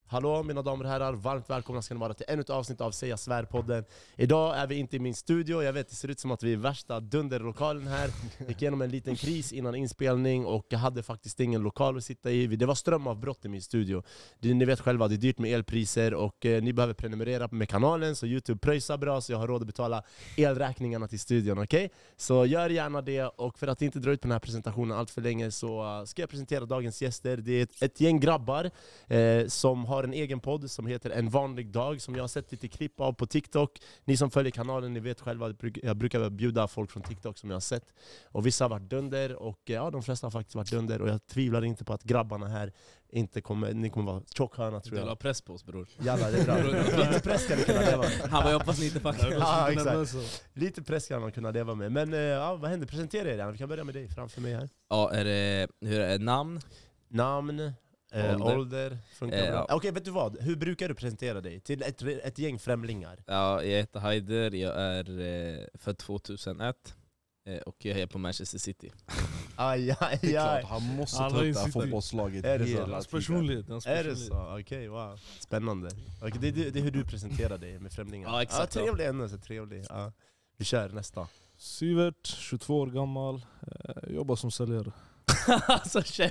Hallå mina damer och herrar, varmt välkomna ska ni vara till ännu ett avsnitt av Säga Svär-podden. Idag är vi inte i min studio, jag vet det ser ut som att vi är i värsta dunderlokalen här. Gick igenom en liten kris innan inspelning och jag hade faktiskt ingen lokal att sitta i. Det var strömavbrott i min studio. Ni vet själva, det är dyrt med elpriser och ni behöver prenumerera med kanalen så YouTube pröjsar bra så jag har råd att betala elräkningarna till studion, okej? Så gör gärna det, och för att inte dra ut på den här presentationen allt för länge så ska jag presentera dagens gäster. Det är ett gäng grabbar som har en egen podd som heter En vanlig dag, som jag har sett lite klipp av på TikTok. Ni som följer kanalen, ni vet själva, jag brukar bjuda folk från TikTok som jag har sett. Och vissa har varit dunder, och ja, de flesta har faktiskt varit dunder. Och jag tvivlar inte på att grabbarna här ni kommer vara tjockhörna, tror jag. Du har press på oss, bror. Jalla, det är bra. Lite press kan vi kunna leva med. Han var, jag hoppas ni inte fucking. Ja, exakt. Lite press kan man kunna leva med. Men ja, vad händer? Presentera er. Vi kan börja med dig framför mig här. Ja, hur är det? Namn? Ålder funkar bra. Okej, vet du vad? Hur brukar du presentera dig till ett gäng främlingar? Ja, jag heter Haider, jag är född 2001 och jag är på Manchester City. Aj. Det är klart, han måste ta upp det här fotbollslaget hela tiden. Är det så? Okej, wow. Spännande. Okay, det är hur du presenterar dig med främlingar. Ja, exakt. Trevlig ändå, så trevlig. Ja. Vi kör nästa. Sivert, 22 år gammal, jobbar som säljare. Alltså chef.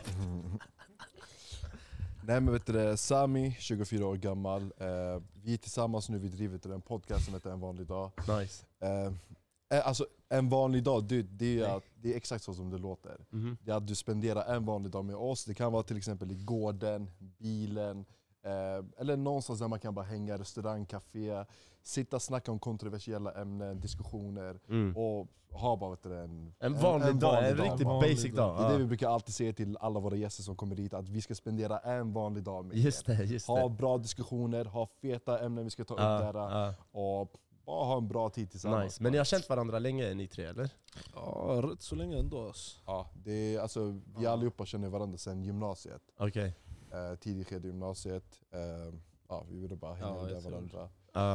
Nej men vet du det, Sami, 24 år gammal. Vi är tillsammans nu, vi driver en podcast som heter En vanlig dag. Nice. Alltså en vanlig dag, det är exakt så som det låter. Det är att du spenderar en vanlig dag med oss. Det kan vara till exempel i gården, bilen, eller någonstans där man kan bara hänga, restaurang, café, sitta och snacka om kontroversiella ämnen, diskussioner och ha bara en vanlig dag, en riktigt basic dag. Det är det vi brukar alltid säga till alla våra gäster som kommer dit, att vi ska spendera en vanlig dag med just ha bra diskussioner, ha feta ämnen vi ska ta upp där och bara ha en bra tid tillsammans. Nice. Men ni har känt varandra länge, ni tre, eller? Ja, rätt så länge ändå. Ja, det är, alltså, vi allihopa känner varandra sedan gymnasiet. Okej. Tidigt skede i gymnasiet. Vi ville bara hänga med varandra.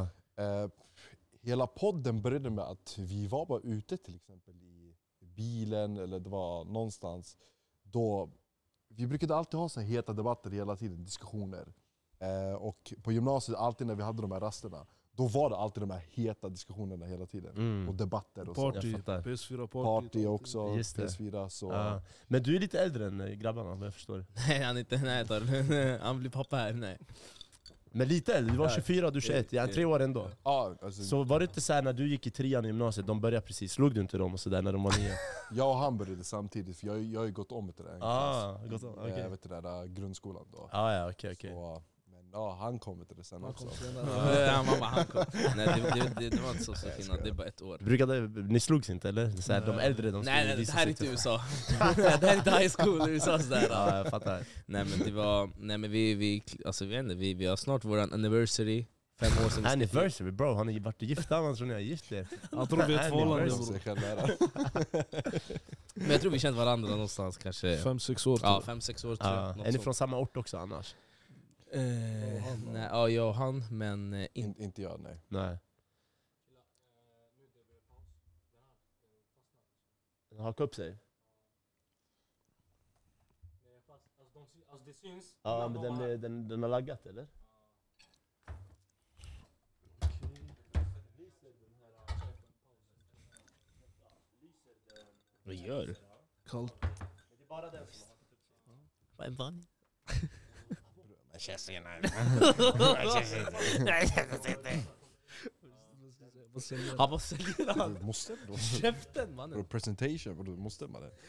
Hela podden började med att vi var bara ute till exempel i bilen eller det var någonstans. Då, vi brukade alltid ha så här heta debatter hela tiden, diskussioner. Och på gymnasiet, alltid när vi hade de här rasterna, då var det alltid de här heta diskussionerna hela tiden. Och debatter och party, så. PS4 Party också, just det. PS4. Så. Men du är lite äldre än grabbarna, vad jag förstår. Nej, han är inte, han blir pappa här, nej. Men lite äldre, du var 24 och du 21, jag är 3 år ändå. Alltså, så var det inte så här när du gick i 3an i gymnasiet, de började precis, slog du inte dem och sådär när de var 9? Jag och han började samtidigt, för jag har ju gått om det där. Gått om, okay. Jag vet det där grundskolan då. Okej. Så, men han kom till det sen också. Han kom. Nej, det var inte så skillnad, det är bara 1 år. Ni slogs inte eller? Så här, de äldre, de nej, det här är inte USA. Det här är inte high school i USA sådär. Ja, jag fattar. Nej men det var, vi har snart våran anniversary. 5 år sedan. Anniversary bro, han har varit gifta, man tror ni har gift er. Jag tror vi är ett förhållande. Men jag tror vi känt varandra någonstans kanske 5-6 år. Ja, 5-6 år tror jag. Är ni från samma ort också annars? Nej, ja, jag och han, men inte jag, nej. Den hakar upp sig. Alltså det syns. Ja, men den har laggat eller? vad gör du? Kall. Det är bara den som har hakat upp sig. Vad är vanligt? Han bara säljer han. Måste du? Käften mannen. Presentation, måste man det?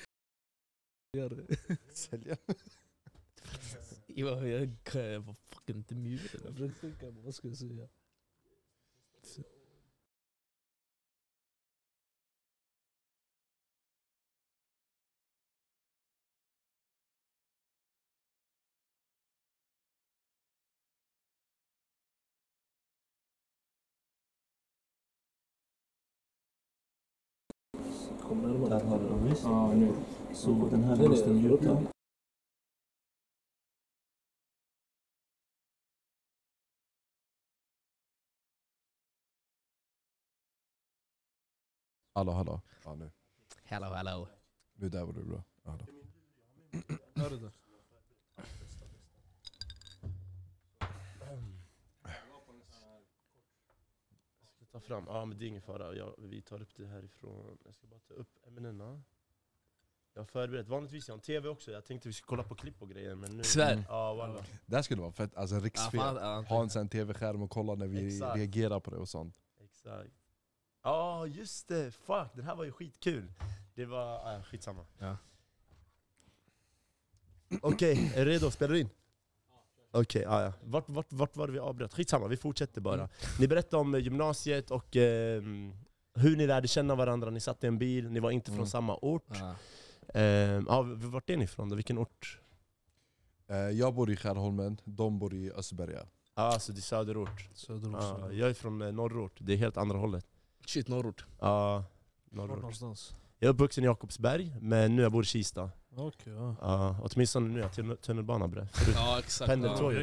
Sälja? Jag var fucking inte mute. Jag försökte tänka på vad ska jag säga. Där har du dem visst. Ja, nu. Så den här måste ni mjuka. Hallå. Ja, nu. Hello. Nu där var du bra. Hör du det? ta fram. Ja, men det är ingen fara. Vi tar upp det härifrån. Jag ska bara ta upp ämnena. Jag har förberett. Vanligtvis jag har en tv också. Jag tänkte vi skulle kolla på klipp och grejer. Men nu... Svär. Ja, voilà. Det här skulle vara fett, alltså riksfel. Ha en sån tv-skärm och kolla när vi reagerar på det och sånt. Exakt. Ja, just det. Fuck, det här var ju skitkul. Det var... skitsamma. Ja. Okej, är du redo? Spelar du in? Okej, ja. Vart var det vi avbröt? Skitsamma, vi fortsätter bara. Ni berättade om gymnasiet och hur ni lärde känna varandra. Ni satt i en bil, ni var inte från samma ort. Vart är ni ifrån då? Vilken ort? Jag bor i Skärholmen, de bor i Östberga. Så det är söderort. Jag är från norrort, det är helt andra hållet. Shit, norrort. Ja, norrort. Jag är uppvuxen i Jakobsberg, men nu jag bor i Kista. Okej, Åtminstone nu är jag tunnelbana bre. Ja, exakt. Pendeltåg.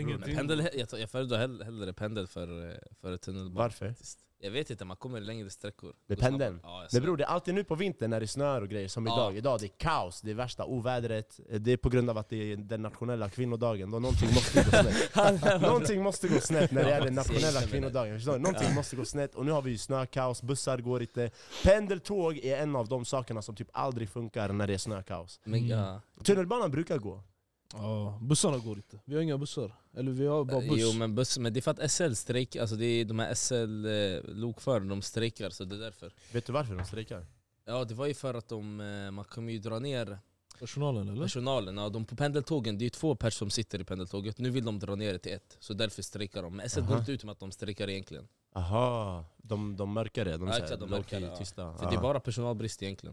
Jag föredrar hellre pendel för tunnelbana. Varför? Faktiskt. Jag vet inte, man kommer längre sträckor. Med pendeln? Ja, men bror, det är alltid nu på vintern när det snör och grejer som idag. Idag det är kaos, det är värsta ovädret. Det är på grund av att det är den nationella kvinnodagen. Då någonting måste gå snett. Någonting måste gå snett när det är den nationella kvinnodagen. Förstår du? Någonting måste gå snett. Och nu har vi ju snökaos, bussar går inte. Pendeltåg är en av de sakerna som typ aldrig funkar när det är snökaos. Tunnelbanan brukar gå. Ja, bussarna går inte. Vi har inga bussar. Eller vi har bara buss. Jo, men det är för att SL strejkar. Alltså det är de här SL-lokförarna, de strejkar, så det är därför. Vet du varför de strejkar? Ja, det var ju för att man kommer ju dra ner personalen, eller? Personalen, ja, de på pendeltågen, det är ju 2 personer som sitter i pendeltåget. Nu vill de dra ner det till 1, så därför strejkar de. Men SL går inte ut med att de strejkar egentligen. Aha, de mörkar det. De mörkar det, tysta. För det är bara personalbrist egentligen.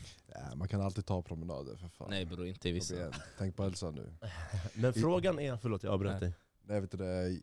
Man kan alltid ta promenader för fan. Nej bror, inte i vissa. Tänk på hälsa nu. Men frågan är, förlåt jag avbröt dig. Nej, vet du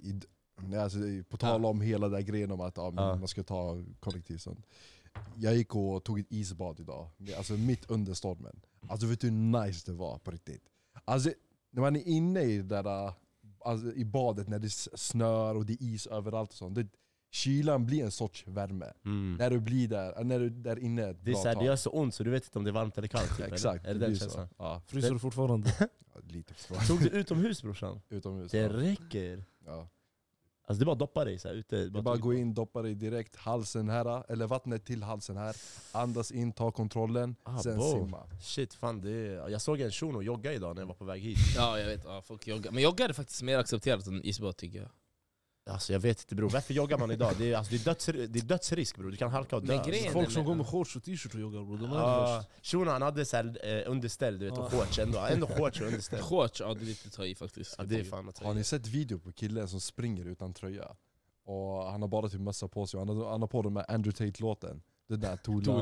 det, alltså, på tal om hela den grejen om att man ska ta kollektiv sånt. Jag gick och tog ett isbad idag, alltså mitt under stormen. Alltså vet du hur nice det var på riktigt? Alltså när man är inne i det där, alltså, i badet när det snör och det är is överallt och sånt. Kylan blir en sorts värme. När du blir där, när du är där inne. Det är så här, det gör så ont så du vet inte om det är varmt eller kallt. Typ, exakt, eller? Är det den känslan? Ja. Fryser du fortfarande? Ja, lite fortfarande. Tog du utomhus brorsan? Utomhus. Det räcker. Ja. Alltså det är bara att doppa dig så här, ute. Det är bara gå in, doppa dig direkt, halsen här, eller vattnet till halsen här. Andas in, ta kontrollen, sen simma. Shit fan, jag såg en shuno jogga idag när jag var på väg hit. Ja jag vet, folk joggar. Men jogga är faktiskt mer accepterat än isbad tycker jag. Alltså jag vet inte bror, varför joggar man idag? Det är dödsrisk bror, du kan halka och dö. Folk som går med shorts och t-shirt och joggar bror, de är shuno han hade så här, underställ du vet, och shorts ändå shorts och underställ. Shorts, ja det är lite att ta i faktiskt. Ja, det är fan att ta i. Har ni sett video på killen som springer utan tröja? Och han har bara typ mössa på sig, han har på den med Andrew Tate-låten. Den där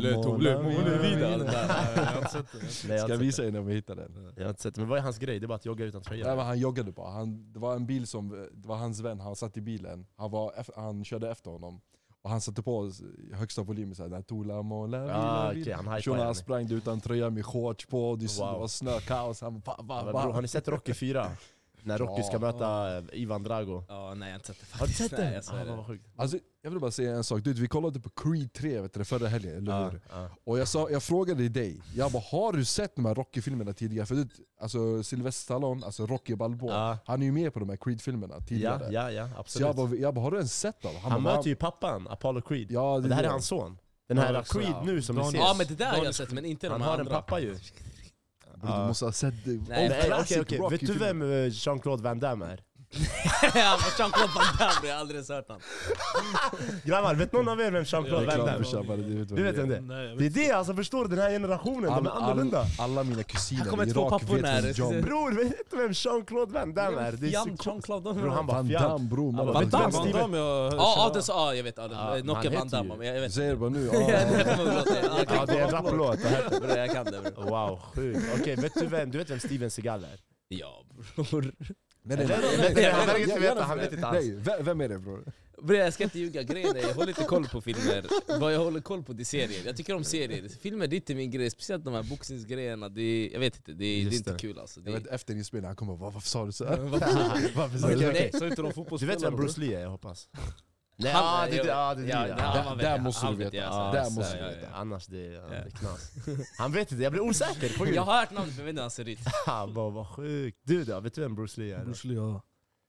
Tole vida. Ska visa er när vi hittar den. Jag har inte sett det, men vad är hans grej? Det är bara att jogga utan tröja? Nej, men han joggade bara, det var en bil som, det var hans vän, han satt i bilen. Han körde efter honom. Och han satte på högsta volymen såhär, Tola måla vida. Han sprang utan tröja med shorts på, det var snökaos. Han bara, har ni sett Rocky 4? När Rocky ska möta Ivan Drago. Ja, nej jag har inte sett det faktiskt. Har du sett det? Vad sjukt. Alltså, jag vill bara säga en sak. Vi kollade på Creed 3 förra helgen, eller hur? Och jag frågade dig, jag bara, har du sett de här Rocky-filmerna tidigare? För alltså Sylvester Stallone, alltså Rocky Balboa, han är ju med på de här Creed-filmerna tidigare. Ja, absolut. Så jag bara, har du ens sett dem? Han möter ju pappan, Apollo Creed. Ja, det här är hans son. Den här Creed nu som ni ser. Ja men det där har jag sett, men inte de han andra. Han har en pappa ju. Du måste ha sett det. Okej. Vet du vem Jean-Claude Van Damme är? Ja, Jean-Claude Van Damme, jag har aldrig hört han. Grabbar, vet någon av er vem Jean-Claude Van Damme är? Du vet vem det är? Det är det, alltså förstår du, den här generationen, de är annorlunda. Alla mina kusiner i Irak vet vem John. Bror, vet du vem Jean-Claude Van Damme är? Det är Jean-Claude bror, han bara Van Damme, bror. Van Damme, ja jag vet, Nocke Van Damme. Jag vet. Säger bara nu. Ja, det är en rapplåt. Jag kan det. Wow, sjukt. Okej, du vet vem Steven Seagal är? Ja bror. Nej, han vet inte alls. Vem är det bror? Bror jag ska inte ljuga, grejen är, jag håller inte koll på filmer. Vad jag håller koll på det är serier. Jag tycker om serier. Filmer det är inte min grej, speciellt de här boxningsgrejerna. Jag vet inte, det är inte kul alltså. Jag vet, efter inspelningen han kommer varför sa du så? Varför sa du så? Du vet vem Bruce Lee är, jag hoppas. Nej, där måste du veta. Annars det är knas. Han vet inte, jag blir osäker. Jag har hört namnet men jag vet inte hur han ser ut. Vad sjukt. Du då, vet du vem Bruce Lee är? Bruce Lee, ja.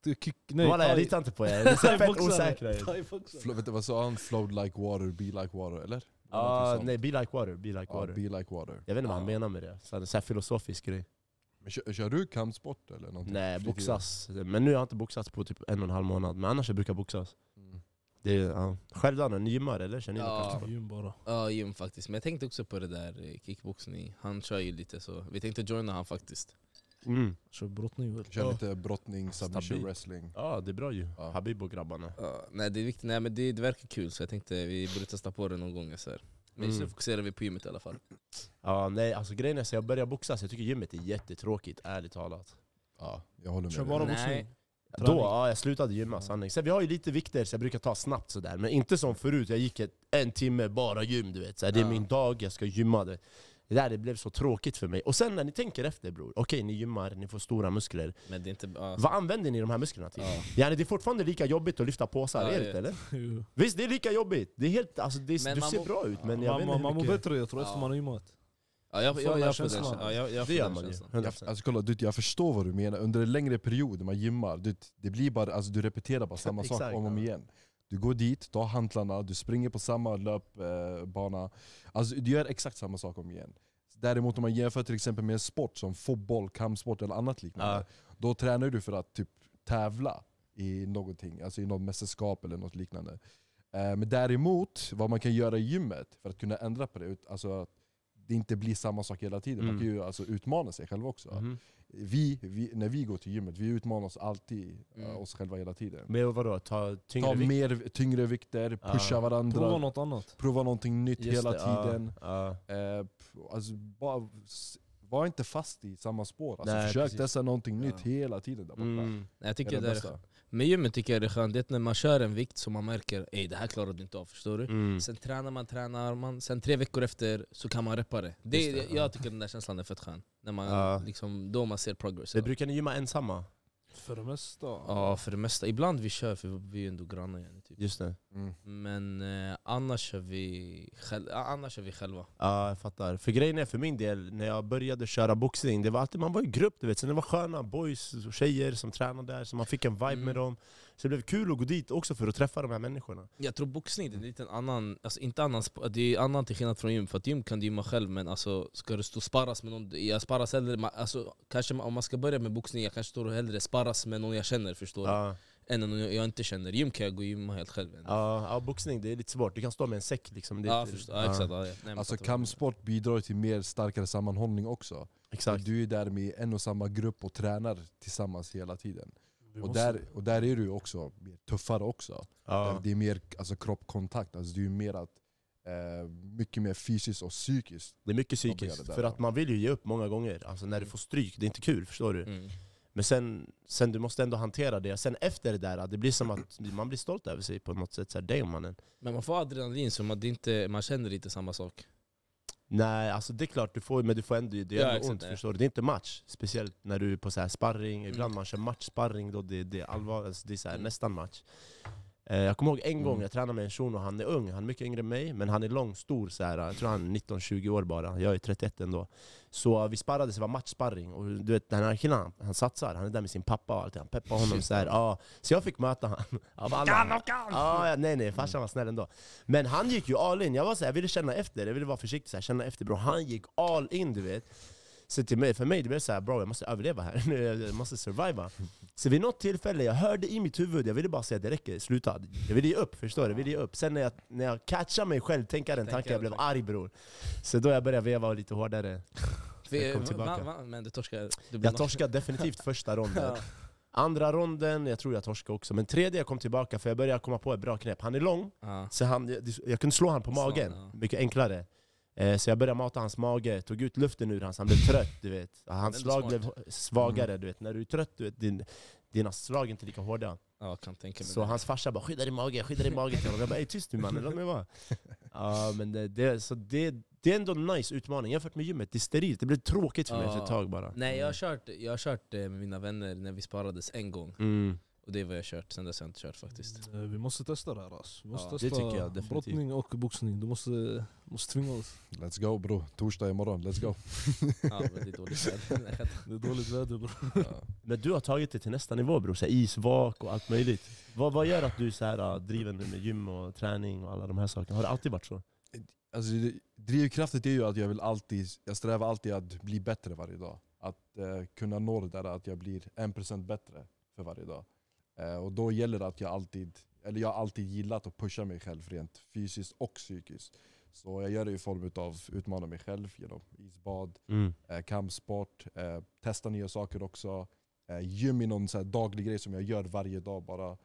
kick... Nej, Walla, jag litar inte på er. Det är så fett osäkra. Vet du vad sa han? Flowed like water, be like water, eller? Nej, be like water. Be like water. Be like water. Jag vet inte vad han menar med det. Så här filosofisk grej. Men kör du kampsport eller någonting? Nej, boxas. Men nu har jag inte boxats på typ 1,5 månad. Men annars jag brukar boxas. Det är, ja. Själv då, ni gymmar eller? Känner ni kampsport? Gym bara. Ja, gym faktiskt. Men jag tänkte också på det där kickboxning. Han kör ju lite så. Vi tänkte joina han faktiskt. Kör brottning väl? Kör lite brottning, submission Stabil. wrestling. Ja, det är bra ju. Ja. Habib och grabbarna. Nej, det är viktigt. Nej, men det verkar kul så jag tänkte vi borde testa på det någon gång. Så här. Men just nu fokuserar vi på gymmet i alla fall. Ja, nej, alltså grejen är så jag börjar boxas. Jag tycker gymmet är jättetråkigt, ärligt talat. Ja, jag håller Kör med bara dig. boxning. Då, ja, jag slutade gymma, sanning. Sen vi har ju lite vikter så jag brukar ta snabbt sådär. Men inte som förut, jag gick en timme bara gym, du vet. Så här, det är min dag, jag ska gymma. Det blev så tråkigt för mig. Och sen när ni tänker efter bror, okej, ni gymmar, ni får stora muskler. Men det är inte, Vad använder ni de här musklerna till? Ja, det är fortfarande lika jobbigt att lyfta påsar, är det inte, eller? Visst, det är lika jobbigt. Det är helt, alltså, du ser bra ut, men jag vet inte Man mår hur mycket... bättre, jag tror, efter man har gymmat. Ja, jag får får den den känslan. känslan. Det gör man ju. 100%. Alltså kolla, jag förstår vad du menar. Under en längre period när man gymmar, det blir bara, alltså, du repeterar bara samma sak om och om igen. Du går dit, tar hantlarna, du springer på samma löpbana. Alltså, du gör exakt samma sak om igen. Däremot om man jämför till exempel med en sport som fotboll, kampsport eller annat liknande, då tränar du för att typ tävla i någonting, alltså i något mästerskap eller något liknande. Men däremot, vad man kan göra i gymmet för att kunna ändra på det, alltså att det inte blir samma sak hela tiden. Man kan ju alltså utmana sig själv också. När vi går till gymmet, vi utmanar oss alltid oss själva hela tiden. Men vadå? Ta tyngre vikter, pusha varandra. Prova något annat. Prova någonting nytt hela tiden. Alltså, var inte fast i samma spår. Alltså, Nej, försök precis. testa någonting nytt hela tiden där borta. Jag tycker Det är det bästa. med gymmet tycker jag det är skönt, det är när man kör en vikt som man märker det här klarar du inte av, förstår du? Sen tränar man, sen 3 veckor efter så kan man reppa det. Jag tycker den där känslan är fett skön. När man, liksom, då man ser progress. Det brukar ni gymma ensamma? För det mesta. Ja, för det mesta. Ibland vi kör, för vi är ändå grannar igen. Typ. Just det. Men annars kör vi själva. Ja, jag fattar. För grejen är för min del, när jag började köra boxning, det var alltid, man var i grupp, du vet. Sen det var sköna boys och tjejer som tränade där, så man fick en vibe med dem. Så det blev kul att gå dit också för att träffa de här människorna. Jag tror boxning det är lite en annan, alltså inte annan, det är annan till skillnad från gym. För att gym kan du gymma själv, men alltså, ska du stå och sparras med någon, jag sparras hellre, alltså, kanske om man ska börja med boxning, jag kanske står och hellre sparras med någon jag känner, förstår du? Än någon jag inte känner. Gym kan jag gå och gymma helt själv. Ja, boxning det är lite svårt, du kan stå med en säck liksom. Exakt. Alltså kampsport bidrar till mer starkare sammanhållning också. Exakt. Du är där med en och samma grupp och tränar tillsammans hela tiden. Och där är du också mer tuffare också. Det är mer alltså, kroppkontakt, alltså, det är mer att, mycket mer fysiskt och psykiskt. Det är mycket psykiskt, för att man vill ju ge upp många gånger. Alltså när du får stryk, det är inte kul, förstår du? Men sen du måste ändå hantera det. Sen efter det där, det blir som att man blir stolt över sig på något sätt. Så här, det är mannen. Men man får adrenalin, så man känner inte samma sak. Nej, alltså det är klart du får, men du får ändå, det är ändå ont, förstår du? Det är inte match, speciellt när du är på så här sparring. Ibland man kör matchsparring, då det är allvar, alltså det är så här, nästan match. Jag kommer ihåg en gång jag tränade med en shuno, han är ung, han är mycket yngre än mig, men han är lång, stor så här. Jag tror han är 19-20 år bara, jag är 31 ändå. Så vi sparrade, så det var matchsparring, och du vet den här killen, han satsar, han är där med sin pappa och allt, han peppar honom så här. Så jag fick möta han. Nej, farsan var snäll ändå. Men han gick ju all in, jag var så här, jag ville känna efter, jag ville vara försiktig så här, känna efter bro. Han gick all in, du vet. Så till mig, för mig det blev så här, bro, jag måste överleva här, jag måste surviva. Så vid något tillfälle, jag hörde i mitt huvud, jag ville bara säga det räcker, sluta. Jag ville ge upp, förstår du? Jag ville ge upp. Sen när jag catchar mig själv, tänker den tanken, jag blev arg bror. Så då jag började veva lite hårdare. Jag kom tillbaka. Men du torskade, jag torskade definitivt första ronden. Andra ronden, jag tror jag torskade också. Men tredje jag kom tillbaka, för jag började komma på ett bra knep. Han är lång, så jag kunde slå han på magen, mycket enklare. Så jag började mata hans mage, tog ut luften ur hans, han blev trött, du vet. Hans slag blev svagare, du vet. När du är trött, du vet, dina slag är inte lika hårda. Kan tänka mig så det. Hans farsa bara, skydda din mage till honom. Jag bara, tyst nu mannen, låt mig vara. Men det är ändå en nice utmaning. Jämfört med gymmet, det är sterilt, det blev tråkigt för mig efter ett tag bara. Nej, jag har kört med mina vänner när vi sparades en gång. Och det är vad jag kört, sen dess har jag inte kört faktiskt. Vi måste testa det här alltså. Vi måste Ja, det testa tycker jag definitivt. brottning och boxning. Du måste tvinga oss. Let's go bro, torsdag imorgon, let's go. Ja, men det är dåligt väder. Det är dåligt väder bro. Ja. Men du har tagit det till nästa nivå bror, så här, isvak och allt möjligt. Vad gör att du är så här, driven nu med gym och träning och alla de här sakerna? Har det alltid varit så? Alltså, drivkraften är ju att jag strävar alltid att bli bättre varje dag. Att kunna nå det där att jag blir 1% bättre för varje dag. Och då gäller det att jag har alltid gillat att pusha mig själv rent fysiskt och psykiskt. Så jag gör det i form av utmana mig själv genom isbad, kampsport, testa nya saker också. Gym är någon så här daglig grej som jag gör varje dag bara.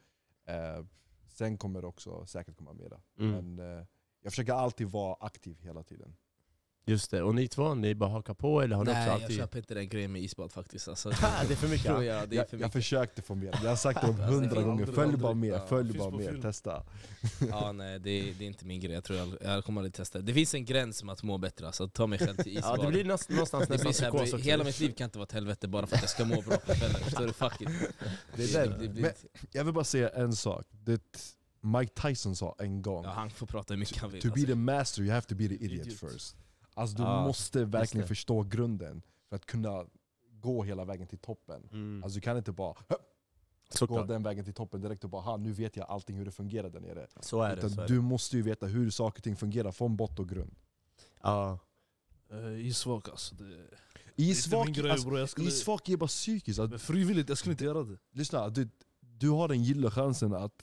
Sen kommer det också säkert komma mera. Men jag försöker alltid vara aktiv hela tiden. Just det, och ni två, ni bara hakar på eller har ni också Nej, jag alltid... köper inte den grejen med isbad faktiskt. Alltså, det är för mycket. tror jag, det är för Jag mycket. försökte få mer. Jag har sagt det 100 gånger. Följ bara med, följ bara med, testa. Ja, nej, det är inte min grej. Jag tror jag kommer aldrig testa. Det finns en gräns med att må bättre. Alltså, ta mig själv till isbad. Ja, det blir någonstans Det nästan blir så här, psykos också. hela mitt liv kan inte vara ett helvete bara för att jag ska må bra på kvällen. Förstår du? Fuck it. Det är den. Det blir Men- inte- Jag vill bara säga en sak. Det Mike Tyson sa en gång. Ja, han får prata hur mycket han vill. To be Alltså. the master you have to be the idiot Idiot. first. Alltså du Ja, måste verkligen det. förstå grunden för att kunna gå hela vägen till toppen. Alltså du kan inte bara gå Såklart. den vägen till toppen direkt och bara nu vet jag allting hur det fungerar där nere. Så är det. Utan Så är du det. måste ju veta hur saker och ting fungerar från botten och grund. Ja. Isvak alltså. Det är Isvak, inte min grej, alltså, bro. Jag skulle, isvak är bara psykiskt. Alltså, men frivilligt, jag skulle inte göra det. lyssna, du har den gyllene chansen att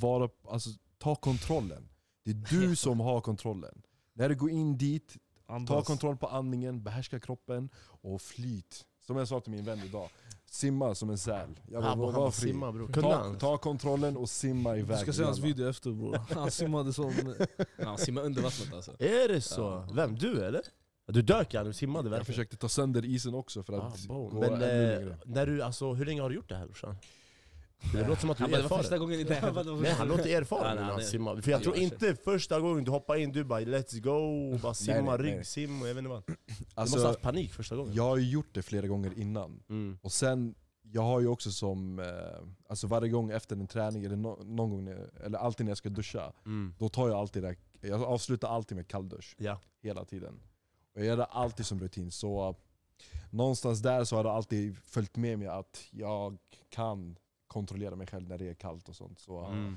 ta kontrollen. Det är du som har kontrollen. När du går in dit, ta Andas. kontroll på andningen, behärska kroppen och flyt. Som jag sa till min vän idag, simma som en säl. Jag Han var bara fri. simma bror. Kunde han? Ta kontrollen och simma Du iväg. ska se hans Jalla. video efter bro. Han simmade som... Ja, han simmar under vattnet alltså. Är det så? Vem? Du eller? Ja, du dök ja, du simmade Jag verkligen. försökte ta sönder isen också för att Bo. gå Men ännu längre. när du, alltså, hur länge har du gjort det här brorsan? Det låter som att du Han är bara, det var första erfaren. gången i det. Nej, han låter Ja, erfaren nej, när han han är- simmar. För jag tror Ja, inte första gången du hoppar in, du bara let's go, bara simma, nej. ryggsim och jag vet inte vad. Du måste ha Alltså, haft panik första gången. jag har ju gjort det flera gånger innan. Mm. Och sen, jag har ju också som, alltså varje gång efter en träning eller någon gång, eller alltid när jag ska duscha, Mm. då tar jag alltid det. Jag avslutar alltid med kalldusch. Ja. Hela tiden. Och jag gör det alltid som rutin. Så någonstans där så har det alltid följt med mig att jag kan kontrollera mig själv när det är kallt och sånt. Så Mm.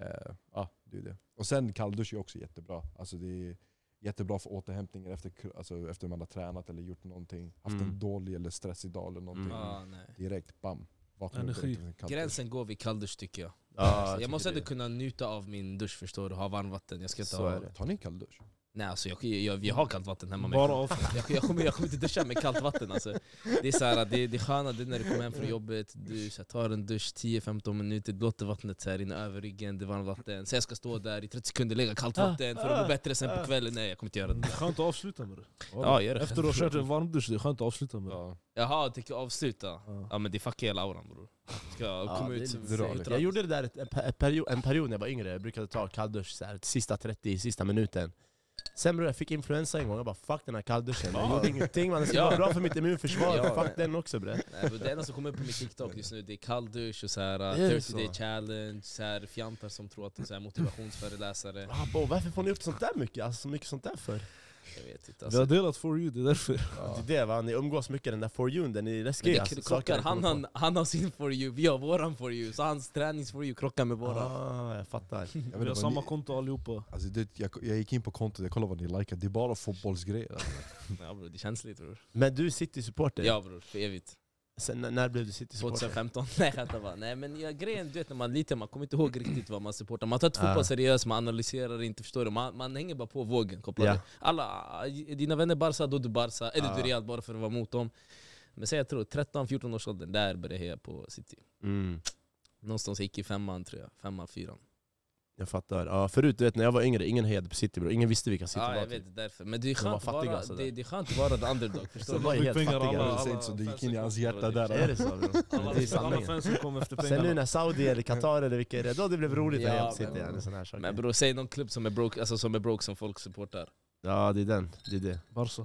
det är det. Och sen kalldusch är också jättebra. Alltså det är jättebra för återhämtningen efter man har tränat eller gjort någonting. Haft en dålig eller stressig dag eller någonting. Ja, nej. Direkt, bam. Vaknar Energi. direkt efter en kalldusch. Gränsen går vid kalldusch tycker jag. Ja, Alltså, tycker jag måste ändå det. kunna njuta av min dusch förstår du, ha varmvatten. Jag ska inte Så ha... är det. Tar ni kalldusch? Nej alltså jag har kallt vatten hemma. Bara av. Jag kommer inte duscha med kallt vatten alltså. Det är såhär, det är sköna det är när du kommer hem från jobbet, du så här, tar en dusch 10-15 minuter, du låter vattnet så här rinna över ryggen, det är varmt vatten. Sen jag ska stå där i 30 sekunder, lägga kallt vatten för att må bättre sen på kvällen. Nej jag kommer inte göra Det det. är skönt att avsluta med det. Ja, gör det. Efter att ha kört en varmdusch, det är skönt att avsluta med det. Ja. Jaha, jag tänker avsluta. Ja. Ja men det fuckar hela auran bror. Ska komma det är ut lite dåligt. Jag gjorde det där en period när jag var yngre. Jag brukade ta kalldusch så här, sista 30, sista minuten. Sen bror, jag fick influensa en gång, jag bara fuck den här kallduschen. Jag gjorde ingenting, man det ska vara bra för mitt immunförsvar. Ja, Fuck men- den också bre. Nej, men det enda som kommer upp på min TikTok just nu det är kalldusch och så här, Är det 30 day så? challenge, så här, fjantar som tror att de är så här motivationsföreläsare. Varför får ni upp sånt där mycket? Alltså, så mycket sånt där för? Jag vet inte Vi alltså. har delat for you, det är därför. Det är det va, ni umgås mycket den där for you, den är Men läskig det alltså, krockar, saker han har sin for you, vi har våran for you. Så hans tränings for you krockar med våran. Jag fattar. Jag vet Vi inte har vad samma ni, konto allihopa. alltså jag gick in på kontot, jag kollade vad ni likade. Det är bara fotbollsgrejer. Alltså. Ja bror, det är känsligt bror. Men du är City-supporter? Ja bror, för evigt. Sen, när blev du City-supporter? 2015, nej jag bara. Nej men grejen du vet när man är liten, man kommer inte ihåg riktigt vad man supportar. Man tar inte fotboll seriöst, man analyserar inte, förstår du. Man hänger bara på vågen, kopplar Ja. det. Alla, dina vänner Barca, då du Barca, eller du Real bara för att vara mot dem. Men säg jag tror 13-14 års åldern, där började jag heja på City. Mm. Någonstans gick i 5:an tror jag, 5:an, 4:an. Jag fattar. Ja, förut du vet, när jag var yngre, ingen hejade på City bro. Ingen visste vilka City Ja var. jag typ. vet därför, men det är De var skönt att fattiga, vara, så där. det är skönt att vara the underdog, Så förstår de du? var helt pengar, fattiga. alla- Det säger inte så, det gick in i hans hjärta där. Är det så bro? Det är Alla sanningen. fansen kom efter Sen nu pengarna. när Saudi eller Qatar eller vilka är det, då det blev roligt att Ja, heja på City. men- Eller sån här saker. Men bror, säg någon klubb som är broke, alltså som är broke som folk supportar. Ja det är den, det är det. Barca.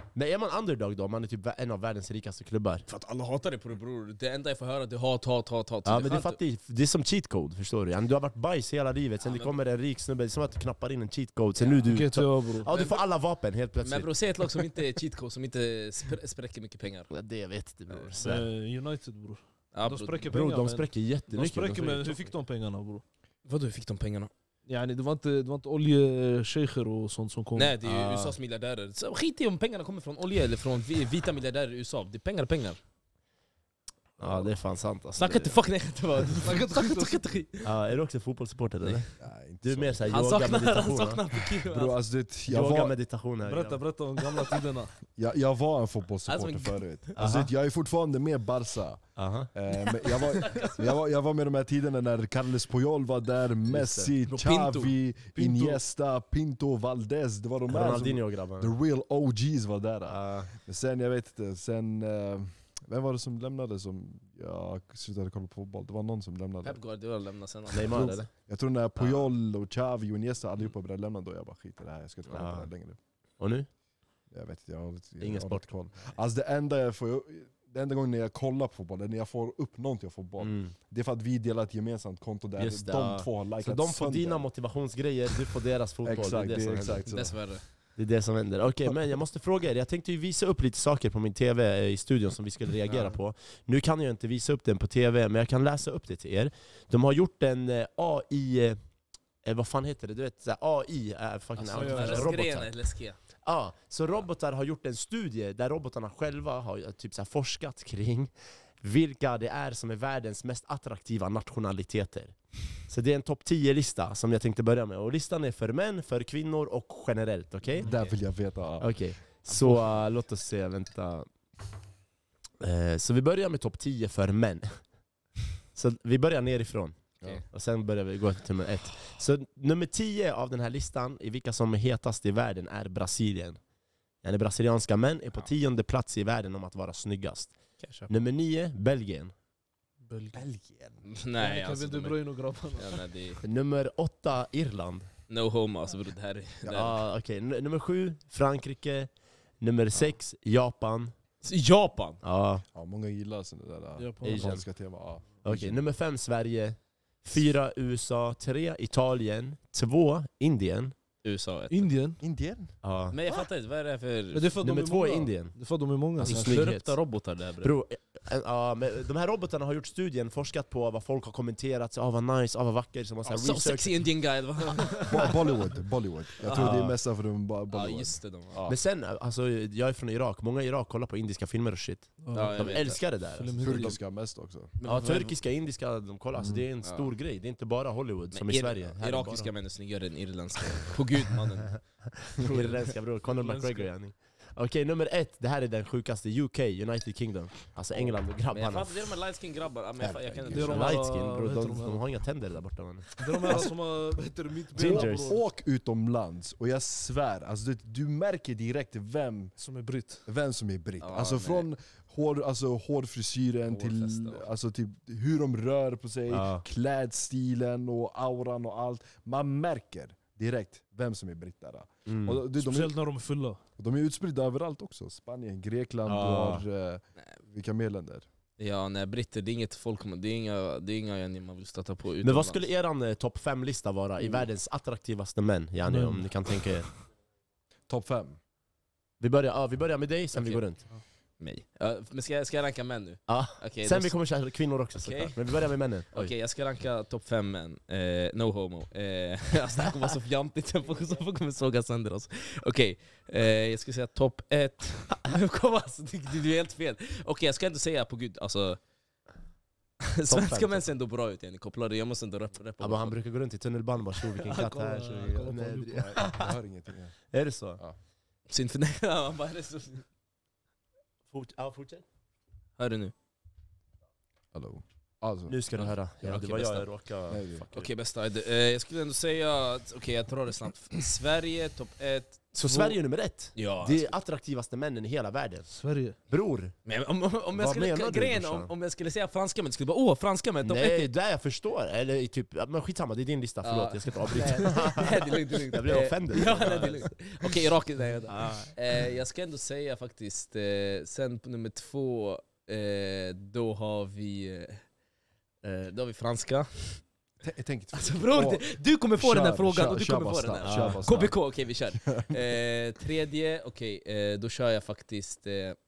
Men är man underdog då? Man är typ en av världens rikaste klubbar. För att alla hatar det på det, bror. Det enda jag får höra är hat. Ja, men det är som cheat code, förstår du? Du har varit bajs hela livet, sen det kommer en rik snubbe, det är som att du knappar in en cheat code, sen nu du... GTA, bror. Ja, du får alla vapen helt plötsligt. Men bror, säg ett lag som inte är cheat code, som inte spräcker mycket pengar. Ja, det vet inte bror. United, bror. Ja, De bror. spräcker Bro, pengar. de men- spräcker De jättemycket. spräcker, men hur fick de pengarna, bror? Vadå, hur fick de pengarna? Yani, det var inte oljeschejer och sånt som kom. Nej, det är ju USAs miljardärer. Så skit i om pengarna kommer från olja eller från vita miljardärer i USA. Det är pengar. Ja, det är fan sant alltså. Snacka inte fuck, nej, det var... Snacka inte skit. Ja, är du också fotbollssupporter eller? Nej, inte Du är så. mer såhär Han yoga, saknar meditation. Fikir. Bro, alltså, det, Yoga, meditation här. Berätta om gamla tiderna. jag var en fotbollssupporter Alltså, förut. Alltså, jag är fortfarande med Barca. Aha. Men jag var med de här tiderna när Carles Puyol var där, Messi, Bro, Xavi, Pinto. Iniesta, Pinto, Valdez. Det var de här som, Ronaldinho grabbarna. the real OGs var där. Ja. Men sen, jag vet inte, vem var det som lämnade som jag slutade kolla på fotboll? Det var någon som lämnade. Pep Guardiola lämnar sen. Neymar eller? Jag tror när Puyol och Xavi och Iniesta allihopa började lämna då, jag bara skit i det här, jag ska inte kolla på det här längre. Och nu? Jag vet inte, jag har Ingen har sport. koll. Alltså det enda gången när jag kollar på fotboll, när jag får upp någonting av fotboll, det är för att vi delar ett gemensamt konto där Just det, de ja. två har likat Så de får sönder. dina motivationsgrejer, du får deras fotboll. Exakt, det är det som händer. exakt så. Dessvärre. Det är det som händer. Okej, men jag måste fråga er. Jag tänkte ju visa upp lite saker på min TV i studion som vi skulle reagera på. Nu kan jag inte visa upp den på TV, men jag kan läsa upp det till er. De har gjort en AI... vad fan heter det? Du vet, så här, AI är fucking Alltså, robotar. läskiga. Ja, så robotar har gjort en studie där robotarna själva har typ så här forskat kring vilka det är som är världens mest attraktiva nationaliteter. Så det är en topp 10-lista som jag tänkte börja med. Och listan är för män, för kvinnor och generellt, okej? Där vill jag veta. Okej, så låt oss se, vänta. Så vi börjar med topp 10 för män. Så vi börjar nerifrån. Okej. Och sen börjar vi gå till nummer 1. Så nummer 10 av den här listan i vilka som är hetast i världen är Brasilien. Yani brasilianska män är på 10:e plats i världen om att vara snyggast. Nummer 9, Belgien. Belgien. Nej, alltså. Kevin De Bruyne och grabbarna. Ja, nej, det är Nummer 8, Irland. no homo, alltså bror. Det här är... Ja, okej. Nummer 7, Frankrike. Nummer 6, Japan. Japan! Ja, Ja, många gillar sådana där Japan. japanska tema. Ja. okej. Nummer 5, Sverige. 4, USA. 3, Italien. 2, Indien. USA. Indien? Indien? Ja. Men jag fattar inte, vad är det här för... Men det är för att Nummer de är 2 är många. Indien. Det är för att de är många. Alltså, Så snygghet. Korrupta robotar där bror. Bro, ja, men de här robotarna har gjort studien, forskat på vad folk har kommenterat, så, vad nice, vad vacker, som har så här So research. sexy Indian guy. Bollywood. Jag tror det är mest för dem Ja Bollywood. just det. Ja. Men sen, alltså, jag är från Irak, många i Irak kollar på indiska filmer och shit. Ja, jag De vet älskar det där. Alltså. Turkiska mest också. Ja, turkiska, indiska, de kollar, alltså, det är en stor grej. Det är inte bara Hollywood som i Sverige. Här är Irakiska män är snyggare än irländska. På gud mannen. bara irländska bror, Conor McGregor yani. Okej, nummer 1, det här är den sjukaste, UK, United Kingdom. Alltså England och Men jag grabbarna. fattar, det är de här light skin grabbar. Ja, men jag kan inte Det är de förstå. här- Light skin bror, vad heter de, de här? de har inga tänder där borta man. Det är de här som har, vad heter det, mitt Gingers. Åk utomlands och jag svär, alltså, du märker direkt vem som är britt. som är britt. Ja, Alltså nej. från hårfrisyren till, Hårfäste och- alltså, till hur de rör på sig, Ja. klädstilen och auran och allt. Man märker direkt vem som är britt där. Mm. Och de Speciellt när de är fulla. är utspridda överallt också. Spanien, Grekland, Ja. du har vilka mer länder? Ja, nej, britter, det är inget folk, det är inga man vill stöta på utomlands. Men vad skulle eran topp 5-lista vara i världens attraktivaste män? Yani, Men. om ni kan tänka er. Topp 5. Vi börjar med dig, sen vi Okej. går runt. mig? Men ska jag ranka män nu? Ja. Okej, Sen då- vi kommer köra kvinnor också Okej. såklart. Men vi börjar med männen. Oj. Okej, jag ska ranka topp 5 män. No homo. Alltså, det här kommer vara så fjantigt, så folk kommer såga sönder oss. Okej, jag ska säga topp 1. Kom alltså, du är helt fel. Okej, jag ska inte säga på gud, alltså... Svenska fem, män ser ändå bra ut, jag kopplar det, jag måste ändå rappa. Ja, men han brukar gå runt i tunnelbanan och bara tjo vilken katt här. Kolla på Nej, Lupa. Jag hör ingenting här. är det så? Synd för nej, han bara, är det så... Fortsätt. Hör du nu? Hallå. Alltså, Nu ska du höra. Ja, okej, det var bästa. jag råkade... Nej, fuck Okej, bästa. Jag skulle ändå säga att, okej, jag tar det snabbt. Sverige, topp 1. Så Sverige är nummer 1. Ja, Det är attraktivaste männen i hela världen. Sverige. Bror. men om jag Vad skulle menar du, grejen brorsan? om jag skulle säga franska män, skulle bara franska män. Nej, det jag förstår. Eller typ, men skitsamma, det är din lista. Förlåt, jag ska inte avbryta. Nej, det är lugnt. Jag blev offended. Ja, nej, det är lugnt. Okej, Irak. Jag ska ändå säga faktiskt, sen på nummer 2, då har vi franska. Tänk Alltså bror, du kommer få den här frågan och du kommer få den här. KBK, okej vi kör. Tredje, då kör jag faktiskt,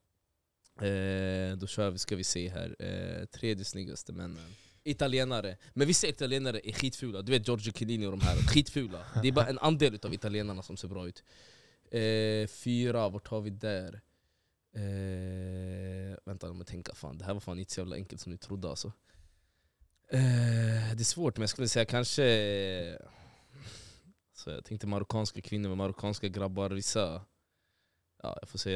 ska vi se här, tredje snyggaste männen. Italienare, men vissa italienare är skitfula. Du vet Giorgio Chiellini och de här, skitfula. Det är bara en andel av italienarna som ser bra ut. 4, vart har vi där? Vänta, om jag tänker fan. Det här var fan inte så jävla enkelt som ni trodde alltså. Det är svårt, men jag skulle säga kanske, så jag tänkte marockanska kvinnor med marockanska grabbar, vissa, ja jag får säga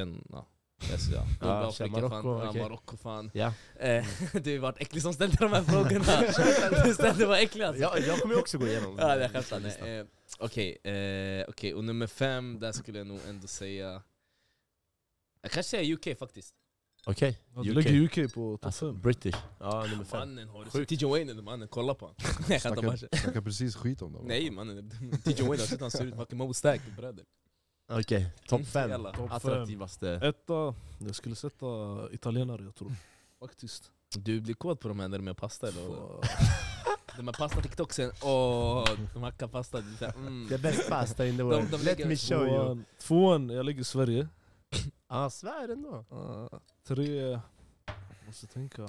Marocko fan. Ja. Du har varit äcklig som ställde de här frågorna. Du ställde var äcklig alltså. Jag kommer också gå igenom. Ja, det skämtar. Okej, och nummer 5, där skulle jag nog ändå säga, jag kanske säger UK faktiskt. Okej, Du lägger UK på topp alltså, 5. British. Ja, nummer 5. Mannen har du TJ Wayne, mannen, kolla på han. Nej, Snackar precis skit om dem. Nej mannen, TJ Wayne har sett han ser ut fucking Mo Stack, bröder. Okej, topp 5 Jävla. attraktivaste. Etta, jag skulle sätta italienare jag tror. Faktiskt. Du blir kåt på de här när de är pasta eller? De här pasta-tiktoksen, de hackar pasta. The best pasta in the world. Let me show you. 2, jag lägger Sverige. Svär ändå. 3, måste tänka.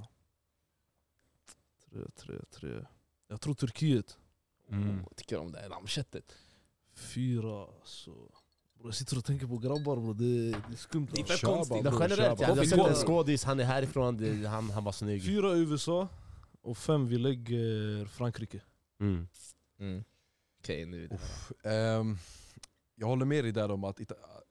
3. Jag tror Turkiet. Tycker om det här lammköttet. 4, så... Bro, jag sitter och tänker på grabbar bro, det är skumt. Det är för konstigt. Men generellt, jag har sett en skådis, han är härifrån, han var snygg. 4 USA och 5 vi lägger Frankrike. Okej, nu är det. Jag håller med dig där om att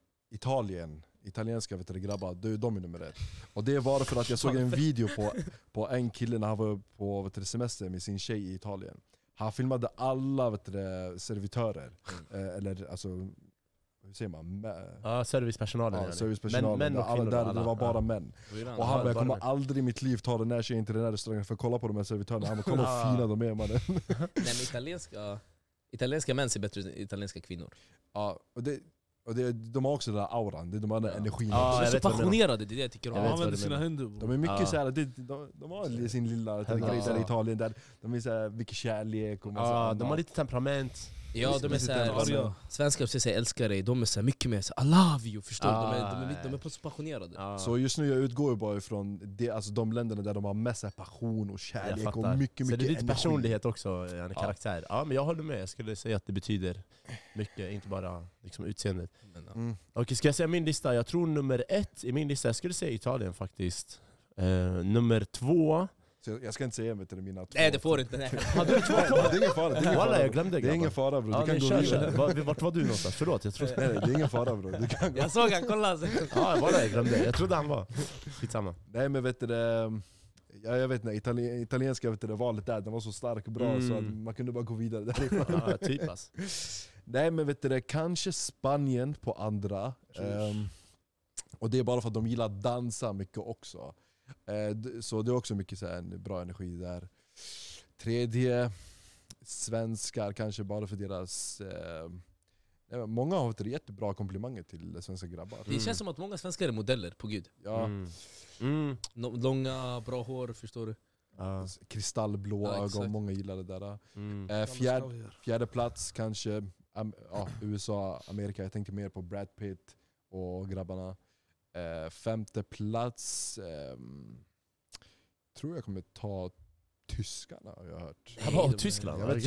italienska grabbar, de är nummer 1. Och det var för att jag såg en video på en kille när han var på semester med sin tjej i Italien. Han filmade alla servitörer, eller alltså, hur säger man? Servicepersonalen. Ja, servicepersonalen. Män och kvinnor. Det var bara män. Och han bara, jag kommer aldrig i mitt liv ta den här tjejen till den här restaurangen för att kolla på de här servitörerna. Han bara, kolla hur fina de är mannen. Nej, men italienska män ser bättre ut än italienska kvinnor. Ja, och de har också den där auran, de har den där energin. De är så passionerade, det är det jag tycker om. De använder sina händer. De är mycket såhär, de har sin lilla grej där i Italien där de är såhär mycket kärlek och massa de har lite temperament. Ja, de är såhär, svenskar som säger älskar dig, de är såhär mycket mer såhär I love you, förstår du? De är så passionerade. Så just nu jag utgår ju bara ifrån det, alltså de länderna där de har mest så här passion och kärlek och mycket så det är lite energi. personlighet också, en karaktär. Ja, men jag håller med, jag skulle säga att det betyder mycket, inte bara liksom utseendet. Okej, ska jag säga min lista? Jag tror nummer 1 i min lista, jag skulle säga Italien faktiskt. Nummer 2. Så jag ska inte säga mig till mina 2. Nej, det får inte. Nej. Det är ingen fara. Jag glömde det är ingen fara bro. Du kan gå vidare. Vart var du någonstans? Förlåt, jag tror. Nej, det är ingen fara bro. Du kan gå. Jag såg han, kolla. Jag glömde. Jag trodde han var. Skitsamma. Nej, men vet du jag vet inte, italienska valet där, den var så stark och bra så att man kunde bara gå vidare därifrån. Typas. Nej, men vet du kanske Spanien på andra. Och det är bara för att de gillar att dansa mycket också. Så det är också mycket så här, en bra energi där. 3, svenskar kanske bara för deras... många har fått jättebra komplimanger till svenska grabbar. Det känns som att många svenskar är modeller, på gud. Ja. Långa, bra hår, förstår du? Kristallblå ögon, många gillar det där. Fjärde plats kanske USA, Amerika. Jag tänkte mer på Brad Pitt och grabbarna. 5:e plats tror jag kommer ta tyskarna, har jag hört. Tyskland? Jag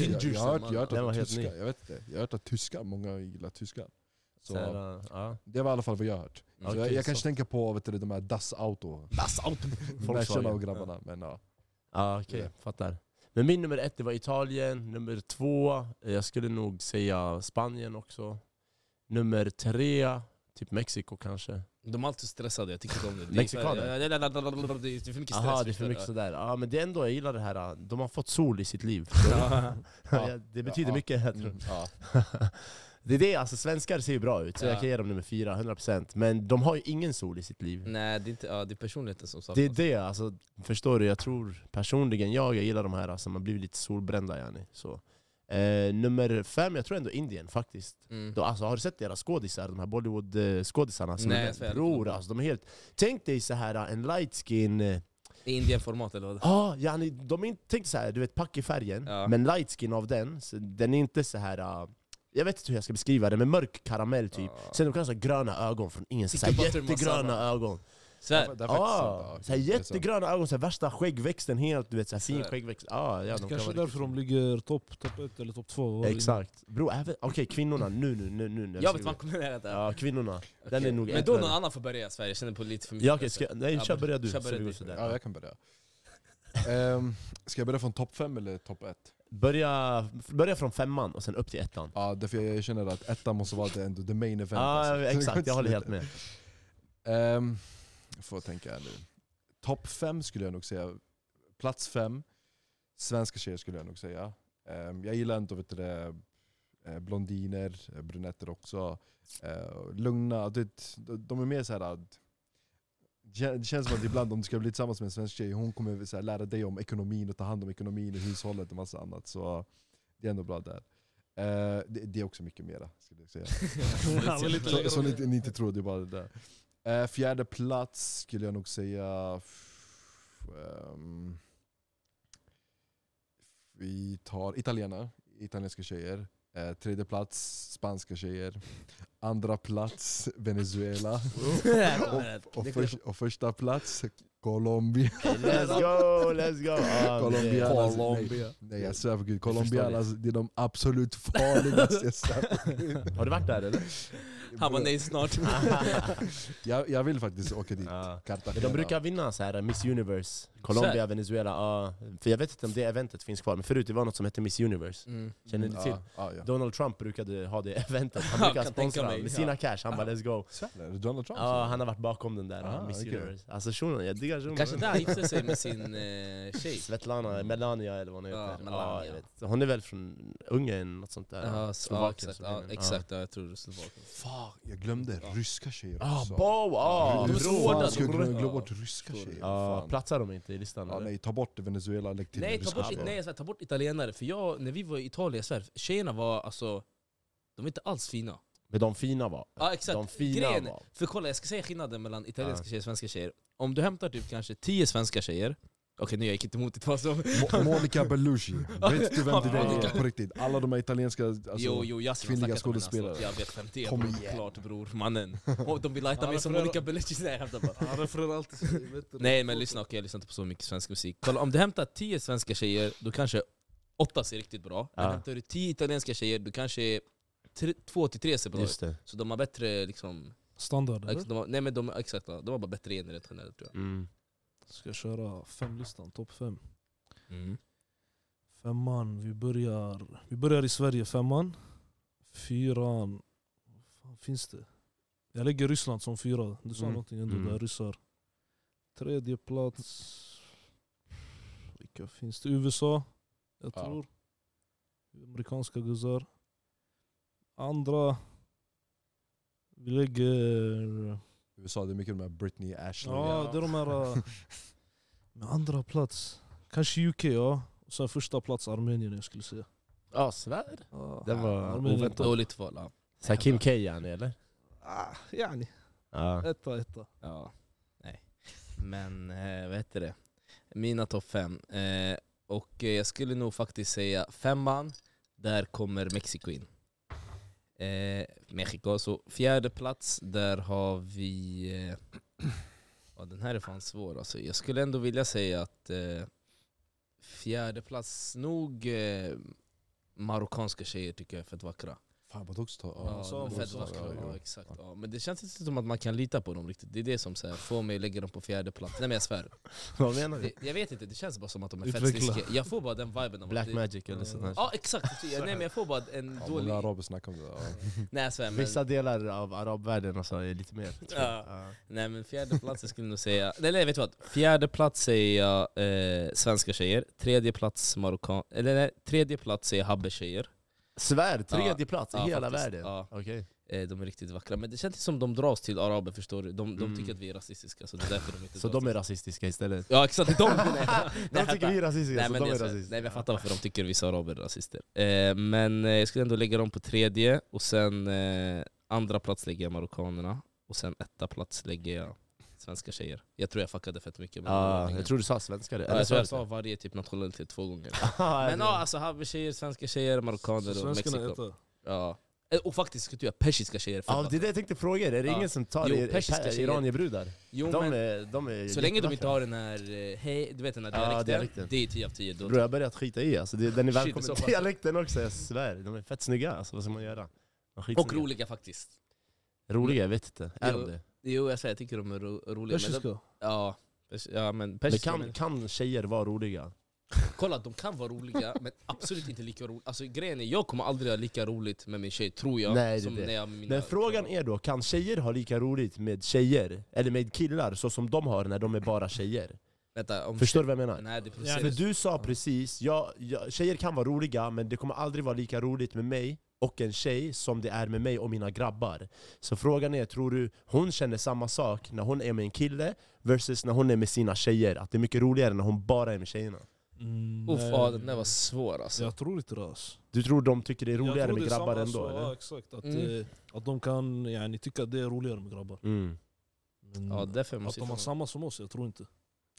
har hört att tyskar, många gillar tyskar. Så det var i alla fall vad jag har hört. Jag kanske tänker på de här Das Auto. Mästarna och grabbarna. Men okej, fattar. Men min nummer 1 var Italien, nummer 2 jag skulle nog säga Spanien också. Nummer 3 typ Mexiko kanske. De är alltid stressade, jag tycker inte om det. Mexikaner? Det är för mycket stress. Aha, det är för mycket sådär. Ja, men det är ändå, jag gillar det här. De har fått sol i sitt liv. Ja, det betyder mycket, jag tror. Det är det, alltså svenskar ser ju bra ut, så jag kan ge dem nummer 4, 100%. Men de har ju ingen sol i sitt liv. Nej, det är, inte, det är personligheten som saknas. Det är det, alltså, förstår du? Jag tror personligen, jag gillar de här som har blivit lite solbrända. Yani. Så. Nummer 5, jag tror ändå Indien faktiskt. Då, alltså, har du sett deras skådisar, de här Bollywood-skådisarna? Nej, bror, alltså, de är helt... Tänk dig så här en light skin... Indien-format eller vad? Ja, yani, de är inte tänkt så här, du vet, pack i färgen, men light skin av den, så den är inte så här. Jag vet inte hur jag ska beskriva det, men mörk karamell typ. Sen de kan ha så gröna ögon från ingenstans, jättegröna ögon. Så här jättegröna ögon, så här, värsta skäggväxten helt, du vet, så här fin skäggväxt. Ja, de kanske därför de ligger topp 1 eller topp 2. Exakt. Bro, okej, kvinnorna nu. Jag vet vad kommer det där. Ja, kvinnorna. Den är nog. Men då någon annan får börja i Sverige, jag känner på lite för mycket. Ja, okej, kör börja du. Ja, jag kan börja. Ska jag börja från topp 5 eller topp 1? Börja från 5:an och sen upp till 1:an. Ja, därför jag känner att 1:an måste vara the main event. Ja, exakt, jag håller helt med. Får tänka här nu. Topp 5 skulle jag nog säga. Plats 5, svenska tjejer skulle jag nog säga. Jag gillar inte, vet du, blondiner, brunetter också. Lugna, de är mer så här. Det känns som att ibland om du ska bli tillsammans med en svensk tjej, hon kommer så här, lära dig om ekonomin och ta hand om ekonomin och hushållet och massa annat. Så det är ändå bra där. Det är också mycket mera, skulle jag säga. så ni inte tror, det är bara det där. 4:e plats skulle jag nog säga. Vi tar italienska tjejer. 3:e plats spanska tjejer. 2:a plats Venezuela. och första plats Colombia. Let's go. Colombia. Nej, jag svär för Gud, colombianerna, det är de absolut farligaste jag sett. Har du varit där eller? Han var nej snart. jag vill faktiskt åka dit. Men de brukar vinna så här Miss Universe, Colombia, Venezuela. För jag vet inte om det eventet finns kvar, men förut det var något som hette Miss Universe. Känner du till? Donald Trump brukade ha det eventet. Han brukar sponsra med sina cash. Han bara let's go. Donald Trump? Ja, han har varit bakom den där Miss Universe. Alltså shunon, jag diggar shunon. Kanske där gifte sig med sin tjej. Svetlana, Melania eller vad hon heter. Melania. Jag vet. Hon är väl från Ungern, något sånt där. Exakt, jag tror det är Slovakien. Jag glömde ryska tjejer också. Fan, ska jag glömma bort ryska tjejer? Platsar de inte i listan? Nej, ta bort Venezuela, lägg till ta bort italienare. För när vi var i Italien, tjejerna var alltså, de var inte alls fina. Men de fina var. Ja, exakt. De fina var. För kolla, jag ska säga skillnaden mellan italienska tjejer och svenska tjejer. Om du hämtar typ kanske 10 svenska tjejer. Okej, nu jag gick inte emot det, vad som... Monica Bellucci. Vet du vem det är på riktigt? Alla de här italienska kvinnliga skådespelare. Jag vet 50, klart bror, mannen. De vill lajta mig som Monica Bellucci. Nej, men lyssna, jag lyssnar inte på så mycket svensk musik. Kolla, om du hämtar 10 svenska tjejer, då kanske 8 ser riktigt bra. Men hämtar du 10 italienska tjejer, då kanske 2-3 ser bra ut. Så de har bättre liksom... standard, nej, men de har bara bättre generellt generellt, tror jag. Ska köra 5-listan, topp 5. 5:an, vi börjar i Sverige, 5:an. 4:an, vad fan finns det? Jag lägger Ryssland som 4. Du sa någonting ändå där, ryssar. 3:e plats, vilka finns det? USA, jag tror. Amerikanska guzzar. 2:a, vi lägger... USA, det är mycket de här Britney, Ashley. Ja, det är de här... Med 2:a plats, kanske UK, Och sen 1:a plats Armenien, jag skulle säga. Ja, svär. Det var oväntat. Dåligt val. Så Kim K eller? Yani. Etta. Ja, nej. Men vad heter det? Mina topp 5. Och jag skulle nog faktiskt säga 5:an, där kommer Mexiko in. Mexiko, så 4:e plats, där har vi... den här är fan svår alltså. Jag skulle ändå vilja säga att 4:e plats nog marockanska tjejer tycker jag är fett vackra. Fan, botox tar... Ja, sa de är fett botox, vackra. ja. Ja, exakt. Ja. Men det känns inte som att man kan lita på dem riktigt. Det är det som så här, får mig att lägga dem på 4:e plats. Nej men jag svär. Vad menar du? Jag vet inte, det känns bara som att de är fett Utveckla. sliskiga. Jag får bara den viben av Black att Magic eller sånt här. Ja exakt, nej men jag får bara en Ja, dålig... många araber snackar om det. Ja. Nej jag svär, men... Vissa delar av arabvärlden alltså, är lite mer. tror jag. Ja. Nej men 4:e plats jag skulle nog säga... Nej vet du vad? 4:e plats säger jag svenska tjejer. 3:e plats marockan... Eller nej, 3:e plats säger habbe-tjejer. Svär, 3:e plats i Ja, hela faktiskt. världen? Ja. Okej. De är riktigt vackra, men det känns inte som de dras till araber, förstår du? De tycker att vi är rasistiska, så det är därför de inte Så dras de är till. rasistiska istället? Ja exakt, de De tycker vi är rasistiska, nej, så men de det är så, rasistiska. nej, jag fattar varför de tycker vissa araber är rasister. Men jag skulle ändå lägga dem på 3:e, och sen 2:a plats lägger jag marockanerna, och sen 1:a plats lägger jag svenska tjejer. Jag tror jag fuckade fett mycket med Ja, jag tror du sa svenskar. ja, jag sa varje typ nationalitet 2 gånger. Men ja, alltså habbe-tjejer, svenska tjejer, marockaner och Svenskarna Mexiko. äter. Ja. Och faktiskt ska du göra persiska tjejer. Ja, det är det jag tänkte fråga er. Är det Ja. ingen som tar Jo, persiska tjejer. iranierbrudar? Jo, De men är så länge de inte jättevackra. har den här, hej, du vet den här Ja, dialekten, dialekten. det är 10 av 10. Då Bro, jag har börjat skita i alltså. Den är Shit, välkommen. så pass. Dialekten också, jag svär. De är fett snygga, alltså, vad ska man göra? De är och skitsnygga. roliga faktiskt. Roliga, jag vet inte. Är Jo. de det? Jo, jag säger, jag tycker de är roliga. Men de, Persiska. ja, men Men persiska, kan tjejer vara roliga? kolla, de kan vara roliga, men absolut inte lika roliga. Alltså grejen är, jag kommer aldrig ha lika roligt med min tjej, tror jag. Nej, det är som det. när jag med mina Men frågan är då, kan tjejer ha lika roligt med tjejer? Eller med killar, så som de har när de är bara tjejer? Vänta, om Förstår du vad jag menar? Nej, det är Ja, För du sa precis, tjejer kan vara roliga, men det kommer aldrig vara lika roligt med mig och en tjej som det är med mig och mina grabbar. Så frågan är, tror du hon känner samma sak när hon är med en kille versus när hon är med sina tjejer? Att det är mycket roligare när hon bara är med tjejerna? ja, den där var svår alltså. Jag tror inte det alltså. Du tror de tycker det är Jag roligare tror med det är grabbar samma ändå? så, Eller? ja, exakt. Att de kan tycka att det är roligare med grabbar. Mm. Men Ja, därför att måste de har jag samma som oss, jag tror inte.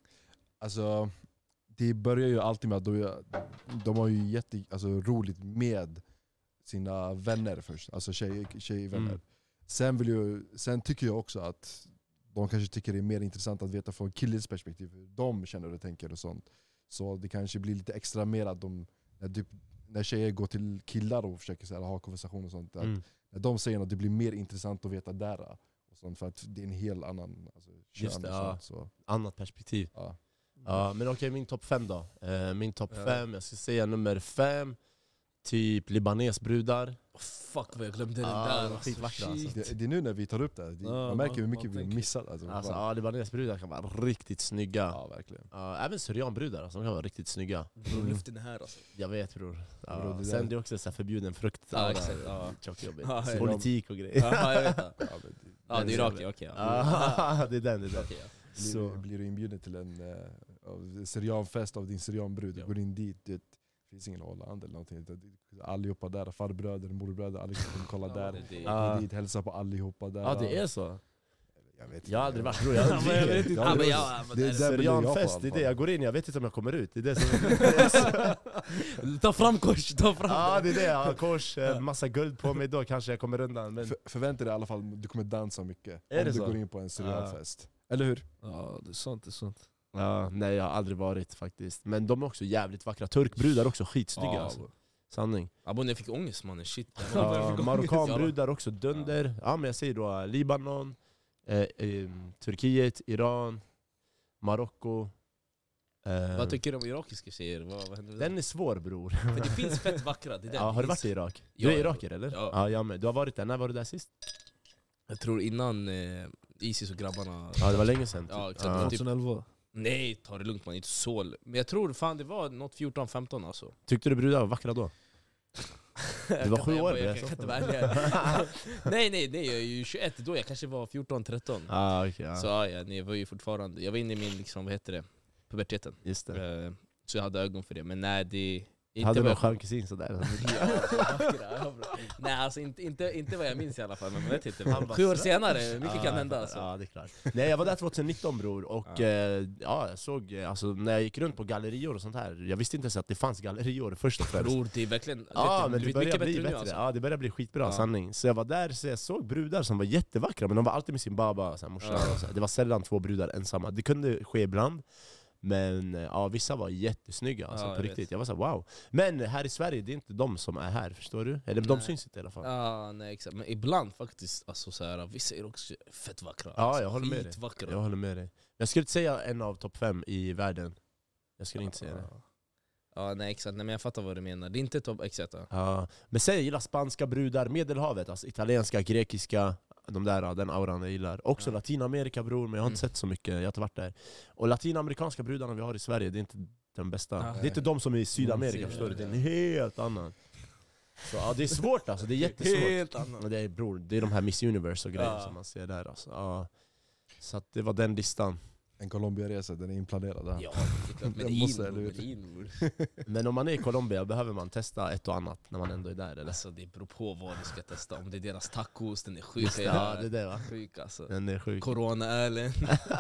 Alltså, det börjar ju alltid med att de har ju roligt med sina vänner först, alltså tjejvänner. Sen tycker jag också att de kanske tycker det är mer intressant att veta från killens perspektiv hur de känner och tänker och sånt. Så det kanske blir lite extra mer att när tjejer går till killar och försöker så här, ha konversation och sånt, att när de säger att det blir mer intressant att veta där och sånt, för att det är en helt annan kön. Just det, och ja. sånt, så, Annat perspektiv. ja. Ja, men okej, min topp 5 då. Min topp 5, jag ska säga nummer 5. Typ libanesbrudar. Fuck vad jag glömde den Ja, där de är alltså. skitvackra, alltså. Det är nu när vi tar upp det, man märker hur mycket vi missar. Alltså, ja, libanesbrudar kan vara riktigt snygga. Ja, verkligen. Även syrianbrudar alltså, de kan vara riktigt snygga. Bror, luften är här alltså. Jag vet bror. Ja, Bro, det sen där- det är också så här förbjuden frukt. Ja, exakt, ja. Tjockjobbigt. Ja, ja. Politik och grejer. Ja, jag vet det. Ja, men Ja, det är Irak, okej. Ja, det är den. Okej, ja. blir du inbjuden till en syrianfest av din syrianbrud, du går in dit, det finns ingen Holland eller någonting. Allihopa där, farbröder, morbröder, allihopa kommer kolla där. det- Ja. Gå dit, hälsa på allihopa där. Ja, det är så. Jag vet inte. Jag har aldrig varit bror, jag men jag vet undviker. inte. Ja, men ja, men Det är det där blir jag Syrianfest, på det är alla det. fall. Jag går in, jag vet inte om jag kommer ut. Det är det som... Ta fram kors, ta fram Ja, det är det. Jag har kors, massa guld på mig, då kanske jag kommer undan. Men... Förvänta dig i alla fall, du kommer dansa mycket Är om det du så? går in på en syrianfest. Eller hur? Ja, det är sant, det är sant. Ja, nej, jag har aldrig varit faktiskt. Men de är också jävligt vackra. Turkbrudar också skitsnygga. Ja, Alltså. Sanning. Abon, jag fick ångest mannen, shit. Ja, Marockanbrudar också, dunder. Ja, men jag säger då Libanon, Turkiet, Iran, Marocko. Vad tycker du om irakiska tjejer? Vad händer med Den är svår bror. För det finns fett vackra, det är den. Ja, har du Det varit finns- i Irak? Ja, Du är ja. iraker eller? Ja. Ja, jag med. Du har varit där, när var du där sist? Jag tror innan Isis och grabbarna... Ja, det var länge sedan. Ja, typ. exakt. Det var typ- 2011. Nej, ta det lugnt man, inte så. Men jag tror fan det var något 14-15 alltså. Tyckte du brudar var vackra då? Du var 7 år, jag det är kan så. inte vara ärlig. nej, jag är ju 21 då, jag kanske var 14-13. Ah, okay, ja. Så ja, nej, jag var ju fortfarande, jag var inne i min, liksom, vad heter det, puberteten. Just det. Så jag hade ögon för det, men nej det... Hade du någon jag... skön kusin sådär? Nej alltså inte vad jag minns i alla fall, men man vet inte. Han bara 7 år sådär. senare, mycket kan hända alltså. Ja, det är klart. Nej, jag var där 2019 bror, och jag såg, alltså, när jag gick runt på gallerior och sånt här, jag visste inte ens att det fanns gallerior först och främst. Bror, det är verkligen... Ja, vet, men det blivit börjar mycket bli nu, bättre. alltså. Ja, det börjar bli skitbra, Ja. sanning. Så jag var där, så jag såg brudar som var jättevackra, men de var alltid med sin baba, så här, morsan. Ja. Och så här. Det var sällan 2 brudar ensamma. Det kunde ske ibland, Men ja, vissa var jättesnygga alltså, Ja, på jag riktigt. vet. Jag var så här, wow. Men här i Sverige, det är inte de som är här, förstår du? Eller de Nej. syns inte i alla fall. Ja, nej exakt. Men ibland faktiskt, alltså, så här, vissa är också fett vackra. Ja, alltså, jag håller med dig. skitvackra. Jag håller med dig. Jag skulle inte säga en av topp 5 i världen. Jag skulle inte säga det. Ja, nej exakt. Nej, men jag fattar vad du menar. Det är inte topp exakt. Ja. Ja, men säg jag gillar spanska brudar, Medelhavet, alltså italienska, grekiska, den auran jag gillar. Också Ja. Latinamerika bror, men jag har inte sett så mycket, jag har inte varit där. Och latinamerikanska brudarna vi har i Sverige, det är inte den bästa. Ja. Det är inte de som är i Sydamerika, förstår du? Det är en helt annan. Så ja, det är svårt alltså, det är jättesvårt. Helt annan. Och det är, bror, det är de här Miss Universe och grejer Ja. som man ser där alltså. Ja. Så att det var den listan. En Colombia-resa, den är inplanerad där. Ja, det är klart. Jag Medellin, måste, bror, du vet. Medellin, bror. Men om man är i Colombia behöver man testa ett och annat när man ändå är där eller? Alltså det beror på vad du ska testa. Om det är deras tacos, den är sjuk. Just det, ja, det är det va? Sjuk alltså. Den är sjuk. Corona-ölen.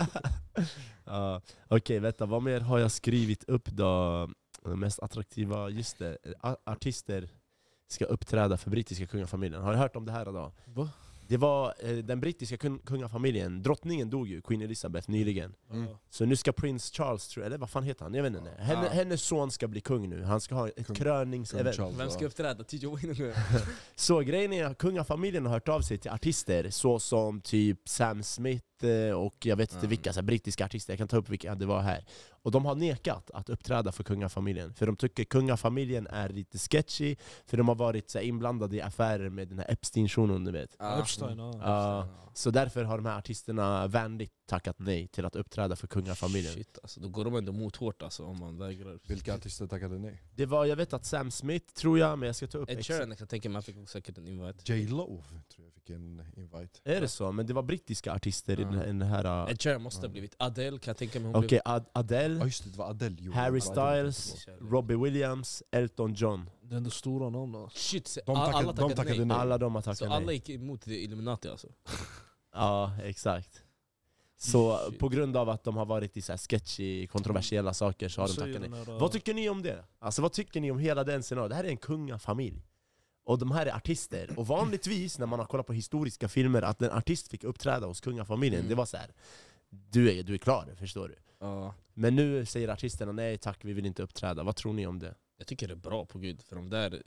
Ja, okej, vänta, vad mer har jag skrivit upp då? De mest attraktiva, just det, artister ska uppträda för brittiska kungafamiljen. Har du hört om det här idag? Va? Det var den brittiska kungafamiljen, drottningen dog ju, Queen Elizabeth, nyligen. Så nu ska Prince Charles, tror jag, eller vad fan heter han? Jag vet inte. Hennes son ska bli kung nu, han ska ha ett kröningsevent. Vem ska uppträda? T.J. Wayne? Så grejen är att kungafamiljen har hört av sig till artister, så som typ Sam Smith och jag vet inte vilka, så här, brittiska artister, jag kan ta upp vilka det var här. Och de har nekat att uppträda för kungafamiljen, för de tycker kungafamiljen är lite sketchy, för de har varit så här, inblandade i affärer med den här Epstein-shunon, du vet. Epstein, ja. Ja, så därför har de här artisterna vänligt tackat nej till att uppträda för kungafamiljen. Shit, alltså, då går de ändå mot hårt alltså, om man vägrar. Vilka artister tackade nej? Det var, jag vet att Sam Smith, tror jag, men jag ska ta upp Ed Sheeran, jag kan tänka mig, han fick säkert en invite. J. Lo tror jag fick en invite. Är det så? Men det var brittiska artister i den här... Ed Sheeran måste ha blivit. Adele kan jag tänka mig hon Okej, blev. Adele, Ja just det, det var Adele. Jo, Harry det var Adele. Styles, Robbie Williams, Elton John. Den är stora namn. Shit, De tackade nej. Alla de har Så tackat alla nej. gick emot det Illuminati alltså? Ja, exakt. Så Shit. på grund av att de har varit i så här sketchy, kontroversiella saker så har de tackat nej. Vad tycker ni om det? Alltså vad tycker ni om hela den scenarion? Det här är en kungafamilj. Och de här är artister. Och vanligtvis när man har kollat på historiska filmer att en artist fick uppträda hos kungafamiljen, det var så här. Du är klar, förstår du? Ja. Men nu säger artisterna nej tack, vi vill inte uppträda. Vad tror ni om det? Jag tycker det är bra på gud, för de där,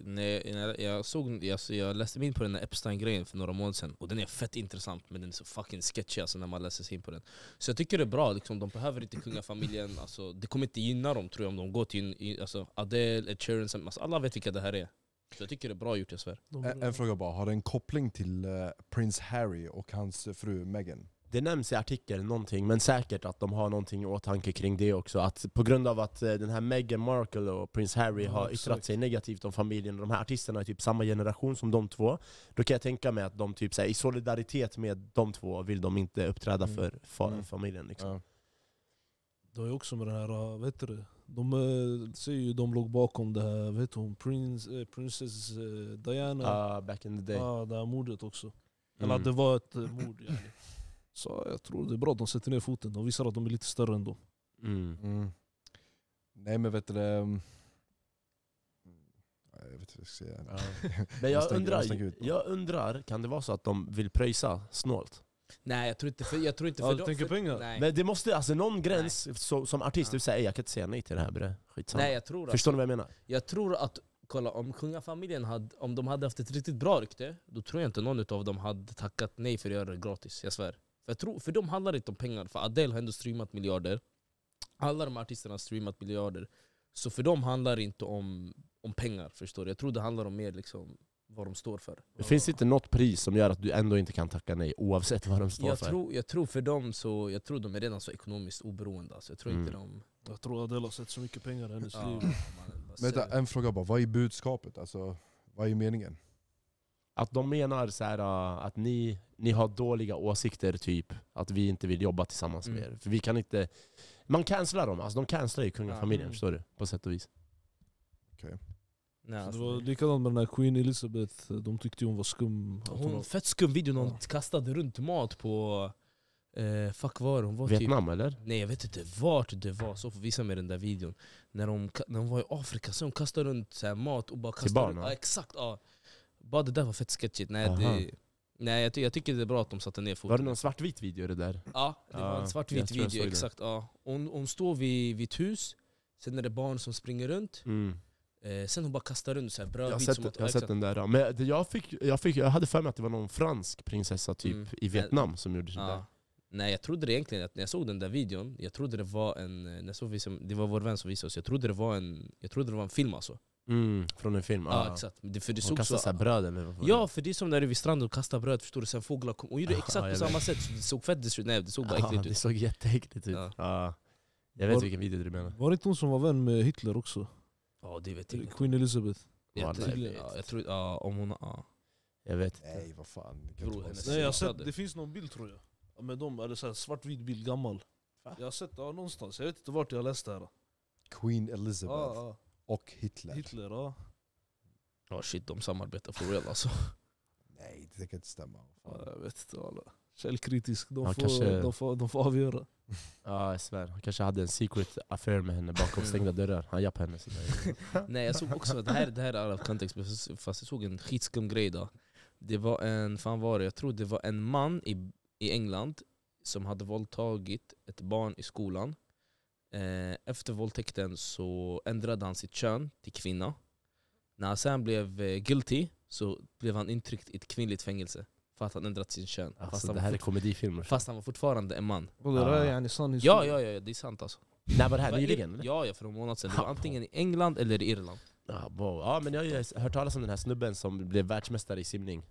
jag läste mig in på den där Epstein-grejen för några månader sedan, och den är fett intressant, men den är så fucking sketchy alltså, när man läser sig in på den. Så jag tycker det är bra, liksom, de behöver inte kungafamiljen, alltså, det kommer inte gynna dem tror jag om de går till alltså, Adele, Ed Sheeran, alltså, alla vet vilka det här är. Så jag tycker det är bra gjort, jag svär. En fråga bara, har det en koppling till Prins Harry och hans fru Meghan? Det nämns i artikeln någonting, men säkert att de har någonting i åtanke kring det också. Att på grund av att den här Meghan Markle och Prince Harry har yttrat sig negativt om familjen, och de här artisterna är typ samma generation som de två, då kan jag tänka mig att de typ, så här, i solidaritet med de två vill de inte uppträda för familjen. Liksom. Ja. Det har ju också med det här, vet du det? De säger ju de låg bakom det här, vet hon, Princess Diana. Back in the day. Det här mordet också. Eller att det var ett mord. Yani. Så jag tror det är bra att de sätter ner foten. De visar att de är lite större ändå. Nej men vet du det... Jag vet inte vad jag ska säga. Men Jag jag undrar, kan det vara så att de vill pröjsa snålt? Nej jag tror inte för Ja, du tänker pengar? Nej. Men det måste, alltså någon gräns som artist, du säger jag kan inte säga nej till det här bre. Skitsamma. Nej, jag tror Förstår ni vad jag menar? Jag tror att, kolla, om kungafamiljen om de hade haft ett riktigt bra rykte, då tror jag inte någon av dem hade tackat nej för att göra det gratis, jag svär. För de handlar inte om pengar, för Adele har ändå streamat miljarder. Alla de artisterna har streamat miljarder. Så för dem handlar det inte om pengar, förstår du? Jag tror det handlar om mer liksom vad de står för. Det finns inte något pris som gör att du ändå inte kan tacka nej oavsett vad de står för. Jag tror för dem så, jag tror de är redan så ekonomiskt oberoende, alltså. Jag tror inte de... Jag tror Adele har sett så mycket pengar i hennes liv. Vänta, en fråga bara, vad är budskapet? Alltså, vad är meningen? Att de menar så här, att ni har dåliga åsikter typ, att vi inte vill jobba tillsammans med er. För vi kan inte... Man cancelar dem, alltså de cancelar ju kungafamiljen, förstår du? På sätt och vis. Okay. Nej, Det alltså, var likadant med den här Queen Elizabeth, de tyckte hon var skum. hon fett skum video, någon kastade runt mat på... fuck var hon var Vietnam typ, eller? Nej jag vet inte vart det var, så får visa mig den där videon. När hon var i Afrika så hon kastade runt så här mat och bara kastade till barn? runt, exakt, ja. Bara det där var fett sketchigt. Nej, Nej, jag tycker det är bra att de satte ner foten. Var det någon svartvit video det där? Ja, det var en jag svartvit tror jag video, såg det. exakt. Ja. Hon står vid ett hus, sen är det barn som springer runt. Sen hon bara kastar runt så här Jag har brödbit. sett den där. Ja. Men jag hade för mig att det var någon fransk prinsessa typ i Vietnam som gjorde sådär. Ja. Nej, jag trodde det egentligen att när jag såg den där videon, jag trodde det var det var vår vän som visade oss, jag trodde det var en film alltså. Från en film. Ja, exakt. För det Hon såg kastade så här bröd eller vad var det? Ja, för det är som när du är vid stranden och kastar bröd, förstår du, sen fåglar kom och gjorde exakt på samma sätt. Så det såg fett, nej det såg bara äckligt Det ut. såg jätteäckligt ut. Ja. Ja. Jag vet vilken video du menar. Var det inte hon som var vän med Hitler också? Ja, det vet jag inte. Queen Elizabeth. Ja, Jag tror, om hon, Jag vet inte. Nej, vad fan. Det kan Bro, inte vara hennes- så. Nej, jag har sett, det finns någon bild tror jag. Med dem, eller så här svartvit bild gammal. Jag har sett det någonstans, jag vet inte vart jag läste det här. Queen Elizabeth och Hitler. Hitler, ja. Ja shit, de samarbetar for real alltså. Nej, det kan inte stämma. Fan. Jag vet inte alla. Källkritisk, Ja, kanske- de får avgöra. Ja, jag svär. Han kanske hade en secret affair med henne bakom stängda dörrar. Han japp henne sådär. Nej, jag såg också, det här är out of context, fast jag såg en skitskum grej då. Det var jag tror det var en man i England som hade våldtagit ett barn i skolan. Efter våldtäkten så ändrade han sitt kön till kvinna. När han sen blev guilty så blev han intryckt i ett kvinnligt fängelse för att han ändrat sin kön. Alltså, det här är komedifilmer. Fast han var fortfarande en man. Och det där är en sann Ja, historia. det är sant alltså. När var det här? Nyligen? Eller? Ja, för en månad sedan. Det var antingen i England eller i Irland. Ja, men jag har hört talas om den här snubben som blev världsmästare i simning.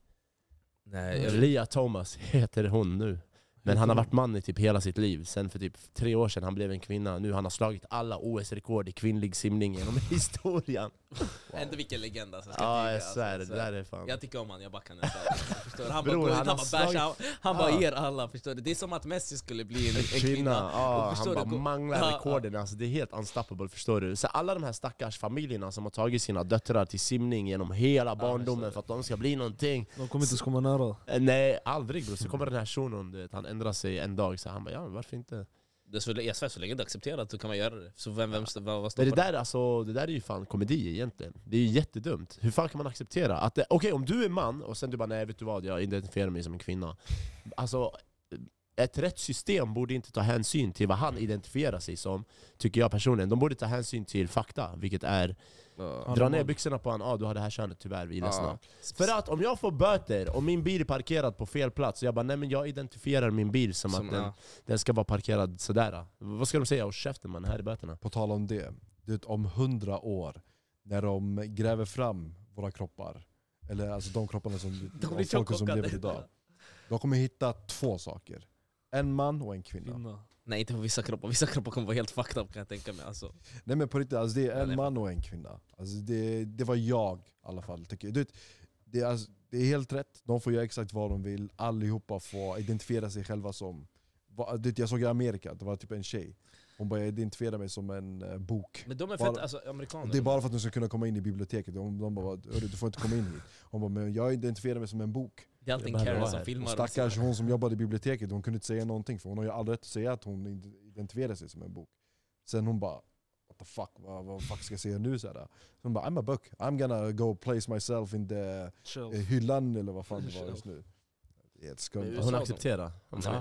Nej, Lia Thomas heter hon nu. Men han har varit man i typ hela sitt liv. Sen för typ 3 år sedan han blev en kvinna. Nu han har slagit alla OS-rekord i kvinnlig simning genom historien. Ändå vilken legend alltså. Ja, jag svär. Det där är fan... Jag tycker om han, jag backar den. Förstår du? Han Bror, bara, han han har bara, slagit- han bara ger alla, förstår du? Det är som att Messi skulle bli en kvinna. Ja, Och förstår han bara du? manglar Ja, rekorden. Alltså, det är helt unstoppable, förstår du? Så alla de här stackars familjerna som har tagit sina döttrar till simning genom hela barndomen för att de ska bli någonting. De kommer inte komma nära. Nej, aldrig bro. Så kommer den här shunon, du vet, han ändrar sig en dag. Så han bara, ja men varför inte? Jag svär, så länge det är accepterat så kan man göra det. Så vad Men stoppar det där, alltså, det där är ju fan komedi egentligen. Det är ju jättedumt. Hur fan kan man acceptera att okej, om du är man och sen du bara nej vet du vad, jag identifierar mig som en kvinna. Alltså ett rättssystem borde inte ta hänsyn till vad han identifierar sig som, tycker jag personligen. De borde ta hänsyn till fakta, vilket är dra ner byxorna på han, du har det här könet tyvärr, vi är ledsna. För att om jag får böter och min bil är parkerad på fel plats, och jag bara nej men jag identifierar min bil som att den ska vara parkerad sådär. Vad ska de säga? Och käften man, här är böterna. På tal om det, om 100 år, när de gräver fram våra kroppar, eller alltså de kropparna som de folken som lever idag, de kommer hitta 2 saker. En man och en kvinna. Nej, inte på vissa kroppar. Vissa kroppar kommer vara helt fucked up, kan jag tänka mig. Alltså. Nej men på riktigt, alltså det är en man och en kvinna. Alltså det var jag i alla fall. Tycker. Det är helt rätt, de får göra exakt vad de vill. Allihopa får identifiera sig själva som... Jag såg i Amerika, det var typ en tjej. Hon började identifiera mig som en bok. Men de är fett, alltså amerikaner. Det är bara för att de ska kunna komma in i biblioteket. De bara, du får inte komma in hit. Hon bara, men jag identifierar mig som en bok. Det är alltid Jag Karen behöver som vara filmar. Stackars hon som jobbade i biblioteket, hon kunde inte säga någonting för hon har ju all rätt att säga att hon identifierar sig som en bok. Sen hon bara, what the fuck, vad fuck ska jag säga nu? Så hon bara, I'm a book, I'm gonna go place myself in the hyllan eller vad fan det var just nu. Det är helt skumt. Hon accepterar.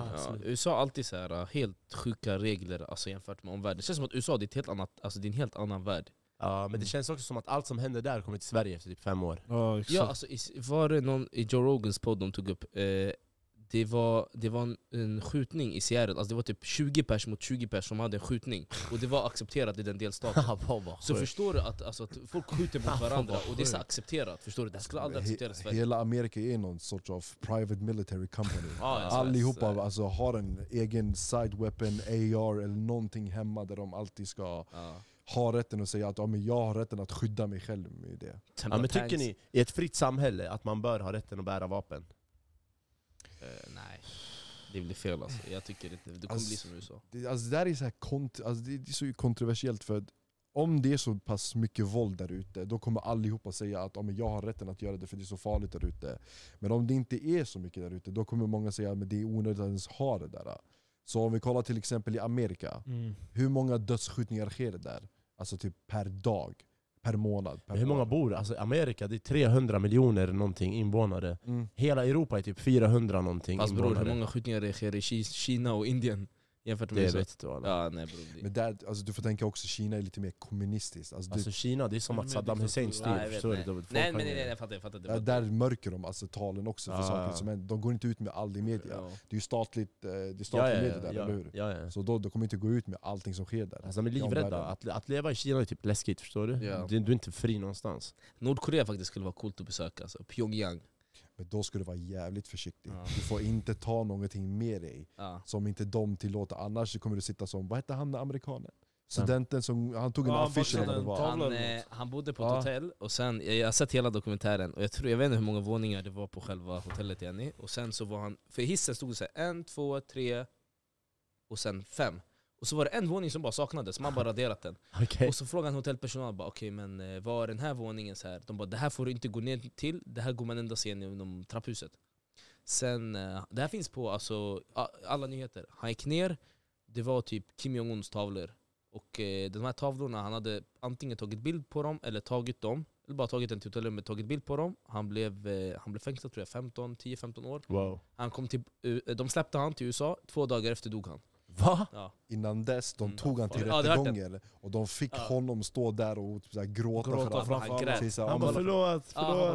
USA har alltid så här helt sjuka regler alltså, jämfört med omvärlden. Det känns som att USA det är en helt annan värld. Ja, men det känns också som att allt som händer där kommer till Sverige efter typ 5 år. Ja, exakt. Ja, alltså, var det någon i Joe Rogans podd de tog upp? Det var en skjutning i Seattle, alltså det var typ 20 pers mot 20 pers som hade en skjutning. Och det var accepterat i den delstaten. Så förstår du att, alltså, att folk skjuter mot varandra och det är så accepterat, förstår du? Det skulle aldrig accepteras i Sverige. Hela Amerika är någon sorts av private military company. Ja, allihopa alltså, har en egen side weapon, AR eller någonting hemma där de alltid ska ha rätten att säga att men jag har rätten att skydda mig själv med det. Ja, men tycker ni i ett fritt samhälle att man bör ha rätten att bära vapen? Nej, det blir fel alltså. Jag tycker inte, det kommer bli som USA. Det där är så här det är så kontroversiellt för att om det är så pass mycket våld där ute, då kommer allihopa säga att jag har rätten att göra det för det är så farligt där ute. Men om det inte är så mycket där ute, då kommer många säga att det är onödigt att ens ha det där. Så om vi kollar till exempel i Amerika, hur många dödsskjutningar sker det där? Alltså typ per dag. per månad. Men hur många bor? Alltså Amerika, det är 300 miljoner någonting invånare. Hela Europa är typ 400 någonting Fast bror, invånare. hur många skjutningar det sker i Kina och Indien jämfört med Det USA? vet du alla. Ja, nej bror. Men där, alltså, du får tänka också, Kina är lite mer kommunistiskt. Alltså Kina, det är som att Saddam Hussein styr. Ja, jag vet, förstår nej. du? Nej, jag fattar det. ja, där mörker de alltså talen också för saker som händer. De går inte ut med all i media. Ja. Det är ju statligt, media där, eller hur? Ja. Så då kommer inte gå ut med allting som sker där. Alltså de är livrädda. Att leva i Kina är typ läskigt, förstår du? Ja. Du är inte fri någonstans. Nordkorea faktiskt skulle vara coolt att besöka, alltså. Pyongyang. Men då ska du vara jävligt försiktig. Ja. Du får inte ta någonting med dig Ja. som inte de tillåter. Annars kommer du sitta som, vad hette han amerikanen? Studenten som, han tog en affisch eller vad det var. Han bodde på ett hotell, och sen, jag har sett hela dokumentären, och jag vet inte hur många våningar det var på själva hotellet, Jenny. Och sen så var han, för i hissen stod det så här 1, 2, 3 och sen 5. Och så var det en våning som bara saknades, som man bara raderat den. Okay. Och så frågade han hotellpersonalen bara, okej, men var är den här våningen så här? De bara, det här får du inte gå ner till, det här går man endast genom trapphuset. Sen, det här finns på alltså, alla nyheter. Han gick ner, det var typ Kim Jong-Uns tavlor. Och de här tavlorna, han hade antingen tagit bild på dem eller tagit dem, eller bara tagit en till hotellrummet, tagit bild på dem. Han blev fängslad tror jag 10-15 år. Wow. Han kom till, de släppte han till USA, 2 dagar efter dog han. Va? Ja. Innan dess, de tog han till Ja, det har varit rättegången och de fick honom stå där och så här, gråta Gråta för han grät. Precis, Han bara förlåt.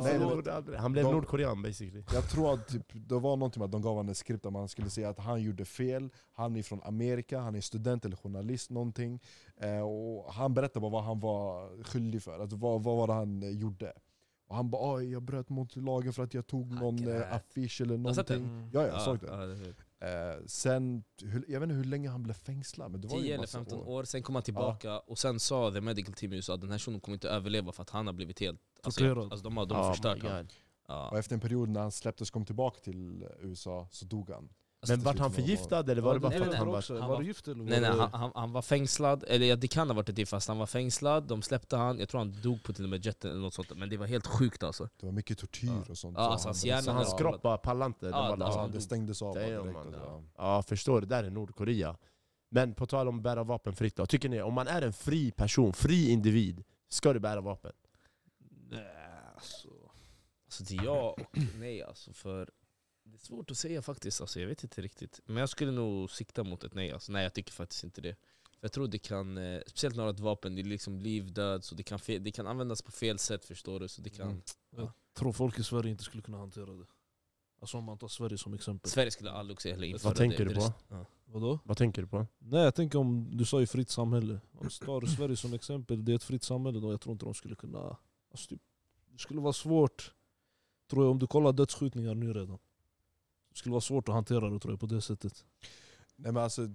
Han blev De- Nordkorean basically. Jag tror att typ, det var någonting med att de gav honom ett skript där man skulle säga att han gjorde fel. Han är från Amerika, han är student eller journalist någonting. Och han berättade bara vad han var skyldig för, alltså, vad var det han gjorde. Och han bara, jag bröt mot lagen för att jag tog någon affisch eller har sett någonting. Ja, jag såg det. Ja, det Sen, jag vet inte hur länge han blev fängslad, men det var 10 ju eller massa 15 år, sen kom han tillbaka och sen sa the medical team i USA att den här personen kommer inte överleva för att han har blivit helt Torterad. alltså de har förstört my honom. God. Ja. Och efter en period när han släpptes och kom tillbaka till USA så dog han. Men vart han förgiftad eller var det bara nej, för att nej, han var... också. han Var var- du gift eller? Nej, han var fängslad, eller ja, det kan ha varit det fast han var fängslad, de släppte han, jag tror han dog på till och med jetten eller något sånt, men det var helt sjukt alltså. Det var mycket tortyr och sånt. Ja, så alltså, han- hans hjärna- Så hans kropp bara pallade inte? Ja, De bara, alltså, Ja, det stängdes av Damn, direkt. man. Alltså. Ja, förstår du. Där är Nordkorea. Men på tal om att bära vapen fritt då. Tycker ni, om man är en fri person, fri individ, ska du bära vapen? Nej, alltså. Alltså det är ja och nej alltså, för det är svårt att säga faktiskt, alltså, jag vet inte riktigt. Men jag skulle nog sikta mot ett nej alltså. Nej, jag tycker faktiskt inte det. För jag tror det kan, speciellt när du har ett vapen, det är liksom liv, död, så det kan användas på fel sätt, förstår du. Så det kan, Jag tror folk i Sverige inte skulle kunna hantera det. Alltså om man tar Sverige som exempel. Sverige skulle aldrig också heller införa Vad tänker det. du på? Ja. Vadå? Vad tänker du på? Nej, jag tänker om du sa ju fritt samhälle. Om du tar Sverige som exempel, det är ett fritt samhälle då. Jag tror inte de skulle kunna... Alltså typ, det skulle vara svårt, tror jag, om du kollar dödsskjutningar nu redan. Det skulle vara svårt att hantera det tror jag på det sättet. Nej, men alltså,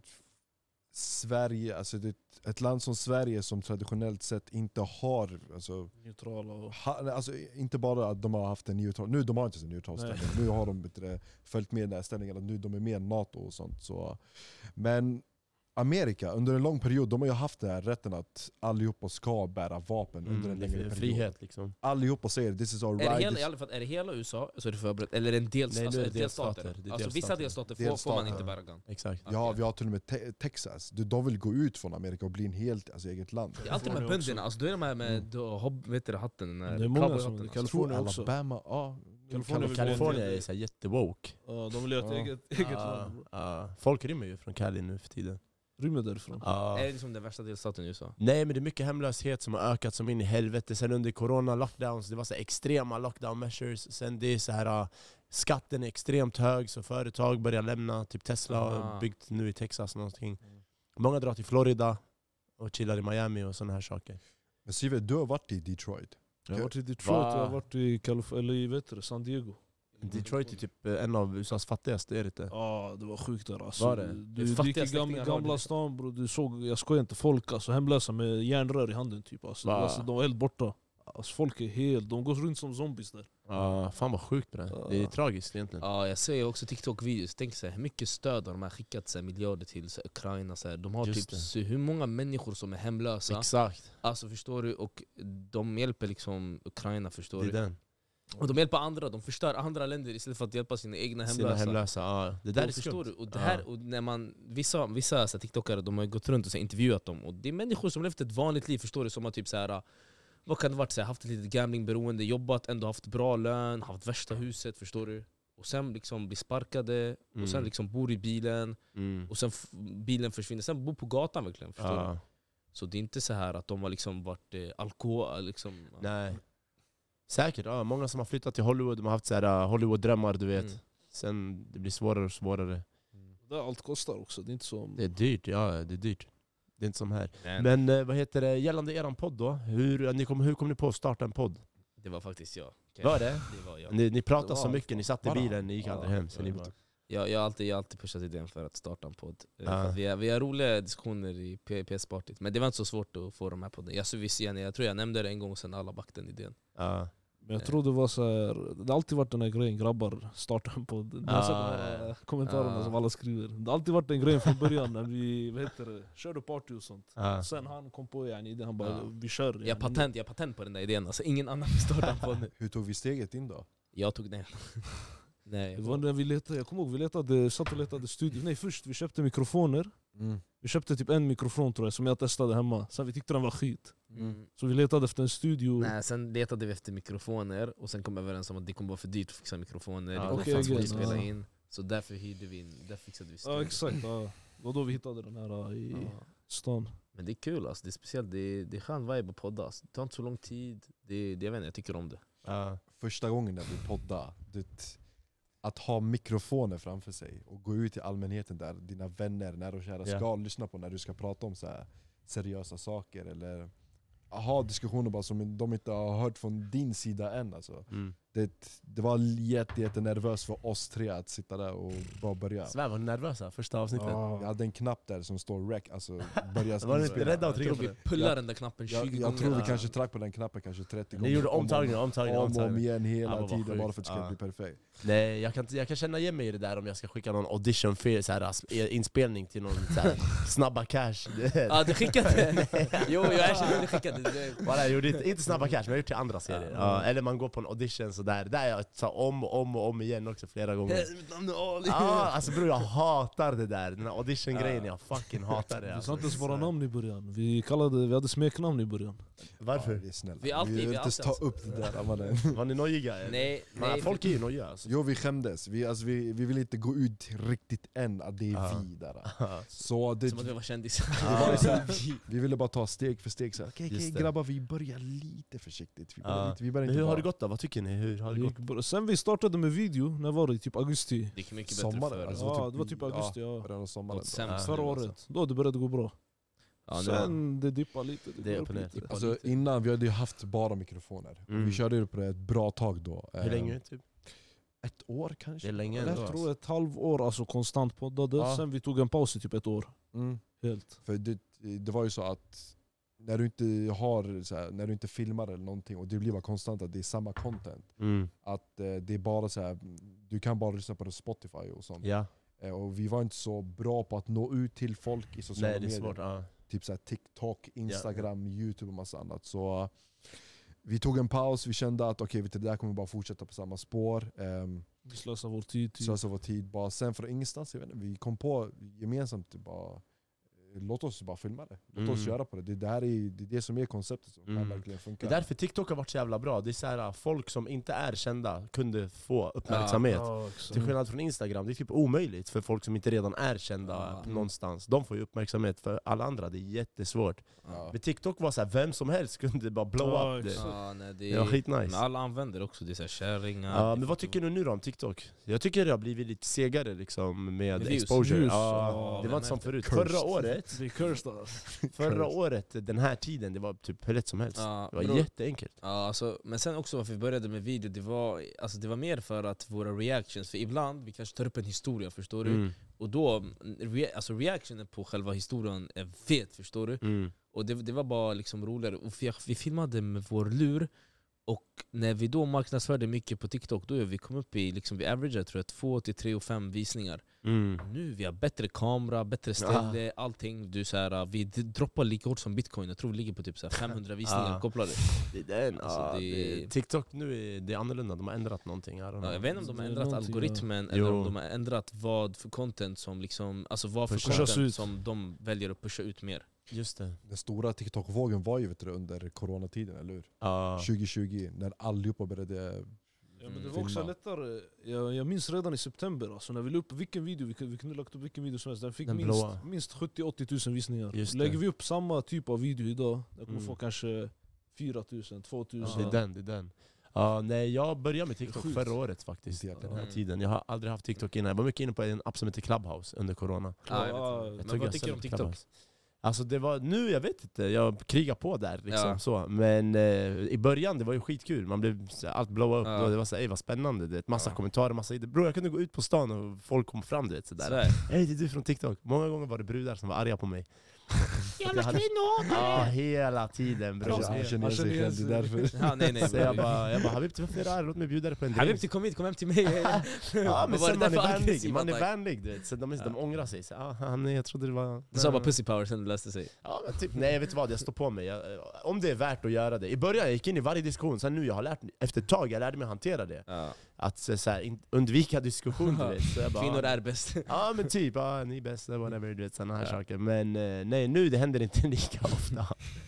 Sverige, alltså ett land som Sverige som traditionellt sett inte har, alltså, Neutrala och... alltså inte bara att de har haft en neutral, nu de har inte en neutral Nej. ställning, nu har de följt med den här ställningen, att nu de är med i NATO och sånt. Så. Men Amerika, under en lång period, de har ju haft den här rätten att allihopa ska bära vapen under en längre period. Frihet liksom. Allihopa säger this is our Är det right. hela, i alla fall, är det hela USA så är det förberett, eller är det en Nej, nu är det delstater? delstater. Det är Alltså vissa delstater. delstater får man inte bära gun. Exakt. Ja, vi har till och med Texas. De vill gå ut från Amerika och bli en helt eget land. Det är alltid med bönderna, alltså, då är de här med vet du, hatten, den här Det är många som... cowboyhatten, alltså. Kalifornien också. Alabama, ja. Kalifornien är så här jättewoke. Ja, de vill göra ett eget land. Folk rymmer ju från Cali nu för tiden. Rymmer därifrån. Är det liksom den värsta delstaten i USA? Nej, men det är mycket hemlöshet som har ökat som in i helvete. Sen under corona lockdowns, det var så extrema lockdown measures. Sen det är så här, skatten är extremt hög så företag börjar lämna. Typ Tesla har byggt nu i Texas någonting. Många drar till Florida och chillar i Miami och såna här saker. Men Sive, du har varit i Detroit. Jag har varit i Detroit, jag har varit i eller i vet du, San Diego. Detroit är typ en av USAs fattigaste, är det inte? Ja, det var sjukt där alltså. Var det? Du Det gick fattiga i släktingar har gamla det. stan bro, du såg, jag skojar inte, folk alltså, hemlösa med järnrör i handen typ alltså. Va? Alltså, de var helt borta. Alltså, folk är helt, de går runt som zombies där. Fan vad sjukt det. Det är tragiskt egentligen. Ja, jag ser också TikTok-videos, tänk så här, hur mycket stöd har de här skickat så här, miljarder till så här, Ukraina så här. De har Just typ så, hur många människor som är hemlösa. Exakt, Alltså förstår du, och de hjälper liksom Ukraina, förstår det är du. den. Och de hjälper andra, de förstör andra länder istället för att hjälpa sina egna Sina hemlösa. hemlösa, ja. Det där är förstår skumt. du? Och det här, och när man, vissa så här, TikTokare, de har gått runt och så här, intervjuat dem, och det är människor som levt ett vanligt liv, förstår du, som har typ så här, vad kan det varit? Så här, haft ett litet gamblingberoende, jobbat, ändå haft bra lön, haft värsta huset, förstår du? Och sen liksom blir sparkade, och sen liksom bor i bilen, och sen bilen försvinner, sen bor på gatan verkligen, förstår du? Så det är inte så här att de har liksom varit alkohol liksom. Nej. Säkert, många som har flyttat till Hollywood, de har haft så här Hollywood-drömmar, du vet. Sen det blir svårare och svårare. Det allt kostar också, det är inte som... Det är dyrt, det är dyrt. Det är inte som här. Nej. Men vad heter det, gällande eran podd då? Hur kom ni på att starta en podd? Det var faktiskt jag. Var det? Det var jag. Ni pratade Det så var mycket, ni satt i bilen, ni gick aldrig hem. Så ni bara... Jag har alltid pushat idén för att starta en podd. För att vi har roliga diskussioner i PS-partyt. Men det var inte så svårt att få de här podden. Jag tror jag nämnde det en gång, sen alla backade den idén. Men jag tror det var så här, det har alltid varit den här grejen, grabbar startar en podd. Jag har sett de här kommentarerna som alla skriver. Det har alltid varit den grejen från början när vi körde party och sånt. Sen han kom på idén, han bara vi kör. Jag har patent på den där idén, alltså ingen annan vill starta en podd. Hur tog vi steget in då? Jag tog den. Nej, det var när vi letade, jag kommer ihåg, vi satt och letade studio. Nej, först vi köpte mikrofoner. Vi köpte typ en mikrofon tror jag, som jag testade hemma. Sen vi tyckte den var skit. Så vi letade efter en studio. Nej, sen letade vi efter mikrofoner. Och sen kom vi överens om att det kommer vara för dyrt att fixa mikrofoner. Det okej, fanns okej, att spela in. Så därför hyrde vi in, där fixade vi studio. Ja exakt, det var då vi hittade den här i stan. Men det är kul alltså, det är speciellt, det är skön vibe att podda alltså. Det tar inte så lång tid, jag vet inte, jag tycker om det. Första gången när vi poddade, att ha mikrofoner framför sig och gå ut till allmänheten där dina vänner, nära och kära ska lyssna på när du ska prata om så här seriösa saker eller ha diskussioner bara som de inte har hört från din sida än alltså. Det var jättenervöst för oss tre att sitta där och bara börja. Svär, var ni nervösa första avsnittet? Jag hade en knapp där som står rec, alltså börja var ni inte rädda att trycka på vi det? pullar den där knappen 20 gånger. Jag tror vi kanske track på den knappen kanske 30 gånger. Ni gjorde omtagningar. Om igen hela vad tiden sjukt. bara för att det ska bli perfekt. Nej, jag kan känna igen mig i det där om jag ska skicka någon audition för så här, inspelning till någon så här, snabba cash. Ja, du skickade. Jo, jag erkänner, du skickade. Bara, jag gjorde inte snabba cash, men jag har gjort till andra serier. Eller man går på en audition så där jag tar om igen också flera gånger. Mitt namn är Ali. Alltså bror, jag hatar det där. Den här audition-grejen, jag fucking hatar det. Vi Alltså. sa inte ens våra namn i början. Vi hade smeknamn i början. Varför? Det är snällt. Vi alltid- vill vi inte alltid- ta upp det där. Mannen. Var ni nojiga? Nej, Folk är ju nojiga. Alltså. Jo, vi skämdes. Vi vill inte gå ut riktigt än att det är vi där. Så det, som att vi var kändisar. det var så här, vi ville bara ta steg för steg. Okej, Just det. grabbar, vi börjar lite försiktigt. Vi börjar Men inte hur har bara det gått då? Vad tycker ni? Hur har det gått? Sen vi startade med video, när var det? Typ augusti. Det gick mycket bättre sommaren. förr. Alltså, Ja, det var typ augusti, ja. början av sommaren. Något sämst. Förra året. Då det började gå bra. Ja, nu- Sen det dippade lite. Det är går upp och ner. lite. Alltså, innan vi hade ju haft bara mikrofoner. Och vi körde ju på det ett bra tag då. Hur länge? Typ? Ett år kanske? Det är länge Jag ändå. tror ett halvår alltså konstant poddade. Ja. Sen vi tog en paus i typ ett år. Helt. För det var ju så att när du inte har så här, när du inte filmar eller någonting och det blir bara konstant att det är samma content, att det är bara så här, du kan bara lyssna på det Spotify och sånt. Ja. Och vi var inte så bra på att nå ut till folk i sociala Nej, det är medier. svårt. Ja. Typ så här TikTok, Instagram, YouTube och massa annat. Så vi tog en paus, vi kände att okej, det där kommer bara fortsätta på samma spår. Vi slösar vår tid. Typ. Slösa vår tid. Bara sen från ingenstans, jag vet inte, vi kom på gemensamt bara låt oss bara filma det. Låt oss köra på det. Det är det som är konceptet som kan verkligen Det funka. är därför TikTok har varit så jävla bra. Det är så här, folk som inte är kända kunde få uppmärksamhet. Ja, exakt. Till skillnad från Instagram, det är typ omöjligt för folk som inte redan är kända någonstans. De får ju uppmärksamhet, för alla andra det är jättesvårt. Men TikTok var så här, vem som helst kunde bara blow up det. Ja, nej, Det var skitnice. Men alla använder också, det är så här kärringar. Ja, men vad tycker du nu då om TikTok? Jag tycker det har blivit lite segare liksom, med views. exposure. Views, Ja, det var inte som förut. Förra året, Vi är cursed. förra året, den här tiden, det var typ hur lätt som helst. Ja, Det var bro. jätteenkelt. Ja, alltså, men sen också varför vi började med video, det var mer för att våra reactions, för ibland vi kanske tar upp en historia, förstår du? Och då, reactionen på själva historien är fet, förstår du? Och det var bara liksom roligare. Och vi filmade med vår lur. Och när vi då marknadsförde mycket på TikTok, då vi kom upp i, liksom, vi averageade tror jag 2 till 3 och 5 visningar. Nu vi har bättre kamera, bättre ställe, allting. Du, så här, vi droppar lika hårt som bitcoin. Jag tror vi ligger på typ så här 500 visningar kopplade. Det är den. Alltså, TikTok nu är det annorlunda, de har ändrat någonting. I don't know. Ja, jag vet inte om de har Det är ändrat någonting, algoritmen eller om de har ändrat vad för content som liksom, alltså vad för Pushas content ut. som de väljer att pusha ut mer. Just det. Den stora TikTok-vågen var ju vet du, under coronatiden, eller hur? Ja. 2020, när allihopa började. Ja, men det var också lättare. Jag minns redan i september, alltså, när vi la upp vilken video, vi kunde lagt upp vilken video som helst. Den fick minst 70-80 000 visningar. Lägger vi upp samma typ av video idag, jag kommer få kanske 4 000, 2 000. Det är den. Ja, nej, jag började med TikTok förra året faktiskt. Den här tiden. Jag har aldrig haft TikTok innan. Jag var mycket inne på en app som heter Clubhouse under corona. Men vad tycker du om TikTok? Alltså det var, nu jag vet inte, jag krigar på där liksom så. Men i början det var ju skitkul, man blev allt blowa upp och det var så vad spännande, det massa kommentarer, massa idéer. Bro, jag kunde gå ut på stan och folk kom fram det så där. Hej, det är du från TikTok. Många gånger var det brudar som var arga på mig. Jävla kvinnor! Ja, hela tiden bro. Han känner sig själv, det är därför. Ja, nej. Så jag bara Habib, varför är du arg? Låt mig bjuda dig på en drink. Habib, kom hem till mig. Ja, men sen man är vänlig, du vet. Så de ångrar sig. Så, jag trodde det var... Du sa bara pussy power, sen det löste sig. Ja, men typ, nej, vet du vad, jag står på mig. Om det är värt att göra det. I början jag gick in i varje diskussion, sen nu jag har lärt mig, efter ett tag jag lärde mig att hantera det. Att så här, undvika diskussion, du vet. Så jag bara, kvinnor är bäst. Ja, men typ, ni är bäst, whatever, du vet, såna här saker. Men nej, nu det händer inte lika ofta.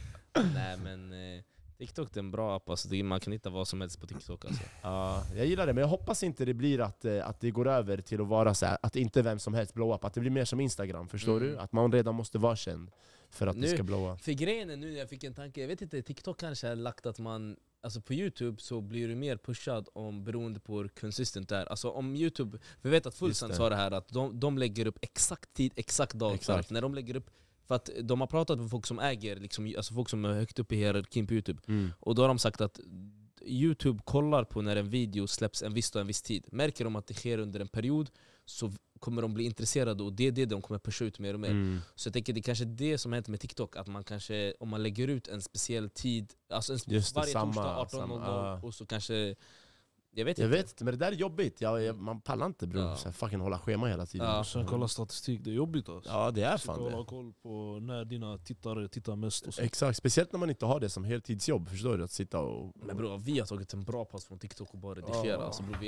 Nej, men TikTok är en bra app, alltså, man kan hitta vad som helst på TikTok alltså. Ja, jag gillar det, men jag hoppas inte det blir att det går över till att vara så här, att inte vem som helst blow up, att det blir mer som Instagram, förstår du? Att man redan måste vara känd för att det ska blow up. För grejen är nu, jag fick en tanke, jag vet inte, TikTok kanske har lagt att man, alltså på YouTube så blir du mer pushad beroende på hur consistent det är. Alltså om YouTube, vi vet att Fullsend sa det här, att de lägger upp exakt tid, exakt dag. När de lägger upp, för att de har pratat med folk som äger, liksom, alltså folk som är högt upp i hierarkin på YouTube. Och då har de sagt att YouTube kollar på när en video släpps en viss dag, en viss tid. Märker de att det sker under en period så kommer de bli intresserade, och det är det de kommer pusha ut mer och mer. Så jag tänker det är kanske det som hänt med TikTok, att man kanske, om man lägger ut en speciell tid, alltså varje torsdag 18:00 och så kanske, jag vet inte, men det där är jobbigt. Man pallar inte bro, så fucking hålla schema hela tiden. Och sen kolla statistik, det är jobbigt alltså. Ja, det är fan det. Hålla koll på när dina tittare tittar mest och så. Exakt, speciellt när man inte har det som heltidsjobb, förstår du? Att sitta och... Men bro, vi har tagit en bra pass från TikTok och bara redigera. Alltså, bro,